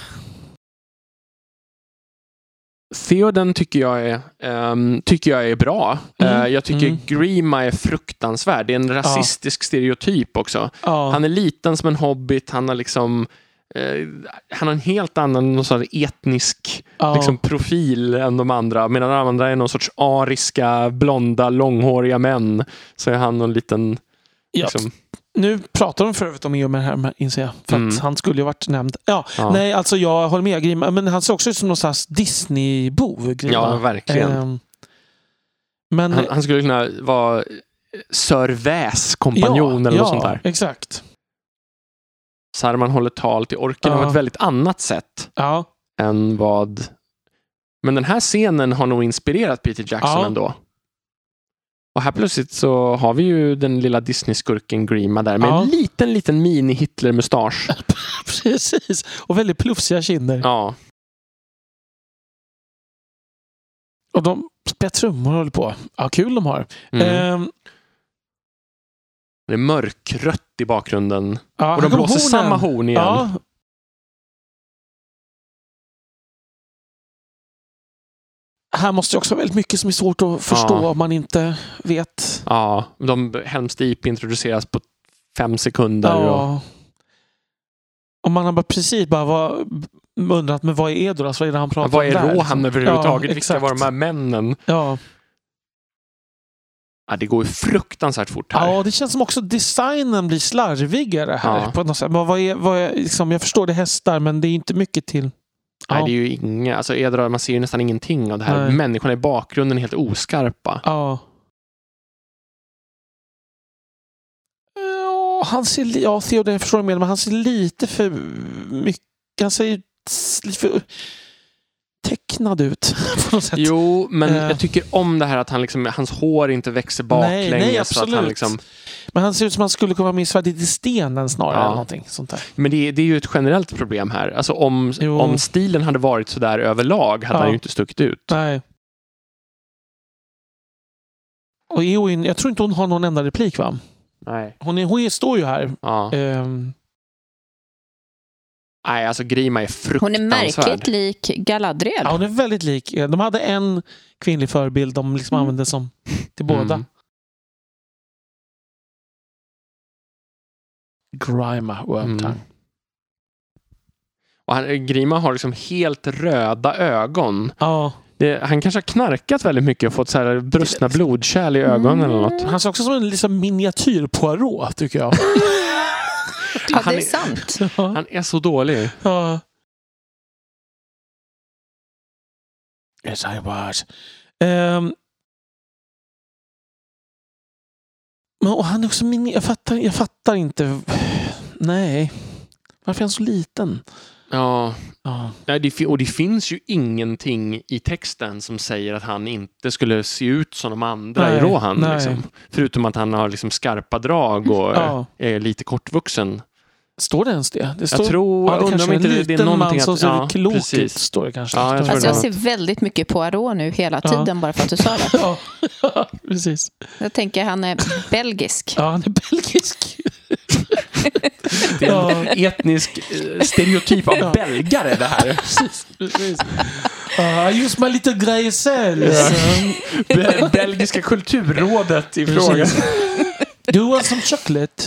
Theoden tycker jag är bra. Jag tycker Grima är fruktansvärd. Det är en rasistisk stereotyp också. Han är liten som en hobbit. Han har liksom... han har en helt annan någon sorts etnisk liksom, profil än de andra. Medan de andra är någon sorts ariska, blonda, långhåriga män. Så är han någon liten... Liksom, nu pratar de för övrigt om Eomer här, inser jag. För att han skulle ju varit nämnd. Nej, alltså jag håller med Grima. Men han ser också ut som någon slags Disney-bov. Grima. Ja, verkligen. Men han skulle kunna vara Sir Väs kompanjon eller något sånt där. Exakt. Saruman håller tal till orken på ett väldigt annat sätt än vad... Men den här scenen har nog inspirerat Peter Jackson ändå. Och här plötsligt så har vi ju den lilla Disney-skurken Grima där med en liten mini-Hitler-mustasch. Precis. Och väldigt plufsiga kinder. Ja. Och de spelar trummor och håller på. Ja, kul de har. Det är mörkrött i bakgrunden. Ja, och de blåser samma horn igen. Ja. Här måste ju också väldigt mycket som är svårt att förstå om man inte vet. Ja, Helm's Deep introduceras på 5 sekunder. Ja. Och man har precis undrat, men vad är Edoras? Vad är det han pratar om där? Vad är Rohan överhuvudtaget? Ja, vilka var de här männen? Ja. Ja, det går ju fruktansvärt fort här. Ja, det känns som också designen blir slarvigare här. På något sätt. Liksom, jag förstår det hästar, men det är inte mycket till. Nej, det är ju inga... Alltså, man ser ju nästan ingenting av det här. Nej. Människorna i bakgrunden är helt oskarpa. Ja. Han ser... Ja, Theodor, jag förstår mer, men han ser lite för mycket... Han ser lite för tecknad ut på något sätt. Jo, men jag tycker om det här att hans hår inte växer baklänges. Nej, absolut. Så att han men han ser ut som han skulle kunna vara med svärdet i stenen snarare eller någonting sånt där. Men det är ju ett generellt problem här. Alltså om stilen hade varit så där överlag hade han ju inte stuckit ut. Nej. Och Eowyn, jag tror inte hon har någon enda replik, va? Nej. Hon står ju här. Ja. Nej, alltså Grima är fruktansvärd. Hon är märkligt lik Galadriel. Ja, hon är väldigt lik. De hade en kvinnlig förebild de liksom använde som till båda. Grima, Wormtongue. Och Grima har liksom helt röda ögon. Ja. Han kanske har knarkat väldigt mycket och fått så här brustna blodkärl i ögonen eller något. Han ser också som en liksom miniatyr Poirot, tycker jag. Ja, det är sant. Han är så dålig. Ja. Yes, I was. Men och han är också jag fattar inte. Nej. Varför är han så liten? Ja. Nej, och det finns ju ingenting i texten som säger att han inte skulle se ut som de andra i Rohan. Liksom. Förutom att han har liksom skarpa drag och är lite kortvuxen. Står det ens det? Jag undrar om inte det är någonting man som ser klok ut, står det kanske. Ja, jag ser väldigt mycket Poirot nu hela tiden bara för att du sa det. Ja, precis. Jag tänker han är belgisk. Ja, han är belgisk. Det är en etnisk stereotyp av belgare det här. Precis. I use my little grey cells. Belgiska kulturrådet i frågan. Do you want some chocolate?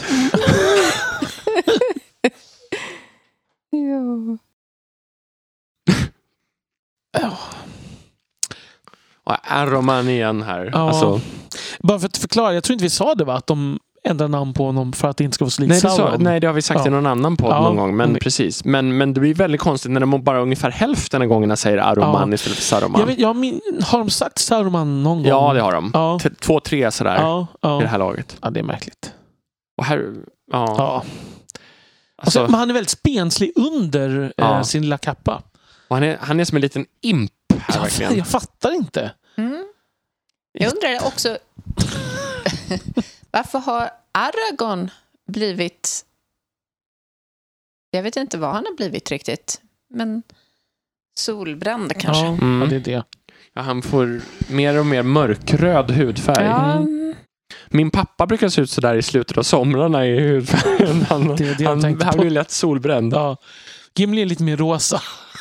Ja. Och Aroman igen här. Ja. Alltså. Bara för att förklara, jag tror inte vi sa det, va? Att de ändrar namn på honom för att det inte ska vara så likt Sauron. Nej, det har vi sagt i någon annan podd någon gång. Men precis. Men det blir väldigt konstigt när de bara ungefär hälften av gångerna säger Aroman istället för Saruman. Har de sagt Saruman någon gång? Ja, det har de. 2-3 sådär i det här laget. Ja, det är märkligt. Och här... Ja. Alltså, men han är väldigt spenslig under sin lilla kappa. Och han är som en liten imp här, verkligen. Jag fattar inte. Jag undrar också varför har Aragorn blivit... Jag vet inte vad han har blivit riktigt. Men solbränd kanske. Ja, det är det. Ja, han får mer och mer mörkröd hudfärg. Ja. Min pappa brukar se ut så där i slutet av somrarna i hudfärgen. Han blir lätt solbränd. Ja. Gimli är lite mer rosa.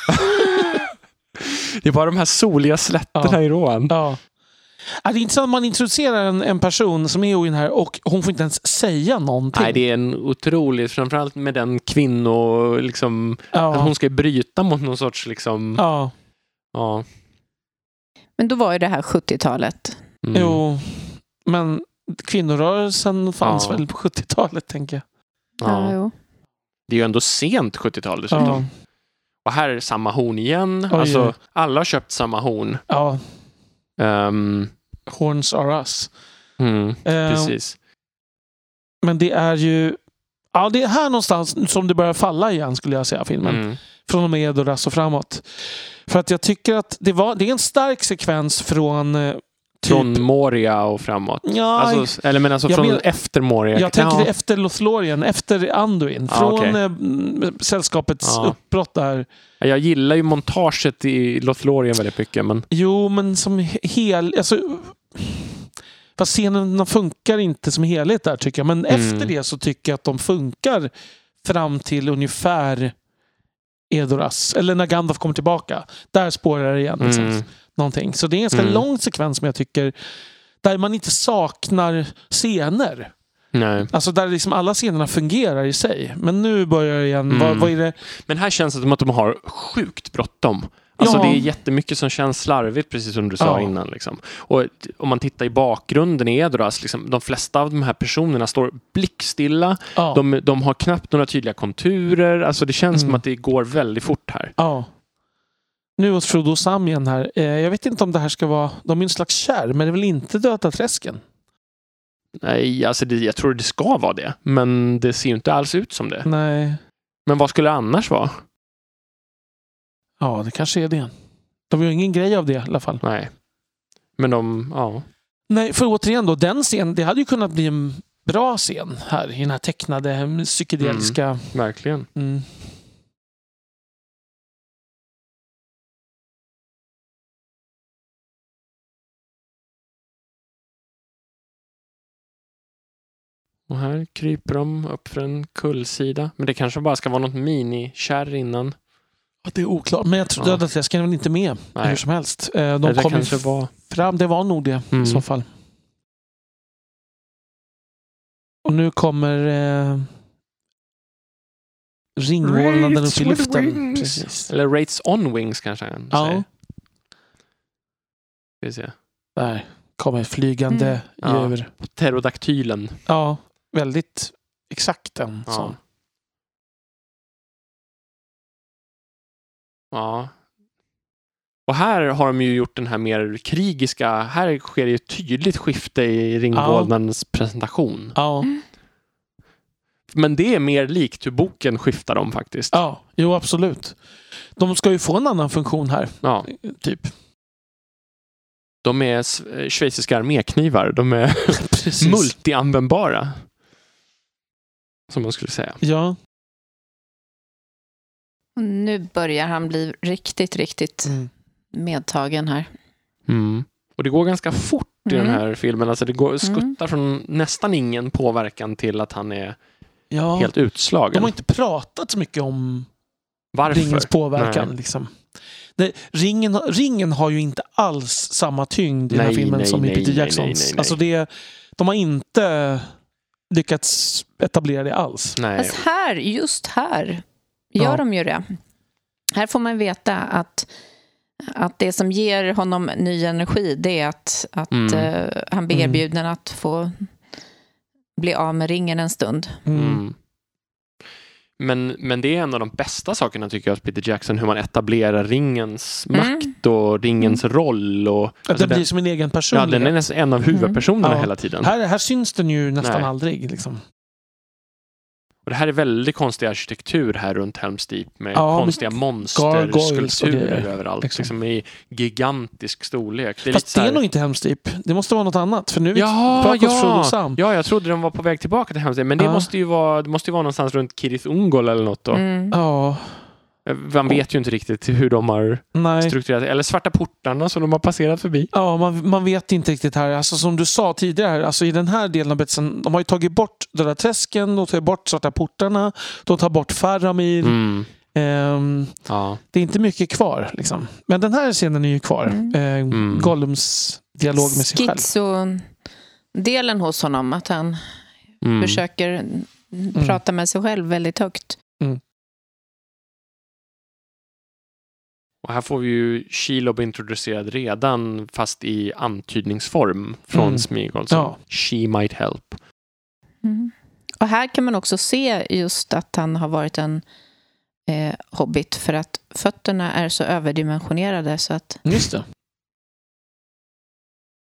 Det är bara de här soliga slätterna i Rohan. Ja. Det är inte så att man introducerar en person som är Eowyn här och hon får inte ens säga någonting. Nej, det är en otrolig, framförallt med den kvinno liksom, att hon ska bryta mot någon sorts liksom... Ja. Men då var ju det här 70-talet. Jo, men kvinnorörelsen fanns väl på 70-talet, tänker jag. Ja. Det är ju ändå sent 70-tal dessutom. Och här är samma horn igen. Alltså, alla har köpt samma horn. Ja. Horns are us. Precis. Men det är ju... Ja, det är här någonstans som det börjar falla igen, skulle jag säga, filmen. Från och med Edoras och framåt. För att jag tycker att det är en stark sekvens från från Moria och framåt. Ja, alltså, eller men alltså från efter Moria. Jag tänker efter Lothlorien, efter Anduin. Från sällskapets uppbrott där. Jag gillar ju montaget i Lothlorien väldigt mycket. Men... Jo, men som fast scenerna funkar inte som helhet där, tycker jag. Men efter det så tycker jag att de funkar fram till ungefär Edoras. Eller när Gandalf kommer tillbaka. Där spårar det igen. Liksom. Någonting. Så det är en ganska lång sekvens som jag tycker där man inte saknar scener. Nej. Alltså där liksom alla scenerna fungerar i sig. Men nu börjar det igen. Vad är det? Men här känns det som att de har sjukt bråttom. Alltså det är jättemycket som känns slarvigt, precis som du sa innan. Liksom. Och om man tittar i bakgrunden i Edoras, liksom, de flesta av de här personerna står blickstilla. De har knappt några tydliga konturer. Alltså det känns som att det går väldigt fort här. Ja. Nu hos Frodo Sam igen här. Jag vet inte om det här ska vara... De är en slags kär, men det är väl inte Döda träsken? Nej, alltså jag tror det ska vara det. Men det ser ju inte alls ut som det. Nej. Men vad skulle det annars vara? Ja, det kanske är det. De har ju ingen grej av det i alla fall. Nej. Men Nej, för återigen då, den scenen, det hade ju kunnat bli en bra scen här i den här tecknade, psykedeliska... verkligen. Och här kryper de upp för en kullsida. Men det kanske bara ska vara något mini-kärr innan. Det är oklart. Men jag tror Döda träsken är väl inte med. Hur som helst. De kommer fram. Det var nog det i så fall. Och nu kommer ringvålnaden upp i luften. Precis. Eller Rates on wings kanske. Ja. Ska vi se. Där kommer flygande djur. Pterodaktylen. Ja, väldigt exakt en sån. Ja. Och här har de ju gjort den här mer krigiska... Här sker ju ett tydligt skifte i ringvålnadens presentation. Ja. Men det är mer likt hur boken skiftar dem faktiskt. Ja, jo absolut. De ska ju få en annan funktion här. Ja. Typ. De är schweiziska arméknivar. De är multianvändbara. Som man skulle säga. Ja. Och nu börjar han bli riktigt medtagen här. Och det går ganska fort i den här filmen. Alltså det skuttar från nästan ingen påverkan till att han är helt utslagen. De har inte pratat så mycket om ringens påverkan. Liksom. Ringen har ju inte alls samma tyngd i den här filmen som i Peter Jacksons. Nej. Alltså de har inte lyckats etablera det alls. Nej. Fast just här gör de ju det. Här får man veta att det som ger honom ny energi, det är att han blir erbjuden att få bli av med ringen en stund. Men det är en av de bästa sakerna tycker jag hos Peter Jackson, hur man etablerar ringens makt och ringens roll. Och, alltså den blir som en egen person. Ja, den är nästan en av huvudpersonerna hela tiden. Här syns den ju nästan aldrig. Liksom. Och det här är väldigt konstig arkitektur här runt Helm's Deep med konstiga monsterskulpturer överallt. Liksom i gigantisk storlek. Fast det är nog inte Helm's Deep. Det måste vara något annat. För nu är vi tillbaka hos Frodo Sam. Ja, jag trodde de var på väg tillbaka till Helm's Deep. Men det måste ju vara någonstans runt Kirith Ungol eller något då. Ja. Man vet ju inte riktigt hur de har strukturerat. Eller svarta portarna som de har passerat förbi. Ja, man vet inte riktigt här. Alltså, som du sa tidigare, alltså, i den här delen av berättelsen, de har ju tagit bort Döda träsken, de tar bort svarta portarna, de tar bort Faramir. Det är inte mycket kvar. Liksom. Men den här scenen är ju kvar. Gollums dialog med sig själv. Schizo-delen hos honom, att han försöker prata med sig själv väldigt högt. Och här får vi ju Shelob introducerad redan fast i antydningsform från Smeagol. She might help. Och här kan man också se just att han har varit en hobbit, för att fötterna är så överdimensionerade så att... Just det.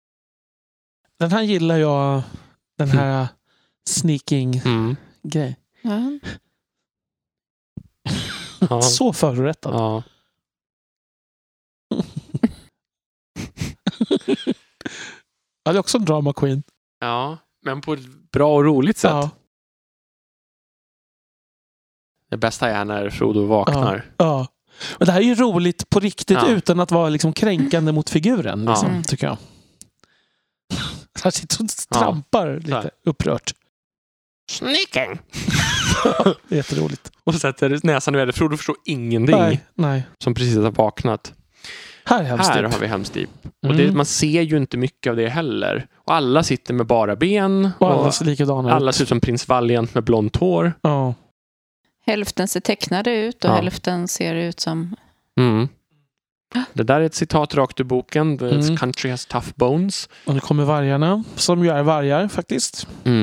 Den här gillar jag, den här sneaking grej. Ja. Ja. Så förorättad. Ja. Ja, det är också en drama queen. Ja, men på ett bra och roligt sätt. Ja. Det bästa är när Frodo vaknar. Ja. Och det här är ju roligt på riktigt utan att vara liksom kränkande mot figuren, liksom, tycker jag. Han sitter och trampar lite upprört. Sneaking! Jätteroligt. Och sätter näsan i vädret. Frodo förstår ingenting. Nej. Som precis har vaknat. Här har vi Helm's Deep. Och man ser ju inte mycket av det heller. Och alla sitter med bara ben. Och alla ser likadana ut. Alla ser ut som prins Valiant med blont hår. Ja. Hälften ser tecknade ut och hälften ser ut som... Det där är ett citat rakt ur boken. The country has tough bones. Och nu kommer vargarna, som ju är vargar faktiskt.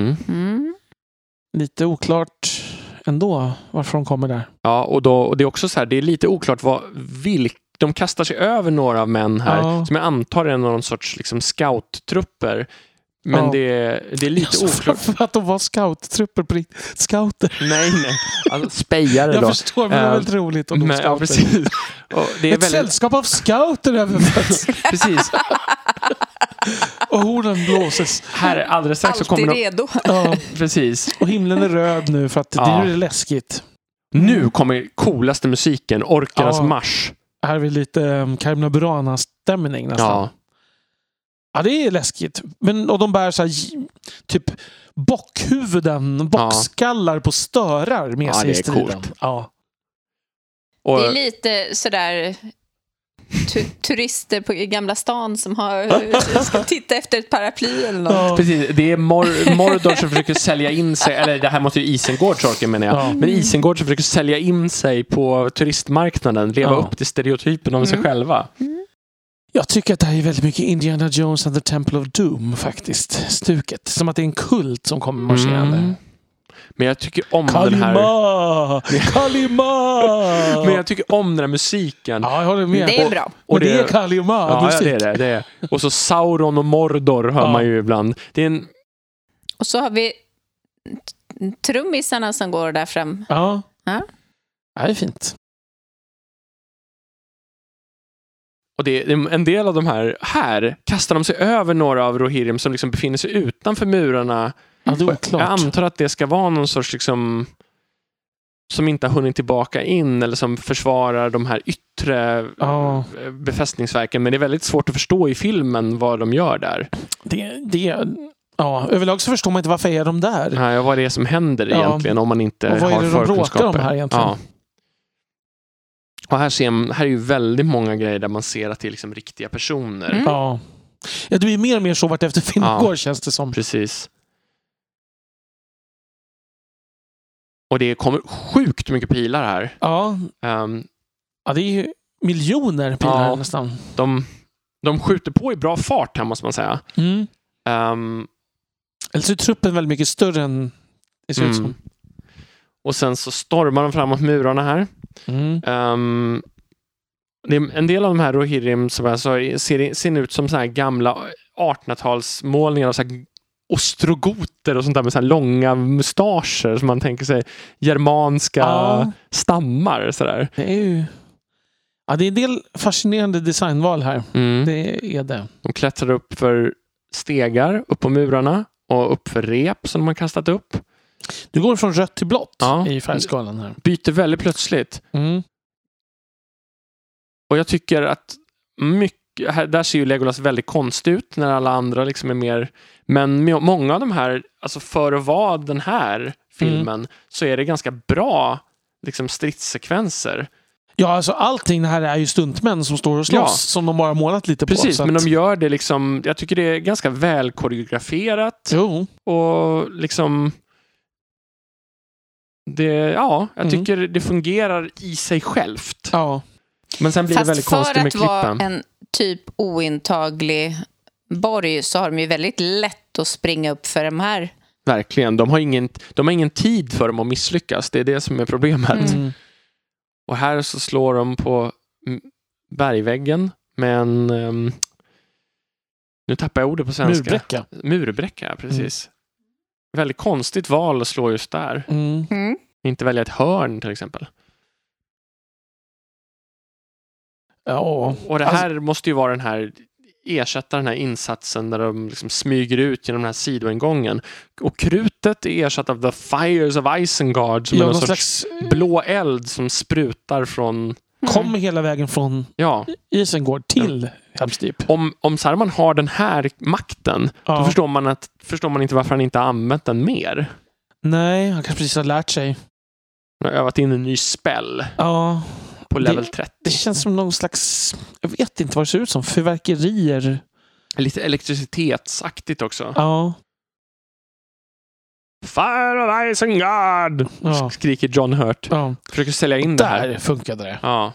Lite oklart ändå varför de kommer där. Ja, och det är också så här, det är lite oklart de kastar sig över några av män här som jag antar är någon sorts liksom scouttrupper. Men det är lite oklart. För att de var scouttrupper på scouter. Nej. Alltså spejare då. Jag förstår, men det är väldigt roligt om de scouter. Ja, precis. Och det är ett sällskap av scouter överföds. Precis. Och hornen blåses. Här alldeles strax så kommer redo. Ja, precis. Och himlen är röd nu för att det är läskigt. Nu kommer coolaste musiken, Orkernas marsch. Här är vi lite Carmina Burana-stämning nästan. Ja, det är läskigt. Och de bär så här, typ bockskallar på störar med sig i striden. Coolt. Ja. Och det är lite sådär turister på Gamla stan som ska titta efter ett paraply eller något. Ja. Precis, det är Mordor som försöker sälja in sig, eller det här måste ju Isengård saker menar jag. Men Isengård som försöker sälja in sig på turistmarknaden, leva upp till stereotypen om sig själva. Jag tycker att det här är väldigt mycket Indiana Jones and the Temple of Doom faktiskt. Stuket. Som att det är en kult som kommer marscherande. Men jag tycker om Kalima! den här... Kalima! Men jag tycker om den här musiken. Ja, jag håller med. Det är bra. Och det är Kalima. Ja, det är det. Och så Sauron och Mordor hör man ju ibland. Det är Och så har vi trummisarna som går där fram. Ja, det är fint. Och det är en del av de här kastar de sig över några av Rohirrim som liksom befinner sig utanför murarna. Ja, det är klart. Jag antar att det ska vara någon sorts liksom, som inte har hunnit tillbaka in eller som försvarar de här yttre befästningsverken. Men det är väldigt svårt att förstå i filmen vad de gör där. Överlag så förstår man inte varför är de där. Nej, vad är det som händer egentligen om man inte har förkunskaper. Vad är det de bråkar om här egentligen? Ja. Och här är ju väldigt många grejer där man ser att det är liksom riktiga personer. Ja, det blir mer och mer så vart efter filmen går, känns det som. Precis. Och det kommer sjukt mycket pilar här. Ja, det är ju miljoner pilar nästan. De skjuter på i bra fart här, måste man säga. Eller så är truppen väldigt mycket större än det ser ut som. Och sen så stormar de framåt murarna här. Det är en del av de här Rohirrim som alltså ser ut som så här gamla 1800-talsmålningar av så här ostrogoter och sånt där med så här långa mustascher som man tänker sig germanska stammar så där. Det är ju det är en del fascinerande designval här. Det är det. De klättrar upp för stegar upp på murarna och upp för rep som de har kastat upp. Du går från rött till blått i färgskalan här. Byter väldigt plötsligt. Och jag tycker att där ser ju Legolas väldigt konstigt ut när alla andra liksom är mer... Men många av de här, alltså för att vara den här filmen så är det ganska bra liksom stridssekvenser. Ja, alltså allting det här är ju stuntmän som står och slåss som de bara målat lite på. Precis, men de gör det liksom... Jag tycker det är ganska väl koreograferat. Jo. Och liksom... Jag tycker det fungerar i sig självt. Ja. Men sen blir det väldigt konstigt med klippen. Fast för att vara en typ ointaglig borg så har de ju väldigt lätt att springa upp för de här. Verkligen. De har ingen tid för dem att misslyckas. Det är det som är problemet. Och här så slår de på bergväggen med en... nu tappar jag ordet på svenska. Murbräcka. Murbräcka, precis. väldigt konstigt val att slå just där. Inte välja ett hörn till exempel. Ja. Och det här måste ju vara ersätta den här insatsen där de liksom smyger ut genom den här sidoingången. Och krutet är ersatt av The Fires of Isengard som är någon sorts blå eld som sprutar från... Kommer hela vägen från Isengard till Helm's Deep. Om Saruman har den här makten, då förstår man inte varför han inte har använt den mer. Nej, han kanske precis har lärt sig. Han har övat in en ny spell. Ja. På level 30. Det känns som någon slags... Jag vet inte vad det ser ut som. Fyrverkerier. Lite elektricitetsaktigt också. Ja. Fire of Isengard! Skriker John Hurt. Ja. Försöker sälja in det här. Där funkade det. Ja.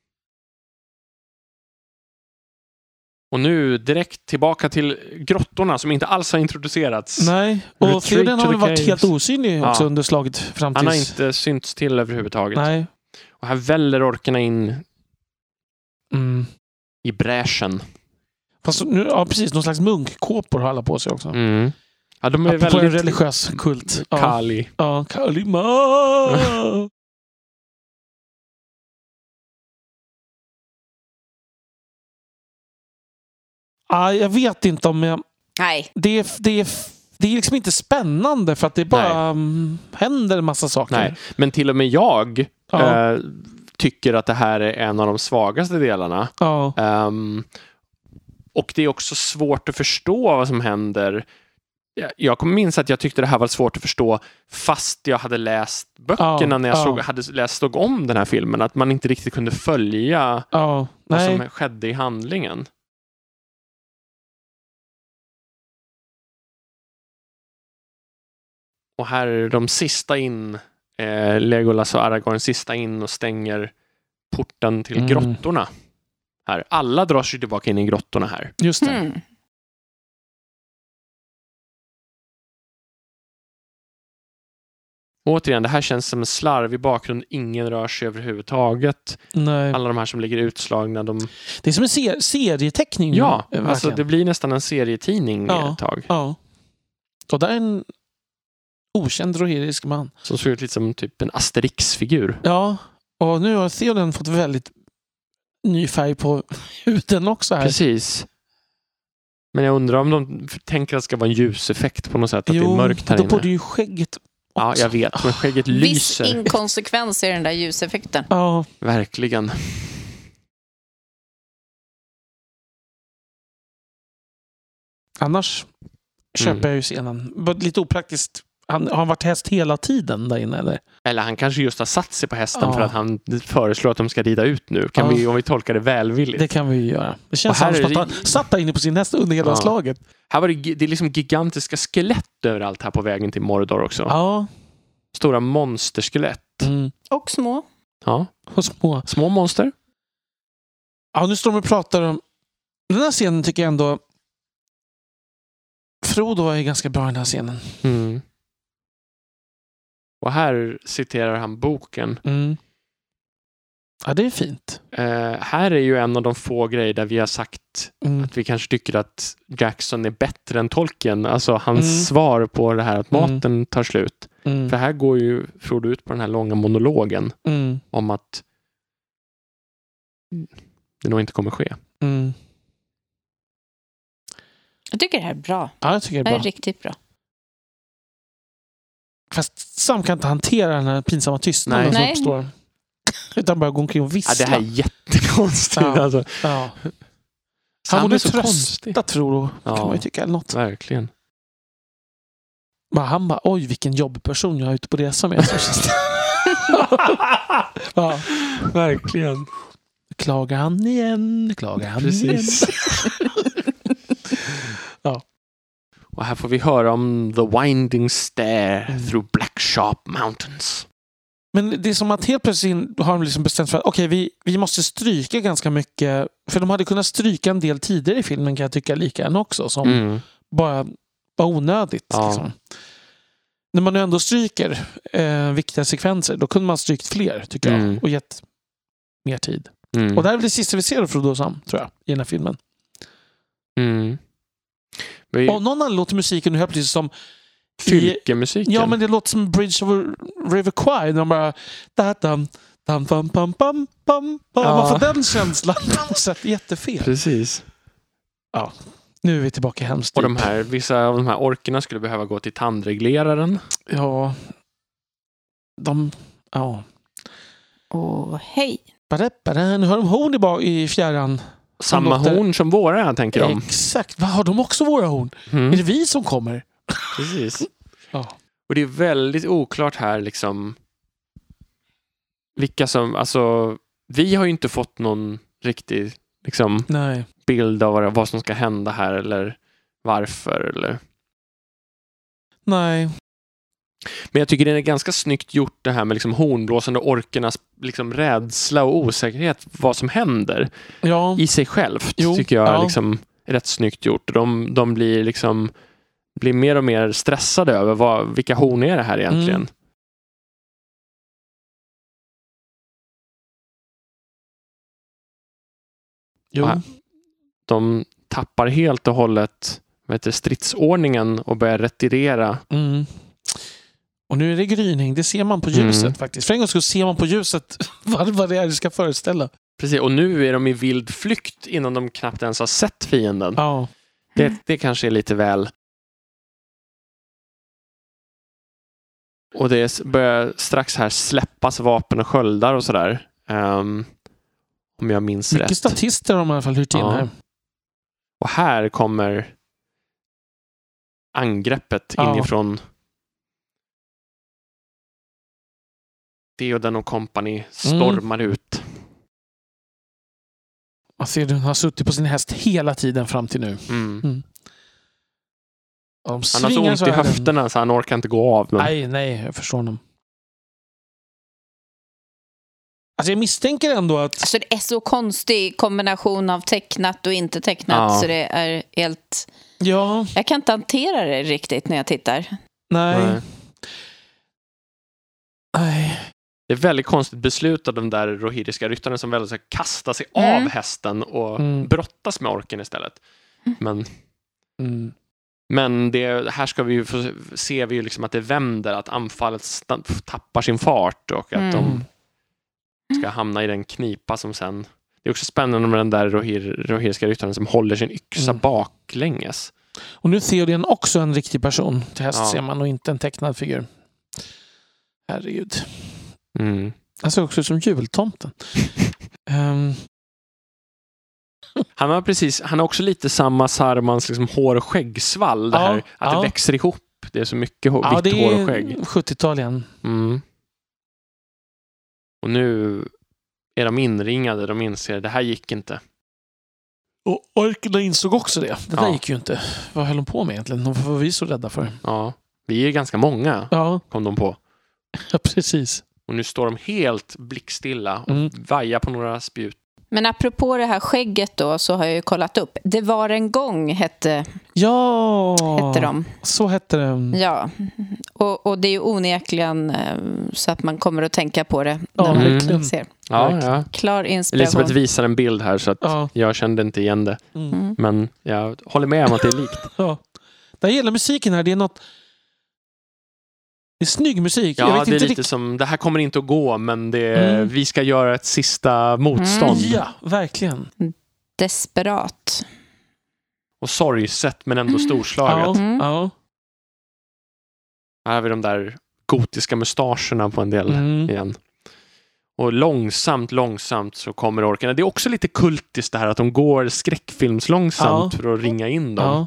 Och nu direkt tillbaka till grottorna som inte alls har introducerats. Nej, och Theoden har väl varit helt osynlig också under slaget fram tills... Han har inte synts till överhuvudtaget. Nej. Och här väller orkerna in i bräschen. Fast nu, precis, någon slags munkkåpor har alla på sig också. Ja, de är väldigt... en religiös kult. Kali. Ja, Kalima! Jag vet inte om jag... Nej. Det är liksom inte spännande för att det bara händer en massa saker. Nej, men till och med jag tycker att det här är en av de svagaste delarna. Ja. Och det är också svårt att förstå vad som händer. Jag kommer minnas att jag tyckte det här var svårt att förstå fast jag hade läst böckerna när jag såg om den här filmen. Att man inte riktigt kunde följa vad som skedde i handlingen. Och här är de sista in, Legolas och Aragorn sista in och stänger porten till grottorna. Här. Alla drar sig tillbaka in i grottorna här. Just det. Återigen, det här känns som en slarvig bakgrund. Ingen rör sig överhuvudtaget. Nej. Alla de här som ligger utslagna. Det är som en serieteckning. Ja, alltså det blir nästan en serietidning ett tag. Ja. Och där är en okänd rohirisk man. Som ser ut lite som typ en Asterix-figur. Ja, och nu har Theoden fått väldigt ny färg på huden också här. Precis. Men jag undrar om de tänker att det ska vara en ljuseffekt på något sätt. Att det är mörkt här inne. Då borde ju skägget också. Ja, jag vet. Men skägget lyser. Viss inkonsekvens i den där ljuseffekten. Ja. Verkligen. Annars köper jag ju scenen. Lite opraktiskt. Han har varit häst hela tiden där inne, eller? Eller han kanske just har satt sig på hästen för att han föreslår att de ska rida ut nu. Om vi tolkar det välvilligt. Det kan vi ju göra. Det känns som att han satt där inne på sin häst under hela slaget. Här var det är liksom gigantiska skelett överallt här på vägen till Mordor också. Ja. Stora monsterskelett. Och små. Ja. Och små monster. Ja, nu står de och pratar om... Den här scenen tycker jag ändå... Frodo är ganska bra i den här scenen. Och här citerar han boken. Ja, det är fint. Här är ju en av de få grejer där vi har sagt att vi kanske tycker att Jackson är bättre än Tolkien. Alltså hans svar på det här att maten tar slut. För här går ju Frodo ut på den här långa monologen om att det nog inte kommer ske. Jag tycker det här är bra. Ja, jag tycker det är bra. Det är riktigt bra. Fast Sam kan inte hantera den här pinsamma tystnaden som uppstår. Utan bara gå omkring och vissla. Ja, det här är jättekonstigt. Ja. Alltså. Ja. Han borde tröstat Frodo, kan man ju tycka. Eller något. Verkligen. Men han bara, oj vilken jobbperson jag är ute på resa med. Ja, verkligen. Klagar han igen. Precis. Ja. Och här får vi höra om The Winding Stair through Black Sharp Mountains. Men det är som att helt plötsligt har de liksom bestämt för att okej, vi måste stryka ganska mycket. För de hade kunnat stryka en del tidigare i filmen kan jag tycka lika än också. Som bara var onödigt. Ja. Liksom. När man nu ändå stryker viktiga sekvenser, då kunde man strykt fler tycker jag. Och gett mer tid. Och det här är det sista vi ser av Frodo och Sam, tror jag, i den här filmen. Och någon annan låter musiken nu helt plötsligt som Fylkemusiken. Ja, men det låter som Bridge of River Kwai. De bara... Man får den känslan. Jättefel. Precis. Ja, nu är vi tillbaka i hemskt. Och vissa av de här orkerna skulle behöva gå till tandregleraren. Ja. Ja. Åh, hej. Nu har de horn i fjärran. Samma horn som våra, tänker de. Exakt. Vad har de också våra horn? Är det vi som kommer? Precis. Ja. Och det är väldigt oklart här liksom vilka som, alltså vi har ju inte fått någon riktig liksom bild av vad som ska hända här eller varför eller. Nej. Men jag tycker det är ganska snyggt gjort det här med liksom hornblåsande orkernas liksom rädsla och osäkerhet vad som händer i sig självt tycker jag liksom är rätt snyggt gjort. De blir liksom mer och mer stressade över vilka horn är det här egentligen. De tappar helt och hållet stridsordningen och börjar retirera. Och nu är det gryning. Det ser man på ljuset faktiskt. För en gång så ser man på ljuset vad det är det ska föreställa. Precis, och nu är de i vild flykt innan de knappt ens har sett fienden. Ja. Det kanske är lite väl. Och det börjar strax här släppas vapen och sköldar och sådär. Om jag minns rätt. Mycket statister har de i alla fall hyrt in här. Och här kommer angreppet inifrån Theoden och company stormar ut. Man ser du har suttit på sin häst hela tiden fram till nu. Han har så ont i höfterna så han orkar inte gå av. Men... Nej, jag förstår honom. Alltså jag misstänker ändå att... Alltså det är så konstig kombination av tecknat och inte tecknat så det är helt... Ja. Jag kan inte hantera det riktigt när jag tittar. Nej. Det är väldigt konstigt beslut av de där rohirriska ryttarna som väl ska kasta sig av hästen och brottas med orken istället. Men här ska vi ju ser vi ju liksom att det vänder, att anfallet tappar sin fart och att de ska hamna i den knipa som sen... Det är också spännande med den där rohirriska ryttaren som håller sin yxa baklänges. Och nu ser den också en riktig person till häst ser man och inte en tecknad figur. Herregud. Han ser också ut som jultomten. Han har också lite samma Sarmans liksom hår- och skäggsvall. Det här, att det växer ihop. Det är så mycket vitt hår och skägg. 70-tal igen. Och nu är de inringade. De inser att det här gick inte. Och orkerna insåg också det. Det där gick ju inte. Vad höll de på med egentligen? Vad var vi så rädda för? Ja, vi är ganska många. Kom de på. Ja, precis. Och nu står de helt blickstilla och vajar på några spjut. Men apropå det här skägget då så har jag ju kollat upp. Det var en gång hette de. Så hette det. Ja. Och det är ju onekligen så att man kommer att tänka på det när man ser. Ja. Klar inspiration. Elisabeth visar en bild här så att jag kände inte igen det. Men jag håller med om att det är likt. Det gäller musiken här. Det är något... Det är snygg musik. Ja, jag vet det är lite som, det här kommer inte att gå, men vi ska göra ett sista motstånd. Ja, verkligen. Desperat. Och sorgset, men ändå storslaget. Här har vi de där gotiska mustascherna på en del igen. Och långsamt så kommer orkarna. Det är också lite kultiskt det här att de går skräckfilmslångsamt för att ringa in dem.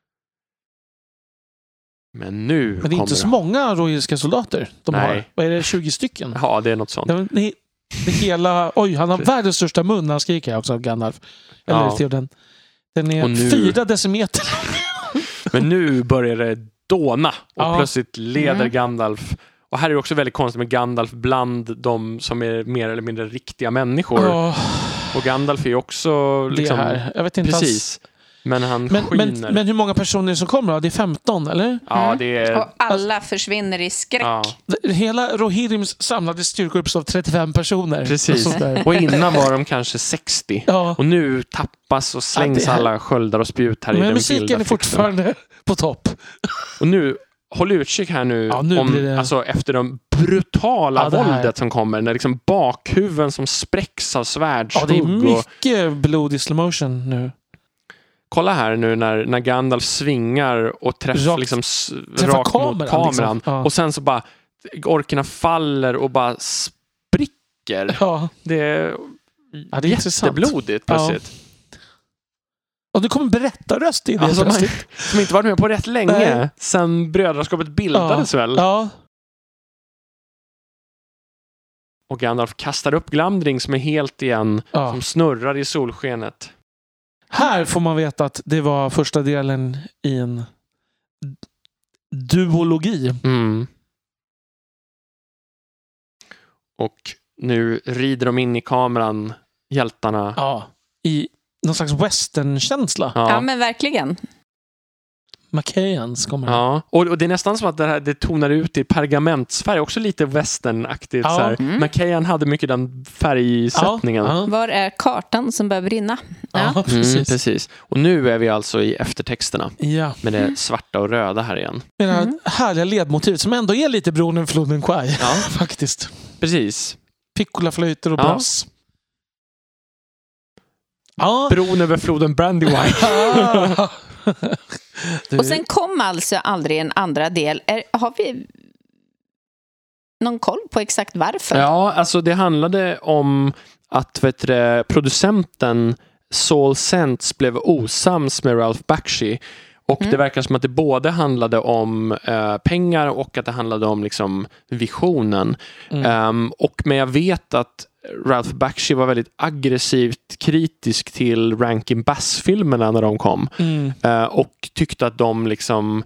Men det är inte så många rohirriska soldater de Nej. har. Vad är det, 20 stycken? Ja, det är något sånt. Det hela... Oj, han har världens största mun när han skriker också, Gandalf. Eller den är 4 decimeter. Men nu börjar det dåna och plötsligt leder Gandalf. Och här är det också väldigt konstigt med Gandalf bland de som är mer eller mindre riktiga människor. Och Gandalf är ju också liksom, det här. Jag vet inte precis. Men han skiner. Men hur många personer som kommer då? Det är 15, eller? Ja, det är... Och alla försvinner i skräck. Ja. Hela Rohirrims samlade styrkor består av 35 personer. Precis. Och innan var de kanske 60. Och nu tappas och slängs alla sköldar och spjut här i den vilda musiken är fortfarande på topp. Och nu håll utkik här nu, det... efter de brutala våldet som kommer. När liksom bakhuvuden som spräcks av svärdshugg. Ja, det är mycket blod i slow motion nu. Kolla här nu när Gandalf svingar och träffar rakt mot kameran. Liksom. Ja. Och sen så bara orkerna faller och bara spricker. Ja. Det är jätteblodigt plötsligt. Ja. Och det kommer berättarröst in. Som inte varit med på rätt länge sen brödraskapet bildades väl. Ja. Och Gandalf kastar upp Glamdring som är helt igen. Som snurrar i solskenet. Här får man veta att det var första delen i en duologi. Mm. Och nu rider de in i kameran, hjältarna. Ja, i någon slags western-känsla. Ja, men verkligen. Macahans kommer. Ja, och det är nästan som att det tonar ut i pergamentsfärg. Också lite westernaktigt. Ja. Så här. Macahan hade mycket den färgsättningen. Ja. Var är kartan som börjar brinna? Ja, precis. Precis. Och nu är vi alltså i eftertexterna. Ja. Med det svarta och röda här igen. Med det här härliga ledmotivet som ändå är lite bron över floden Kwai. Ja. Faktiskt. Precis. Piccolaflöjter och brass. Ja. Bron över floden Brandywine. Och sen kom alltså aldrig en andra del. Har vi någon koll på exakt varför? Ja, alltså det handlade om att producenten Saul Zaentz blev osams med Ralph Bakshi. Och det verkar som att det både handlade om pengar och att det handlade om liksom visionen. Men jag vet att Ralph Bakshi var väldigt aggressivt kritisk till Rankin Bass-filmerna när de kom. Och tyckte att de liksom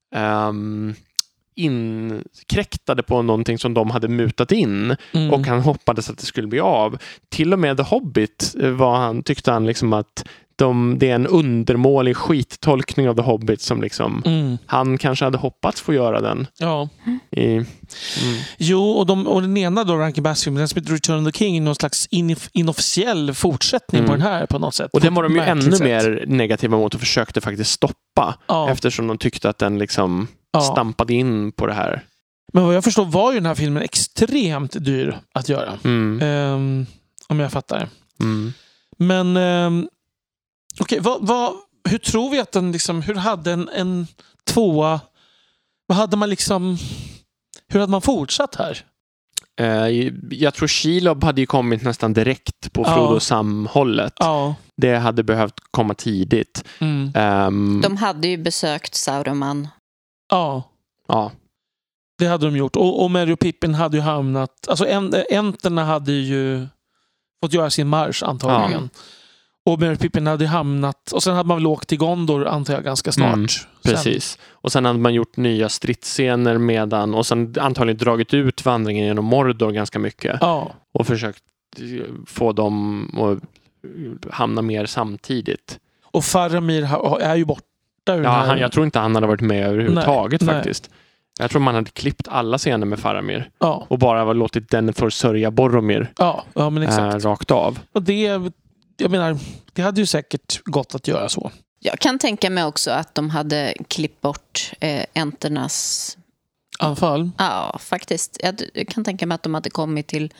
inkräktade på någonting som de hade mutat in. Och han hoppades att det skulle bli av. Till och med The Hobbit tyckte han liksom att det är en undermålig skittolkning av The Hobbit som liksom han kanske hade hoppats få göra den. Ja. Jo, och den ena då, Rankin Bass-filmen, den som heter Return of the King, någon slags inofficiell fortsättning på den här på något sätt. Och den var de ju ännu mer negativa mot och försökte faktiskt stoppa eftersom de tyckte att den liksom stampade in på det här. Men vad jag förstår var ju den här filmen extremt dyr att göra. Om jag fattar. Men okej, hur tror vi att den liksom, hur hade en tvåa, vad hade man liksom, hur hade man fortsatt här? Jag tror Shelob hade ju kommit nästan direkt på Frodo Sam-hållet. Det hade behövt komma tidigt. De hade ju besökt Sauron. Ja. Det hade de gjort. Och Merry och Pippin hade ju hamnat, alltså enterna hade ju fått göra sin marsch antagligen. Och Merry och Pippin hade hamnat, och sen hade man väl åkt till Gondor antar jag ganska snart. Precis. Och sen hade man gjort nya stridsscener och sen antagligen dragit ut vandringen genom Mordor ganska mycket. Och försökt få dem att hamna mer samtidigt. Och Faramir är ju borta. Jag tror inte han hade varit med överhuvudtaget faktiskt. Jag tror man hade klippt alla scener med Faramir. Och bara låtit Denethor sörja Boromir. Men exakt. Rakt av. Och jag menar, det hade ju säkert gått att göra så. Jag kan tänka mig också att de hade klippt bort enternas anfall. Ja, faktiskt. Jag kan tänka mig att de hade kommit till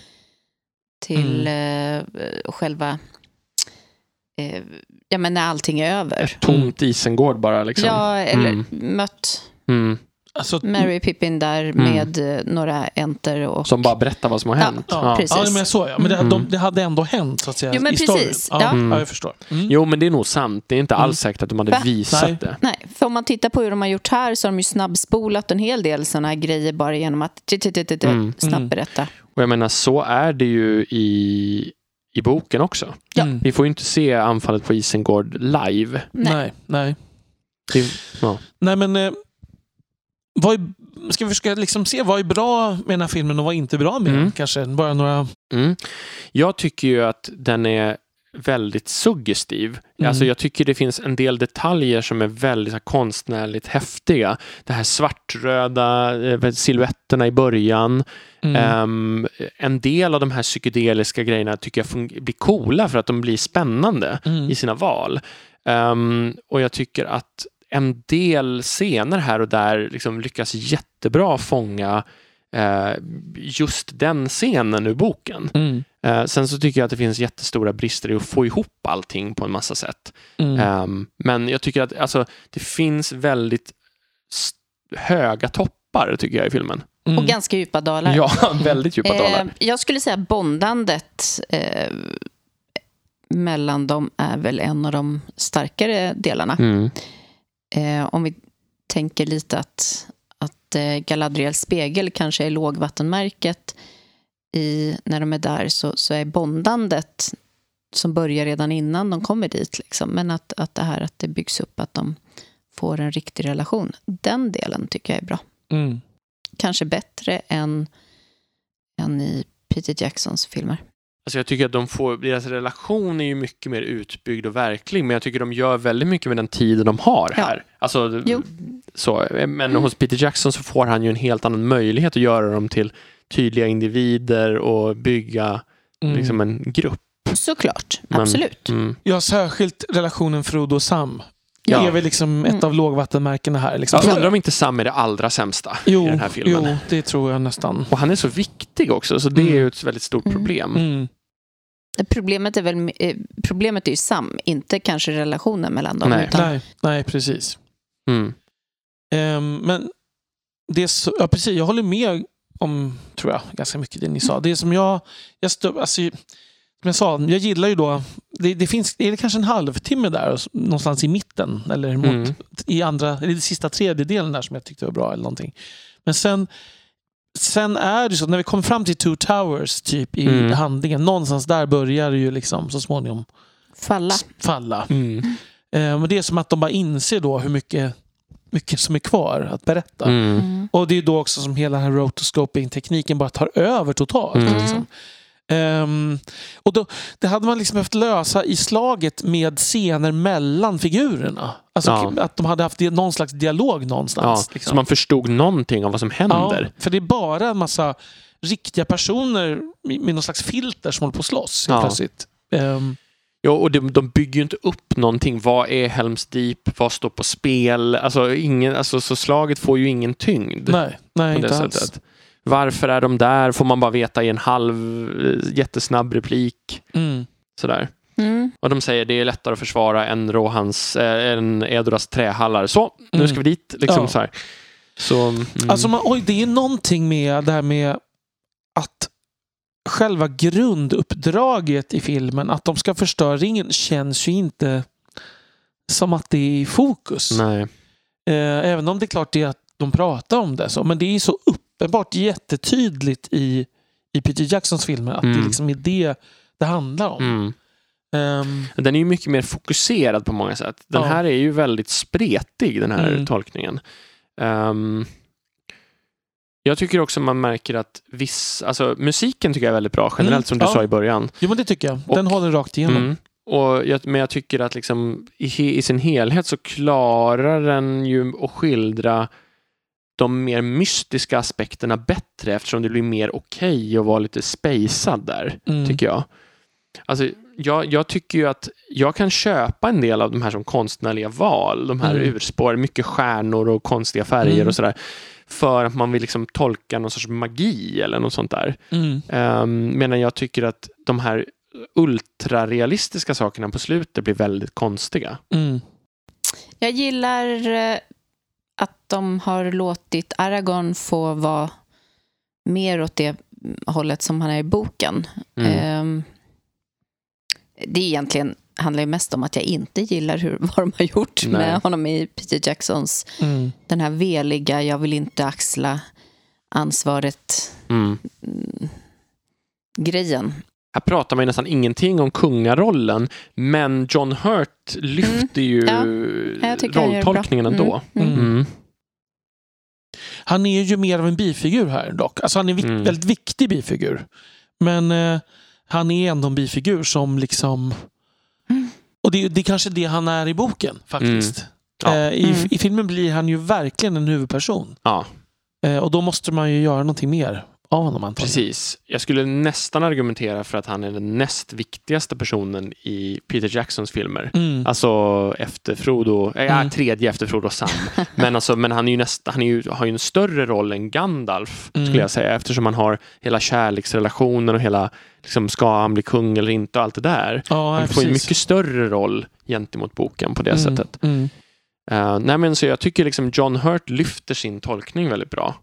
själva när allting är över. Ett tomt Isengård bara liksom. Ja, eller mött alltså, Merry Pippin där med några enter och som bara berättar vad som har hänt. Precis. Ja, men så men det hade ändå hänt så att säga. Jo, men precis. Ja, jag förstår. Jo, men det är nog sant. Det är inte alls säkert att de hade visat det. Nej, för om man tittar på hur de har gjort här så har de ju snabbspolat en hel del sådana här grejer bara genom att snabbt berätta. Och jag menar, så är det ju i boken också. Vi får ju inte se anfallet på Isengård live. Nej. Nej, men ska vi försöka liksom se vad är bra med den här filmen och vad är inte bra med den? Kanske bara några... Jag tycker ju att den är väldigt suggestiv. Alltså jag tycker det finns en del detaljer som är väldigt konstnärligt häftiga. Det här svartröda silhuetterna i början. En del av de här psykedeliska grejerna tycker jag blir coola för att de blir spännande i sina val. Och jag tycker att en del scener här och där liksom lyckas jättebra fånga just den scenen ur boken. Sen så tycker jag att det finns jättestora brister i att få ihop allting på en massa sätt. Men jag tycker att alltså, det finns väldigt höga toppar tycker jag i filmen. Och ganska djupa dalar. Ja, väldigt djupa dalar. Jag skulle säga bondandet mellan dem är väl en av de starkare delarna. Om vi tänker lite att Galadriels spegel kanske är lågvattenmärket när de är där, så är bondandet som börjar redan innan de kommer dit liksom. Men att det här att det byggs upp, att de får en riktig relation, den delen tycker jag är bra. Kanske bättre än i Peter Jacksons filmer. Alltså jag tycker att deras relation är ju mycket mer utbyggd och verklig, men jag tycker de gör väldigt mycket med den tiden de har här. Alltså, så, men hos Peter Jackson så får han ju en helt annan möjlighet att göra dem till tydliga individer och bygga liksom en grupp. Såklart, absolut. Ja, särskilt relationen Frodo och Sam. Det är väl liksom ett av lågvattenmärkena här. Liksom. Jag undrar om inte Sam är det allra sämsta i den här filmen. Jo, det tror jag nästan. Och han är så viktig också, så det är ju ett väldigt stort problem. Problemet är ju Sam, inte kanske relationen mellan dem. Nej, precis. Men det är så, precis, jag håller med om, tror jag, ganska mycket det ni sa. Det som som jag sa, jag gillar ju då det finns, är det kanske en halvtimme där någonstans i mitten eller i det sista tredjedelen där som jag tyckte var bra eller någonting. Men sen är det så, när vi kommer fram till Two Towers typ i handlingen, någonstans där börjar det ju liksom så småningom falla. Men det är som att de bara inser då hur mycket som är kvar att berätta. Och det är då också som hela den här rotoscoping-tekniken bara tar över totalt. Liksom. Och då, det hade man liksom behövt lösa i slaget med scener mellan figurerna. Alltså att de hade haft någon slags dialog någonstans. Liksom. Så man förstod någonting av vad som händer. För det är bara en massa riktiga personer med någon slags filter som håller på att slåss plötsligt. Ja, och de bygger ju inte upp någonting. Vad är Helm's Deep? Vad står på spel? Alltså, så slaget får ju ingen tyngd. Nej, inte alls. Varför är de där? Får man bara veta i en jättesnabb replik. Sådär. Och de säger det är lättare att försvara än Edoras trähallar. Så, nu ska vi dit. Liksom så här. Så, Alltså, det är någonting med det här med att själva grunduppdraget i filmen, att de ska förstöra ringen, känns ju inte som att det är i fokus. Nej. Även om det är klart det att de pratar om det. Så, men det är så uppenbart jättetydligt i Peter Jacksons filmer att det liksom är det handlar om. Den är ju mycket mer fokuserad på många sätt. Den här är ju väldigt spretig, den här tolkningen. Jag tycker också man märker att musiken tycker jag är väldigt bra generellt, som du sa i början. Jo, men det tycker jag. Den håller rakt igenom. Men jag tycker att liksom, i sin helhet så klarar den ju att skildra de mer mystiska aspekterna bättre, eftersom det blir mer okej att vara lite spacad där, tycker jag. Alltså, jag tycker ju att jag kan köpa en del av de här som konstnärliga val, de här urspår, mycket stjärnor och konstiga färger och sådär, för att man vill liksom tolka någon sorts magi eller något sånt där. Medan jag tycker att de här ultrarealistiska sakerna på slutet blir väldigt konstiga. Jag gillar att de har låtit Aragorn få vara mer åt det hållet som han är i boken. Det är egentligen handlar ju mest om att jag inte gillar vad de har gjort med honom i Peter Jacksons den här veliga, jag vill inte axla ansvaret grejen. Här pratar man ju nästan ingenting om kungarollen, men John Hurt lyfter ju rolltolkningen ändå. Han är ju mer av en bifigur här dock. Alltså han är en väldigt viktig bifigur. Men han är ändå en bifigur som liksom... Och det är kanske det han är i boken faktiskt. I filmen blir han ju verkligen en huvudperson. Och då måste man ju göra någonting mer av honom antagligen. Precis. Jag skulle nästan argumentera för att han är den näst viktigaste personen i Peter Jacksons filmer. Alltså efter Frodo, tredje efter Frodo och Sam. men han är ju har ju en större roll än Gandalf, skulle jag säga, eftersom han har hela kärleksrelationen och hela liksom, ska han bli kung eller inte och allt det där. Han får ju mycket större roll gentemot boken på det sättet. Nej, men så jag tycker liksom John Hurt lyfter sin tolkning väldigt bra.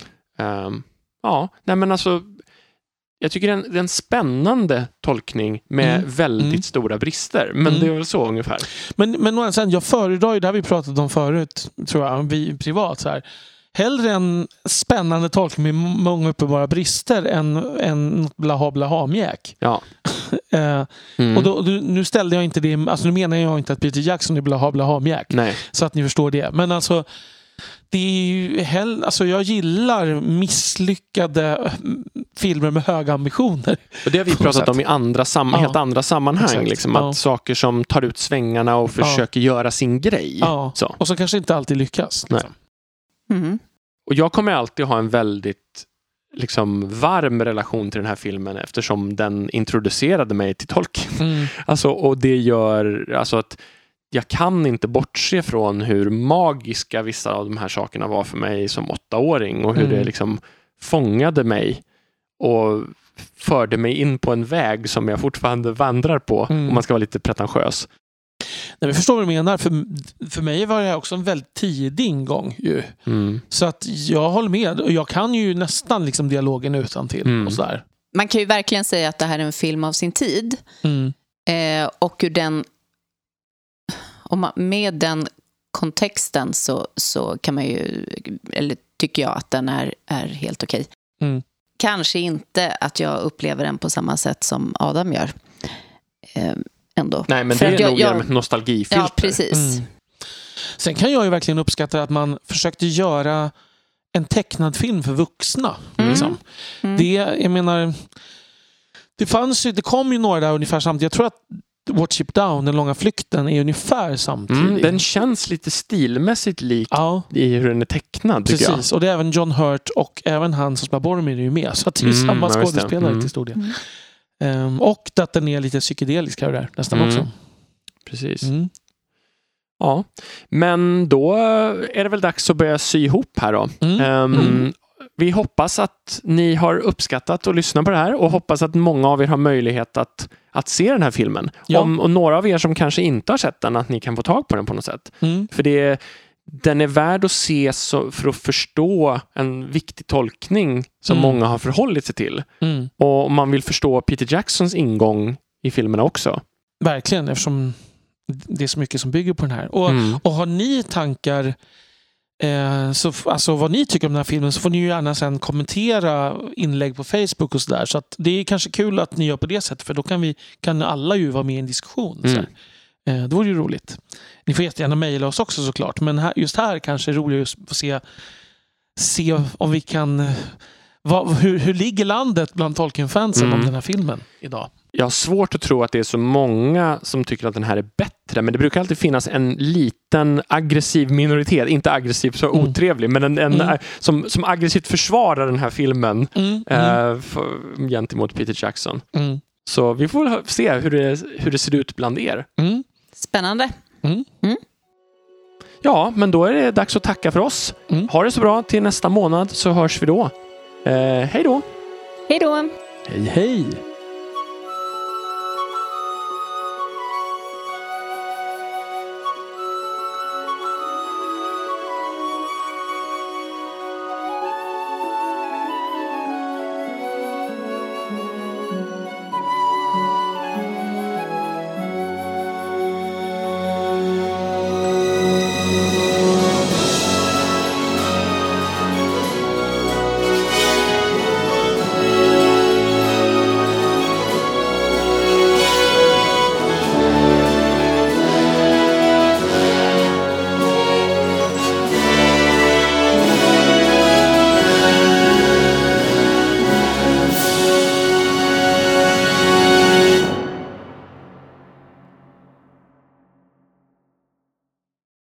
Nej, men alltså jag tycker det är en spännande tolkning med väldigt stora brister, men det är väl så ungefär. Men sen, jag föredrar ju, det har vi pratat om förut, tror jag, vi privat så här. Hellre en spännande tolkning med många uppenbara brister än blaha-blaha-mjäk. Ja. Och då, nu ställde jag inte det, alltså nu menar jag inte att Peter Jackson är blaha-blaha-mjäk. Nej. Så att ni förstår det. Men alltså det är ju alltså jag gillar misslyckade filmer med höga ambitioner. Och det har vi pratat om i helt andra sammanhang. Liksom, att saker som tar ut svängarna och försöker göra sin grej. Ja. Så. Och så kanske inte alltid lyckas. Liksom. Och jag kommer alltid ha en väldigt liksom, varm relation till den här filmen eftersom den introducerade mig till Tolkien. Alltså, och det gör alltså att jag kan inte bortse från hur magiska vissa av de här sakerna var för mig som 8-åring och hur det liksom fångade mig och förde mig in på en väg som jag fortfarande vandrar på om man ska vara lite pretentiös. Nej, men förstår vad du menar. För mig var det också en väldigt tidig ingång ju. Så att jag håller med. Och jag kan ju nästan liksom dialogen utantill och sådär. Man kan ju verkligen säga att det här är en film av sin tid. Och ur den med den kontexten så kan man ju, eller tycker jag att den är helt okej. Kanske inte att jag upplever den på samma sätt som Adam gör. Ändå. Nej, men det är nog genom ett nostalgifilter. Ja, precis. Sen kan jag ju verkligen uppskatta att man försökte göra en tecknad film för vuxna. Liksom. Jag menar, det kom ju några där ungefär samtidigt. Jag tror att Watch It Down, Den långa flykten, är ungefär samtidigt. Den känns lite stilmässigt lik i hur den är tecknad, tycker jag. Precis, och det är även John Hurt och även han som spelar Boromir är ju med. Så att det är samma skådespelare till stor del. Och att den är lite psykedelisk här och där, nästan också. Precis. Ja, men då är det väl dags att börja sy ihop här då. Vi hoppas att ni har uppskattat och lyssnat på det här och hoppas att många av er har möjlighet att se den här filmen. Och några av er som kanske inte har sett den, att ni kan få tag på den på något sätt. För den är värd att se för att förstå en viktig tolkning som många har förhållit sig till. Och om man vill förstå Peter Jacksons ingång i filmerna också. Verkligen, eftersom det är så mycket som bygger på den här. Och har ni tankar alltså vad ni tycker om den här filmen, så får ni ju gärna sen kommentera inlägg på Facebook och sådär. Så att det är kanske kul att ni gör på det sättet, för då kan alla ju vara med i en diskussion. Det vore ju roligt. Ni får jättegärna mejla oss också såklart, men just här kanske är det roligt att se om vi kan hur ligger landet bland Tolkien-fansen om den här filmen idag? Jag har svårt att tro att det är så många som tycker att den här är bättre, men det brukar alltid finnas en liten aggressiv minoritet, inte aggressiv så otrevlig, men en som aggressivt försvarar den här filmen gentemot Peter Jackson. Så vi får se hur det ser ut bland er. Spännande. Ja, men då är det dags att tacka för oss. Ha det så bra till nästa månad, så hörs vi då. Hej då! Hej då! Hej hej!